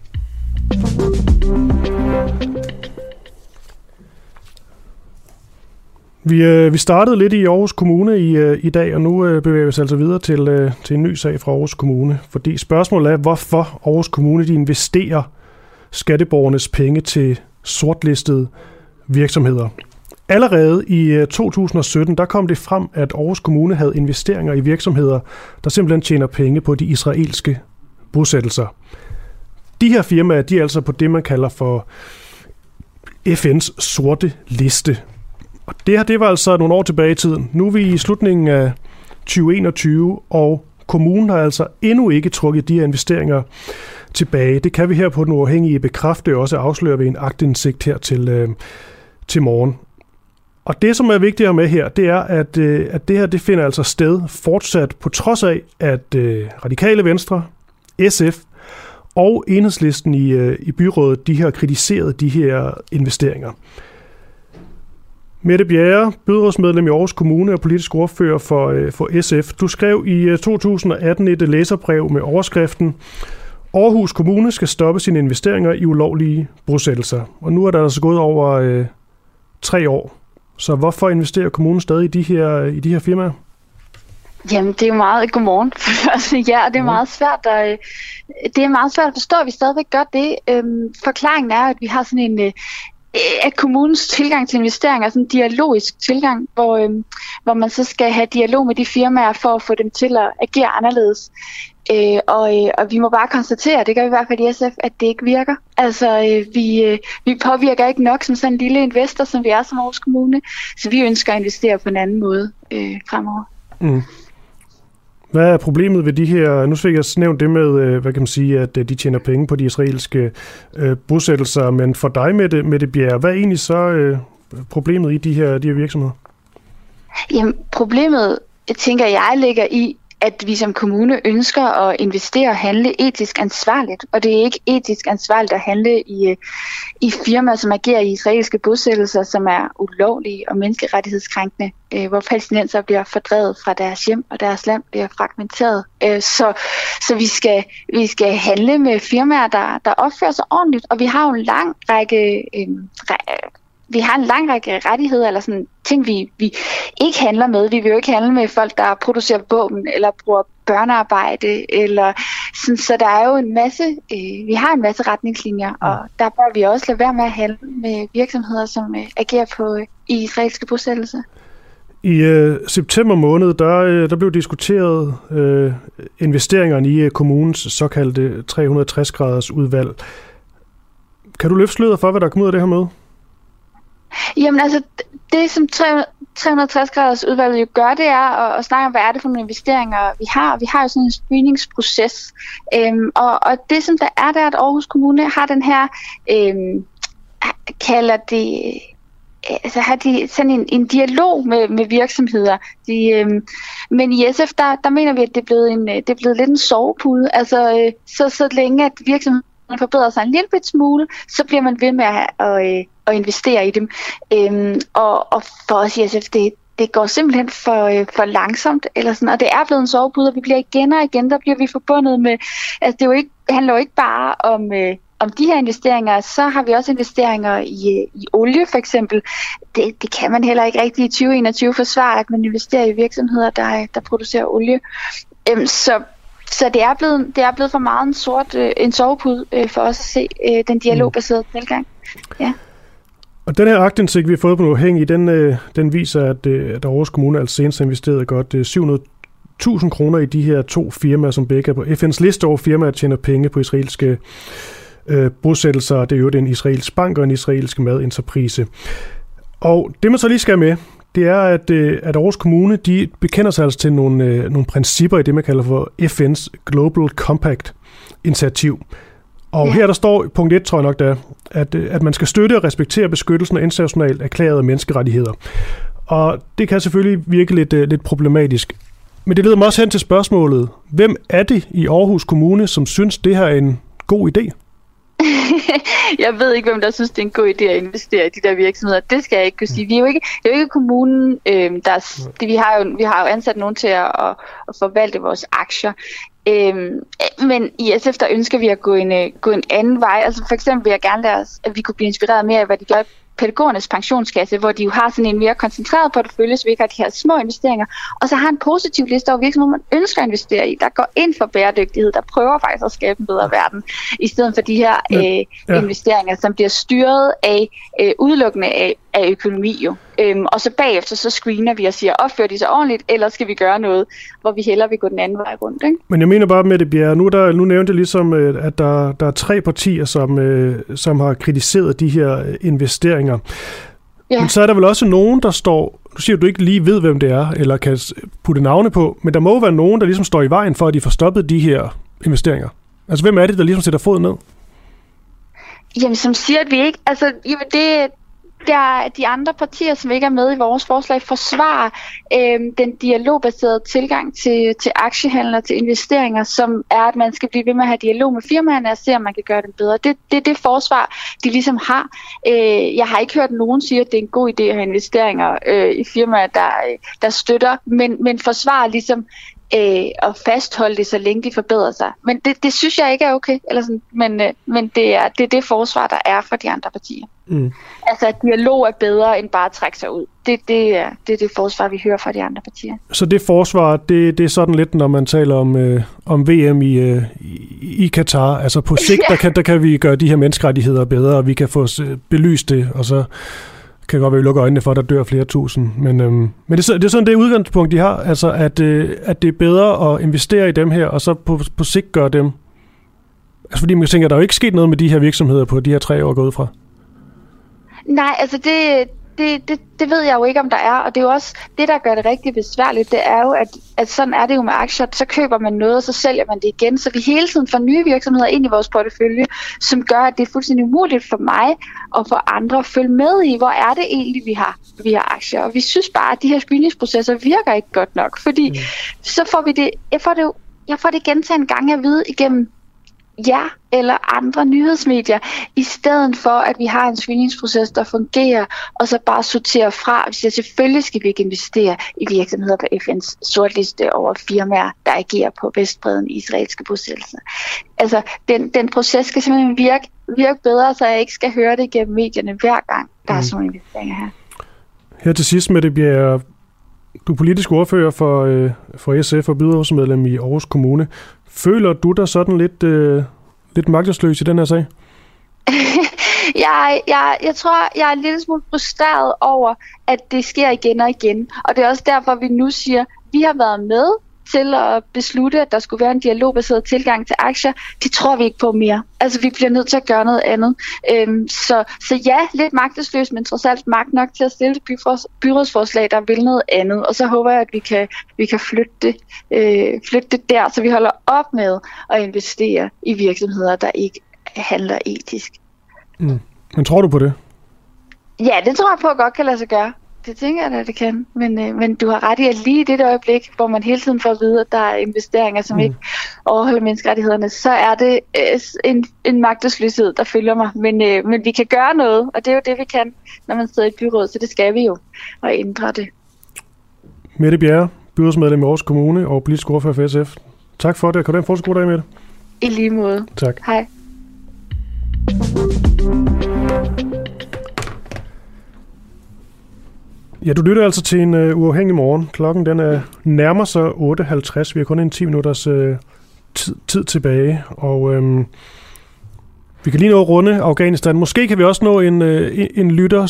Vi startede lidt i Aarhus Kommune i dag, og nu bevæger vi os altså videre til en ny sag fra Aarhus Kommune. Fordi spørgsmålet er, hvorfor Aarhus Kommune de investerer skatteborgernes penge til sortlistede virksomheder. Allerede i 2017, der kom det frem, at Aarhus Kommune havde investeringer i virksomheder, der simpelthen tjener penge på de israelske bosættelser. De her firmaer, de er altså på det, man kalder for FN's sorte liste. Og det her, det var altså nogle år tilbage i tiden. Nu er vi i slutningen af 2021, og kommunen har altså endnu ikke trukket de her investeringer tilbage. Det kan vi her på Den Uafhængige bekræfte og også afsløre ved en aktindsigt her til morgen. Og det, som er vigtigere med her, det er, at det her det finder altså sted fortsat, på trods af, at Radikale Venstre, SF og Enhedslisten i byrådet, de har kritiseret de her investeringer. Mette Bjerre, byrådsmedlem i Aarhus Kommune og politisk ordfører for SF. Du skrev i 2018 et læserbrev med overskriften: Aarhus Kommune skal stoppe sine investeringer i ulovlige bosættelser. Og nu er der altså gået over 3 år. Så hvorfor investerer kommunen stadig i de her firmaer? Jamen, det er jo meget... Godmorgen. Ja, det er meget svært at forstå, at vi stadigvæk gør det. Forklaringen er, at vi har sådan en... at kommunens tilgang til investeringer er sådan en dialogisk tilgang, hvor man så skal have dialog med de firmaer for at få dem til at agere anderledes. Og vi må bare konstatere, det gør vi i hvert fald i SF, at det ikke virker. Altså, vi påvirker ikke nok som sådan en lille investor, som vi er som Aarhus Kommune, så vi ønsker at investere på en anden måde fremover. Mm. Hvad er problemet ved de her, nu fik jeg nævnt det med, hvad kan man sige, at de tjener penge på de israelske bosættelser, men for dig, Mette Bjerre, hvad er egentlig så problemet i de her virksomheder? Jamen, problemet, tænker jeg, ligger i, at vi som kommune ønsker at investere og handle etisk ansvarligt, og det er ikke etisk ansvarligt at handle i firmaer, som agerer i israelske bosættelser, som er ulovlige og menneskerettighedskrænkende, hvor palæstinenser bliver fordrevet fra deres hjem, og deres land bliver fragmenteret. Så vi skal handle med firmaer, der opfører sig ordentligt, og vi har jo en lang række rettigheder, eller sådan ting, vi ikke handler med. Vi vil jo ikke handle med folk, der producerer våben, eller bruger børnearbejde, eller sådan, så der er jo vi har en masse retningslinjer, og der bør vi også lade være med at handle med virksomheder, som agerer i israelske bosættelser. I september måned, der blev diskuteret investeringerne i kommunens såkaldte 360-graders udvalg. Kan du løfte sløret for, hvad der er kommet ud af det her møde? Jamen altså, det som 360 udvalget jo gør, det er at snakke om, hvad er det for nogle investeringer, vi har. Vi har jo sådan en screeningsproces. Og det som der er, at Aarhus Kommune har den her, kalder det, altså har de sådan en dialog med virksomheder. Men i SF, der mener vi, at det er blevet lidt en sovepude. Altså, så længe at virksomheden forbedrer sig en lille bit smule, så bliver man ved med at investere i dem. Og for os i SF, det går simpelthen for langsomt, eller sådan, og det er blevet en sovepude, og vi bliver igen og igen, der bliver vi forbundet med, altså det handler jo ikke bare om de her investeringer, så har vi også investeringer i olie for eksempel. Det kan man heller ikke rigtig i 2021 forsvare, at man investerer i virksomheder, der producerer olie. Så det er blevet for meget en sovepude for os at se den dialogbaserede tilgang. Ja. Og den her aktindsigt, vi har fået på Uafhængig, den viser, at Aarhus Kommune altså senest har investeret godt 700.000 kroner i de her 2 firmaer, som begge er på FN's liste over firmaer, der tjener penge på israelske bosættelser. Det er jo en israelsk bank og en israelsk madinterprise. Og det man så lige skal med, det er, at Aarhus Kommune, de bekender sig altså til nogle principper i det, man kalder for FN's Global Compact-initiativ. Og her der står, punkt 1, tror jeg nok, der, at man skal støtte og respektere beskyttelsen af internationalt erklærede menneskerettigheder. Og det kan selvfølgelig virke lidt problematisk. Men det leder mig også hen til spørgsmålet, hvem er det i Aarhus Kommune, som synes, det her er en god idé? Jeg ved ikke, hvem der synes, det er en god idé at investere i de der virksomheder. Det skal jeg ikke kunne sige. Det er jo ikke kommunen, vi har jo ansat nogen til at forvalte vores aktier. Men i SF, der ønsker vi at gå en anden vej. Altså for eksempel vil jeg gerne lade os, at vi kunne blive inspireret mere af, hvad de gør i pædagogernes pensionskasse, hvor de jo har sådan en mere koncentreret portefølje, så vi ikke har de her små investeringer, og så har en positiv liste over virksomheder, man ønsker at investere i, der går ind for bæredygtighed, der prøver faktisk at skabe en bedre verden, i stedet for de her investeringer, som bliver styret af udelukkende af økonomi jo. Og så bagefter så screener vi og siger, opfører de sig ordentligt, eller skal vi gøre noget, hvor vi hellere vil gå den anden vej rundt, ikke? Men jeg mener bare, Mette Bjerre, nu nævnte jeg ligesom, at der er 3 partier, som har kritiseret de her investeringer. Ja. Men så er der vel også nogen, der står, du siger, at du ikke lige ved, hvem det er, eller kan putte navne på, men der må være nogen, der ligesom står i vejen for, at de får stoppet de her investeringer. Altså, hvem er det, der ligesom sætter foden ned? Jamen, som siger, at vi ikke, altså, der er de andre partier, som ikke er med i vores forslag, forsvarer den dialogbaserede tilgang til aktiehandler, til investeringer, som er, at man skal blive ved med at have dialog med firmaerne og se, om man kan gøre det bedre. Det er det forsvar, de ligesom har. Jeg har ikke hørt nogen sige, at det er en god idé at have investeringer i firmaer, der støtter, men forsvarer ligesom at fastholde det, så længe de forbedrer sig. Men det synes jeg ikke er okay. Eller sådan, men det er det forsvar, der er for de andre partier. Mm. Altså, at dialog er bedre end bare at trække sig ud. Det er det forsvar, vi hører fra de andre partier. Så det forsvar, det er sådan lidt, når man taler om VM i Katar. Altså på sigt, der kan vi gøre de her menneskerettigheder bedre, og vi kan få belyst det, og så kan godt være, vi lukker øjnene for, at der dør flere tusind. Men det er sådan det udgangspunkt, de har. Altså, at det er bedre at investere i dem her, og så på sigt gøre dem. Altså, fordi man tænker, at der er jo ikke sket noget med de her virksomheder på de her 3 år gået fra. Nej, altså det ved jeg jo ikke, om der er. Og det er jo også det, der gør det rigtig besværligt. Det er jo, at sådan er det jo med aktier. Så køber man noget, og så sælger man det igen. Så vi hele tiden får nye virksomheder ind i vores portefølje, som gør, at det er fuldstændig umuligt for mig og for andre at følge med i, hvor er det egentlig, vi har aktier. Og vi synes bare, at de her screeningsprocesser virker ikke godt nok. Fordi så får vi det, jeg får det gentaget gang at vide igennem jer eller andre nyhedsmedier, i stedet for, at vi har en screeningsproces, der fungerer, og så bare sorterer fra. Vi siger, selvfølgelig skal vi ikke investere i virksomheder på FN's sortliste over firmaer, der agerer på Vestbredden i israelske bosættelser. Altså, den proces skal simpelthen virke bedre, så jeg ikke skal høre det igennem medierne hver gang, der er sådan nogle investeringer her. Her til sidst, Mette Bjerre, du er politisk ordfører for SF og byrådsmedlem i Aarhus Kommune. Føler du dig sådan lidt magtesløs i den her sag? Jeg tror, jeg er en lille smule frustreret over, at det sker igen og igen. Og det er også derfor, vi nu siger, at vi har været med til at beslutte, at der skulle være en dialogbaseret tilgang til aktier, det tror vi ikke på mere. Altså, vi bliver nødt til at gøre noget andet. Så ja, lidt magtesløst, men trods alt magt nok til at stille et byrådsforslag, der vil noget andet. Og så håber jeg, at vi kan flytte det der, så vi holder op med at investere i virksomheder, der ikke handler etisk. Men tror du på det? Ja, det tror jeg på at godt kan lade sig gøre. Det tænker jeg da, det kan. Men du har ret i, at lige i det øjeblik, hvor man hele tiden får at vide, at der er investeringer, som ikke overholder menneskerettighederne, så er det en magtesløshed, der følger mig. Men vi kan gøre noget, og det er jo det, vi kan, når man sidder i et byråd, så det skal vi jo, og ændre det. Mette Bjerre, byrådsmedlem i Aarhus Kommune og politisk ordfører for SF. Tak for det. Kan du have en fortsat god dag, Mette? I lige måde. Tak. Hej. Ja, du lytter altså til en uafhængig morgen. Klokken den nærmer sig 8.50. Vi har kun en 10 minutters tid tilbage, og vi kan lige nå at runde Afghanistan. Måske kan vi også nå en lytter,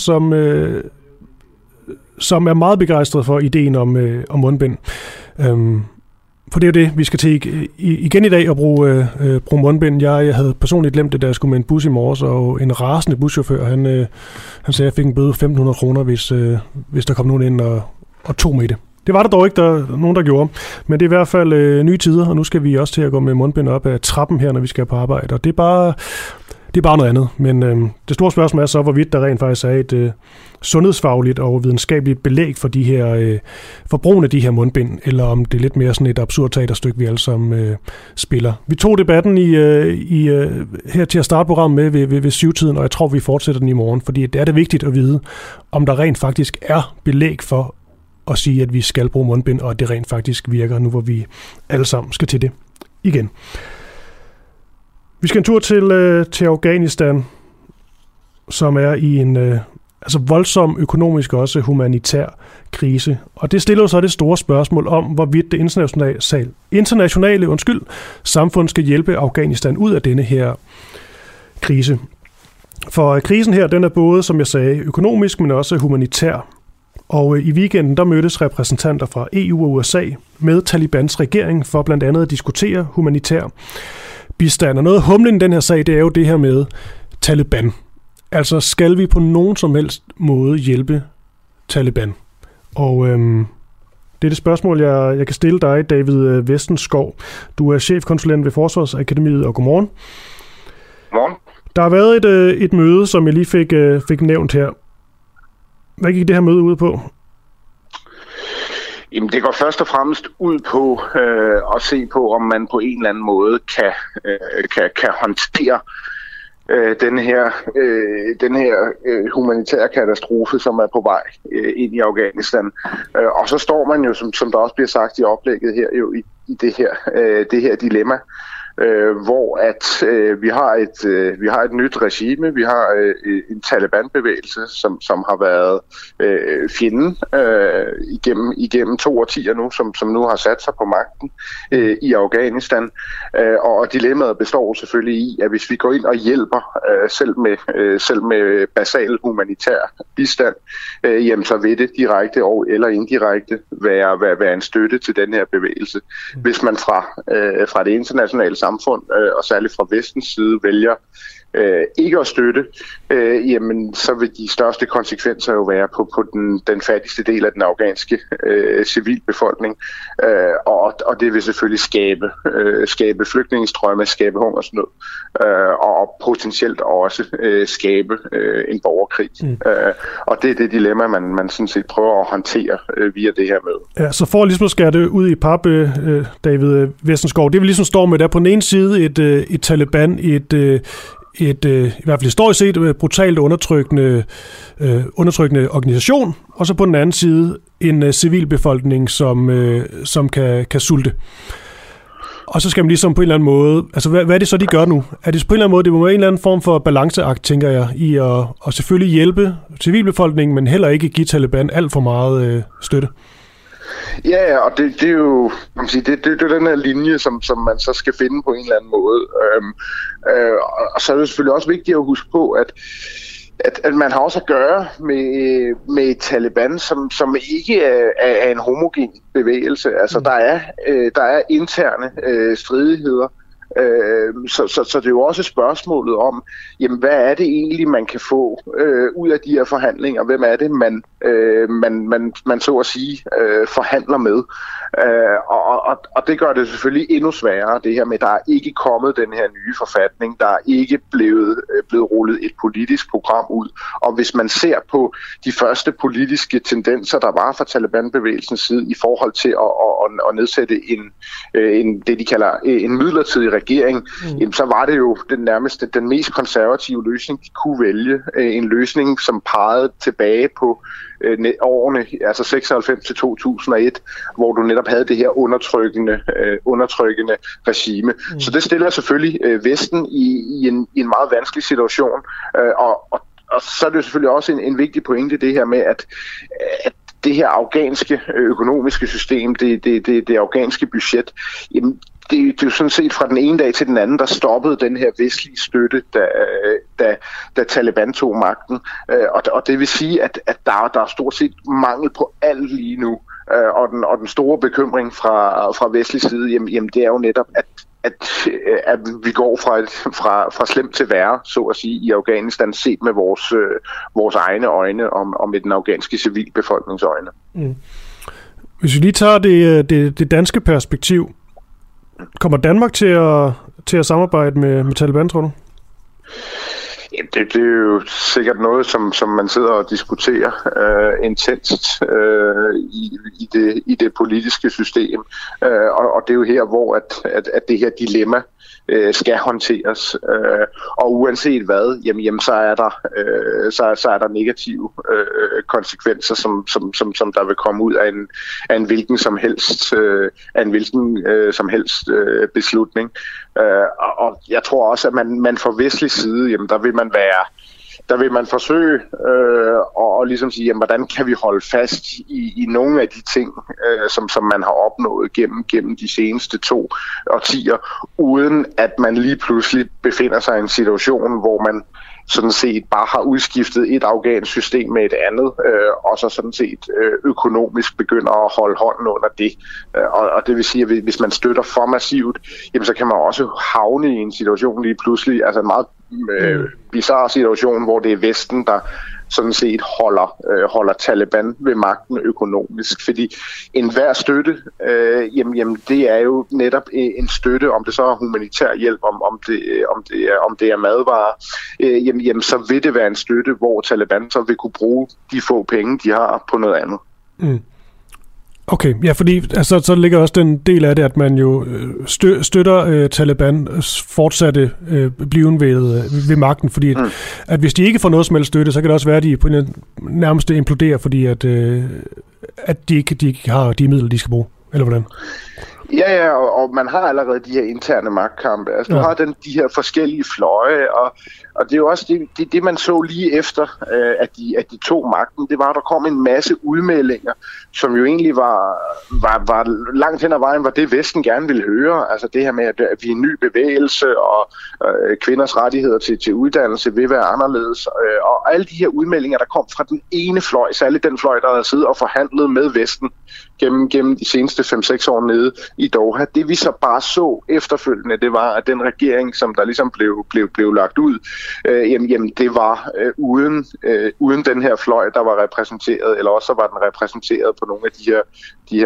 som er meget begejstret for ideen om mundbind. For det er jo det, vi skal til igen i dag at bruge mundbind. Jeg havde personligt glemt det, da jeg skulle med en bus i morges, og en rasende buschauffør, han sagde, at jeg fik en bøde 1.500 kroner, hvis der kom nogen ind og tog med det. Det var der dog ikke nogen, der gjorde. Men det er i hvert fald nye tider, og nu skal vi også til at gå med mundbind op ad trappen her, når vi skal på arbejde. Og det er bare noget andet. Men det store spørgsmål er så, hvorvidt der rent faktisk er et sundhedsfagligt og videnskabeligt belæg for for brugen af de her mundbind, eller om det er lidt mere sådan et absurd teaterstykke, vi alle sammen spiller. Vi tog debatten her til at starte programmet med ved 7-tiden, og jeg tror, vi fortsætter den i morgen, fordi det er det vigtigt at vide, om der rent faktisk er belæg for at sige, at vi skal bruge mundbind, og at det rent faktisk virker, nu hvor vi alle sammen skal til det igen. Vi skal en tur til Afghanistan, som er i en voldsom økonomisk og også humanitær krise. Og det stiller jo så det store spørgsmål om, hvorvidt det internationale samfund skal hjælpe Afghanistan ud af denne her krise. For krisen her, den er både, som jeg sagde, økonomisk, men også humanitær. Og i weekenden, der mødtes repræsentanter fra EU og USA med Talibans regering for blandt andet at diskutere humanitær bistand. Og noget humlen i den her sag, det er jo det her med Taliban. Altså, skal vi på nogen som helst måde hjælpe Taliban? Og det er det spørgsmål, jeg kan stille dig, David Vestenskov. Du er chefkonsulent ved Forsvarsakademiet, og godmorgen. Godmorgen. Der har været et møde, som jeg lige fik nævnt her. Hvad gik det her møde ud på? Jamen, det går først og fremmest ud på at se på, om man på en eller anden måde kan håndtere den her humanitære katastrofe, som er på vej ind i Afghanistan. Og så står man jo, som der også bliver sagt i oplægget her, jo i det her dilemma, hvor at vi har et nyt regime, vi har en Taliban-bevægelse, som har været fjenden igennem 2 årtier nu, som nu har sat sig på magten i Afghanistan. Og dilemmaet består selvfølgelig i, at hvis vi går ind og hjælper selv med basal humanitær bistand, jamen så vil det direkte eller indirekte være en støtte til den her bevægelse. Hvis man fra det internationale samfund, og særligt fra vestens side, vælger ikke at støtte, jamen så vil de største konsekvenser jo være på den fattigste del af den afghanske civilbefolkning, og det vil selvfølgelig skabe flygtningestrømme, skabe hungersnød, og potentielt også skabe en borgerkrig. Og det er det dilemma, man sådan set prøver at håndtere via det her møde. Ja, så for ligesom at skære det ud i pap, David Vestenskov, det vi ligesom står med der på den ene side et Taliban, i hvert fald historisk set brutalt undertrykkende organisation, og så på den anden side en civilbefolkning, som kan sulte. Og så skal man ligesom på en eller anden måde, altså hvad er det så, de gør nu? Er det på en eller anden måde, det må være en eller anden form for balanceakt, tænker jeg, i at selvfølgelig hjælpe civilbefolkningen, men heller ikke give Taliban alt for meget støtte? Ja, og det er jo, det er den her linje, som man så skal finde på en eller anden måde. Og så er det selvfølgelig også vigtigt at huske på, at at man har også at gøre med Taliban, som ikke er en homogen bevægelse. Altså der er interne stridigheder. Så det er jo også spørgsmålet om, jamen, hvad er det egentlig, man kan få ud af de her forhandlinger? Hvem er det, man så at sige forhandler med? Og det gør det selvfølgelig endnu sværere, det her med, at der er ikke kommet den her nye forfatning. Der er ikke blevet rullet et politisk program ud. Og hvis man ser på de første politiske tendenser, der var fra Taliban-bevægelsens side i forhold til at nedsætte det, de kalder en midlertidig regering, jamen, så var det jo den mest konservative løsning, de kunne vælge. En løsning, som pegede tilbage på årene, altså 96 til 2001, hvor du netop havde det her undertrykkende regime. Så det stiller selvfølgelig Vesten i en meget vanskelig situation, og så er det jo selvfølgelig også en vigtig pointe, det her med, at det her afghanske økonomiske system, det afghanske budget, jamen, det er jo sådan set fra den ene dag til den anden, der stoppede den her vestlige støtte, da Taliban tog magten. Og det vil sige, at der er stort set mangel på alt lige nu. Og den store bekymring fra vestlig side, jamen det er jo netop, at vi går fra slemt til værre, så at sige, i Afghanistan, set med vores egne øjne og med den afghanske civilbefolknings øjne. Hvis vi lige tager det danske perspektiv, kommer Danmark til at samarbejde med Taliban, tror du? Det er jo sikkert noget, som man sidder og diskuterer intenst i det politiske system. Og det er jo her, hvor at det her dilemma skal håndteres. Og uanset hvad, jamen så er der negative konsekvenser, som der vil komme ud af en hvilken som helst beslutning. Og jeg tror også, at man fra vestlig side, jamen der vil man forsøge at ligesom sige, jamen, hvordan kan vi holde fast i nogle af de ting, som man har opnået gennem de seneste 2 årtier, uden at man lige pludselig befinder sig i en situation, hvor man sådan set bare har udskiftet et afghansk system med et andet, og så sådan set økonomisk begynder at holde hånden under det. Og det vil sige, at hvis man støtter for massivt, jamen, så kan man også havne i en situation lige pludselig, altså en meget bizarre situation, hvor det er Vesten, der sådan set holder Taliban ved magten økonomisk. Fordi enhver støtte, jamen det er jo netop en støtte, om det så er humanitær hjælp, om det er madvarer, jamen så vil det være en støtte, hvor Taliban så vil kunne bruge de få penge, de har på noget andet. Okay, ja, fordi altså, så ligger også den del af det, at man jo støtter Talibans fortsatte bliven ved magten, fordi at hvis de ikke får noget som helst støtte, så kan det også være, at de på en nærmest imploderer, fordi at de ikke har de midler, de skal bruge, eller hvordan? Ja, og man har allerede de her interne magtkampe. Altså, du har de her forskellige fløje, og det er jo også det man så lige efter, at de tog magten. Det var, at der kom en masse udmeldinger, som jo egentlig var langt hen ad vejen, var det Vesten gerne ville høre. Altså det her med, at vi er en ny bevægelse, og kvinders rettigheder til uddannelse vil være anderledes. Og alle de her udmeldinger, der kom fra den ene fløj, særligt den fløj, der havde siddet og forhandlet med Vesten gennem de seneste 5-6 år nede i Doha. Det vi så bare så efterfølgende, det var, at den regering, som der ligesom blev lagt ud, jamen det var uden den her fløj, der var repræsenteret, eller også var den repræsenteret på nogle af de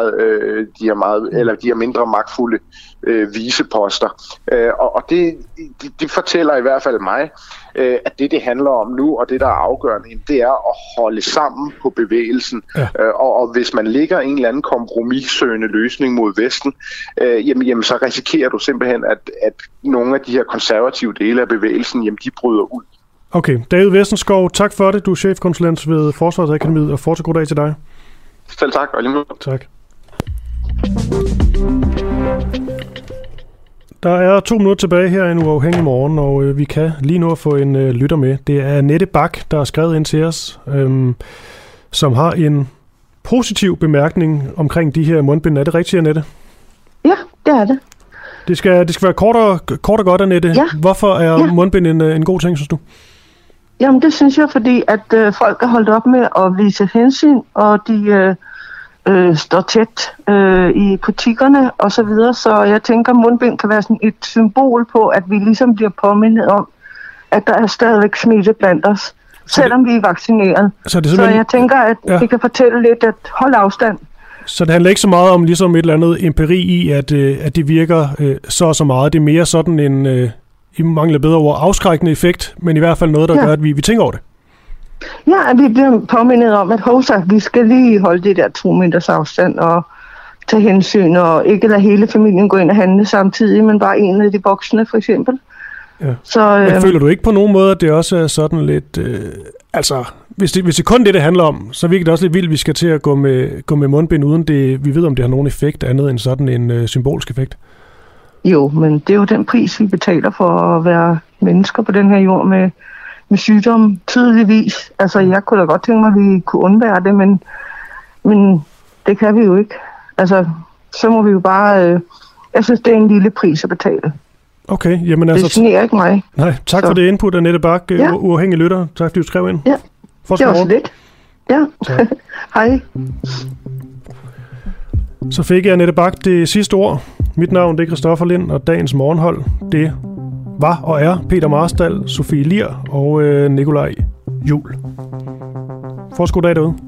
her mindre magtfulde viceposter. Og det fortæller i hvert fald mig, at det handler om nu, og det der er afgørende, det er at holde sammen på bevægelsen. Og hvis man ligger en eller anden kompromissøgende løsning mod Vesten, jamen så risikerer du simpelthen, at nogle af de her konservative dele af bevægelsen, jamen de bryder ud. Okay, David Vestenskov, tak for det. Du er chefkonsulent ved Forsvarsakademiet, og fortsat god dag til dig. Selv tak, og lige måde. Tak. Der er 2 minutter tilbage her i en uafhængig morgen, og vi kan lige nu få en lytter med. Det er Annette Bak, der har skrevet ind til os, som har en positiv bemærkning omkring de her mundbind. Er det rigtigt, Annette? Ja, det er det. Det skal være kort og godt, Annette. Ja. Hvorfor er mundbind en god ting, synes du? Jamen, det synes jeg, fordi at folk er holdt op med at vise hensyn, og de står tæt i butikkerne og så videre. Så jeg tænker, at mundbind kan være sådan et symbol på, at vi ligesom bliver påmindet om, at der er stadigvæk smitte blandt os, selvom vi er vaccineret. Så jeg tænker, at det kan fortælle lidt, at hold afstand. Så det handler ikke så meget om ligesom et eller andet empiri i, at det virker så og så meget. Det er mere sådan en, I mangler bedre ord, afskrækkende effekt, men i hvert fald noget, der gør, at vi tænker over det. Ja, at vi bliver påmindet om, at vi skal lige holde det der 2 meters afstand og tage hensyn, og ikke lade hele familien gå ind og handle samtidig, men bare en af de voksne, for eksempel. Ja. Men føler du ikke på nogen måde, at det også er sådan lidt... hvis det kun det handler om, så virker det også lidt vildt, at vi skal til at gå med mundbind, uden vi ved, om det har nogen effekt andet end sådan en symbolsk effekt? Jo, men det er jo den pris, vi betaler for at være mennesker på den her jord med sygdom, tydeligvis. Altså, jeg kunne da godt tænke mig, at vi kunne undvære det, men det kan vi jo ikke. Altså, så må vi jo bare... jeg synes, det er en lille pris at betale. Okay, jamen altså... Det generer ikke mig. Nej, tak for det input, Annette Bach, uafhængig lytter. Tak, fordi du skrev ind. Ja, det var så lidt. Ja, hej. Så fik jeg, Annette Bach, det sidste ord. Mit navn, det er Christoffer Lind, og dagens morgenhold, det var og er Peter Marstal, Sofie Lier og Nikolaj Juhl. Forskud dag derude.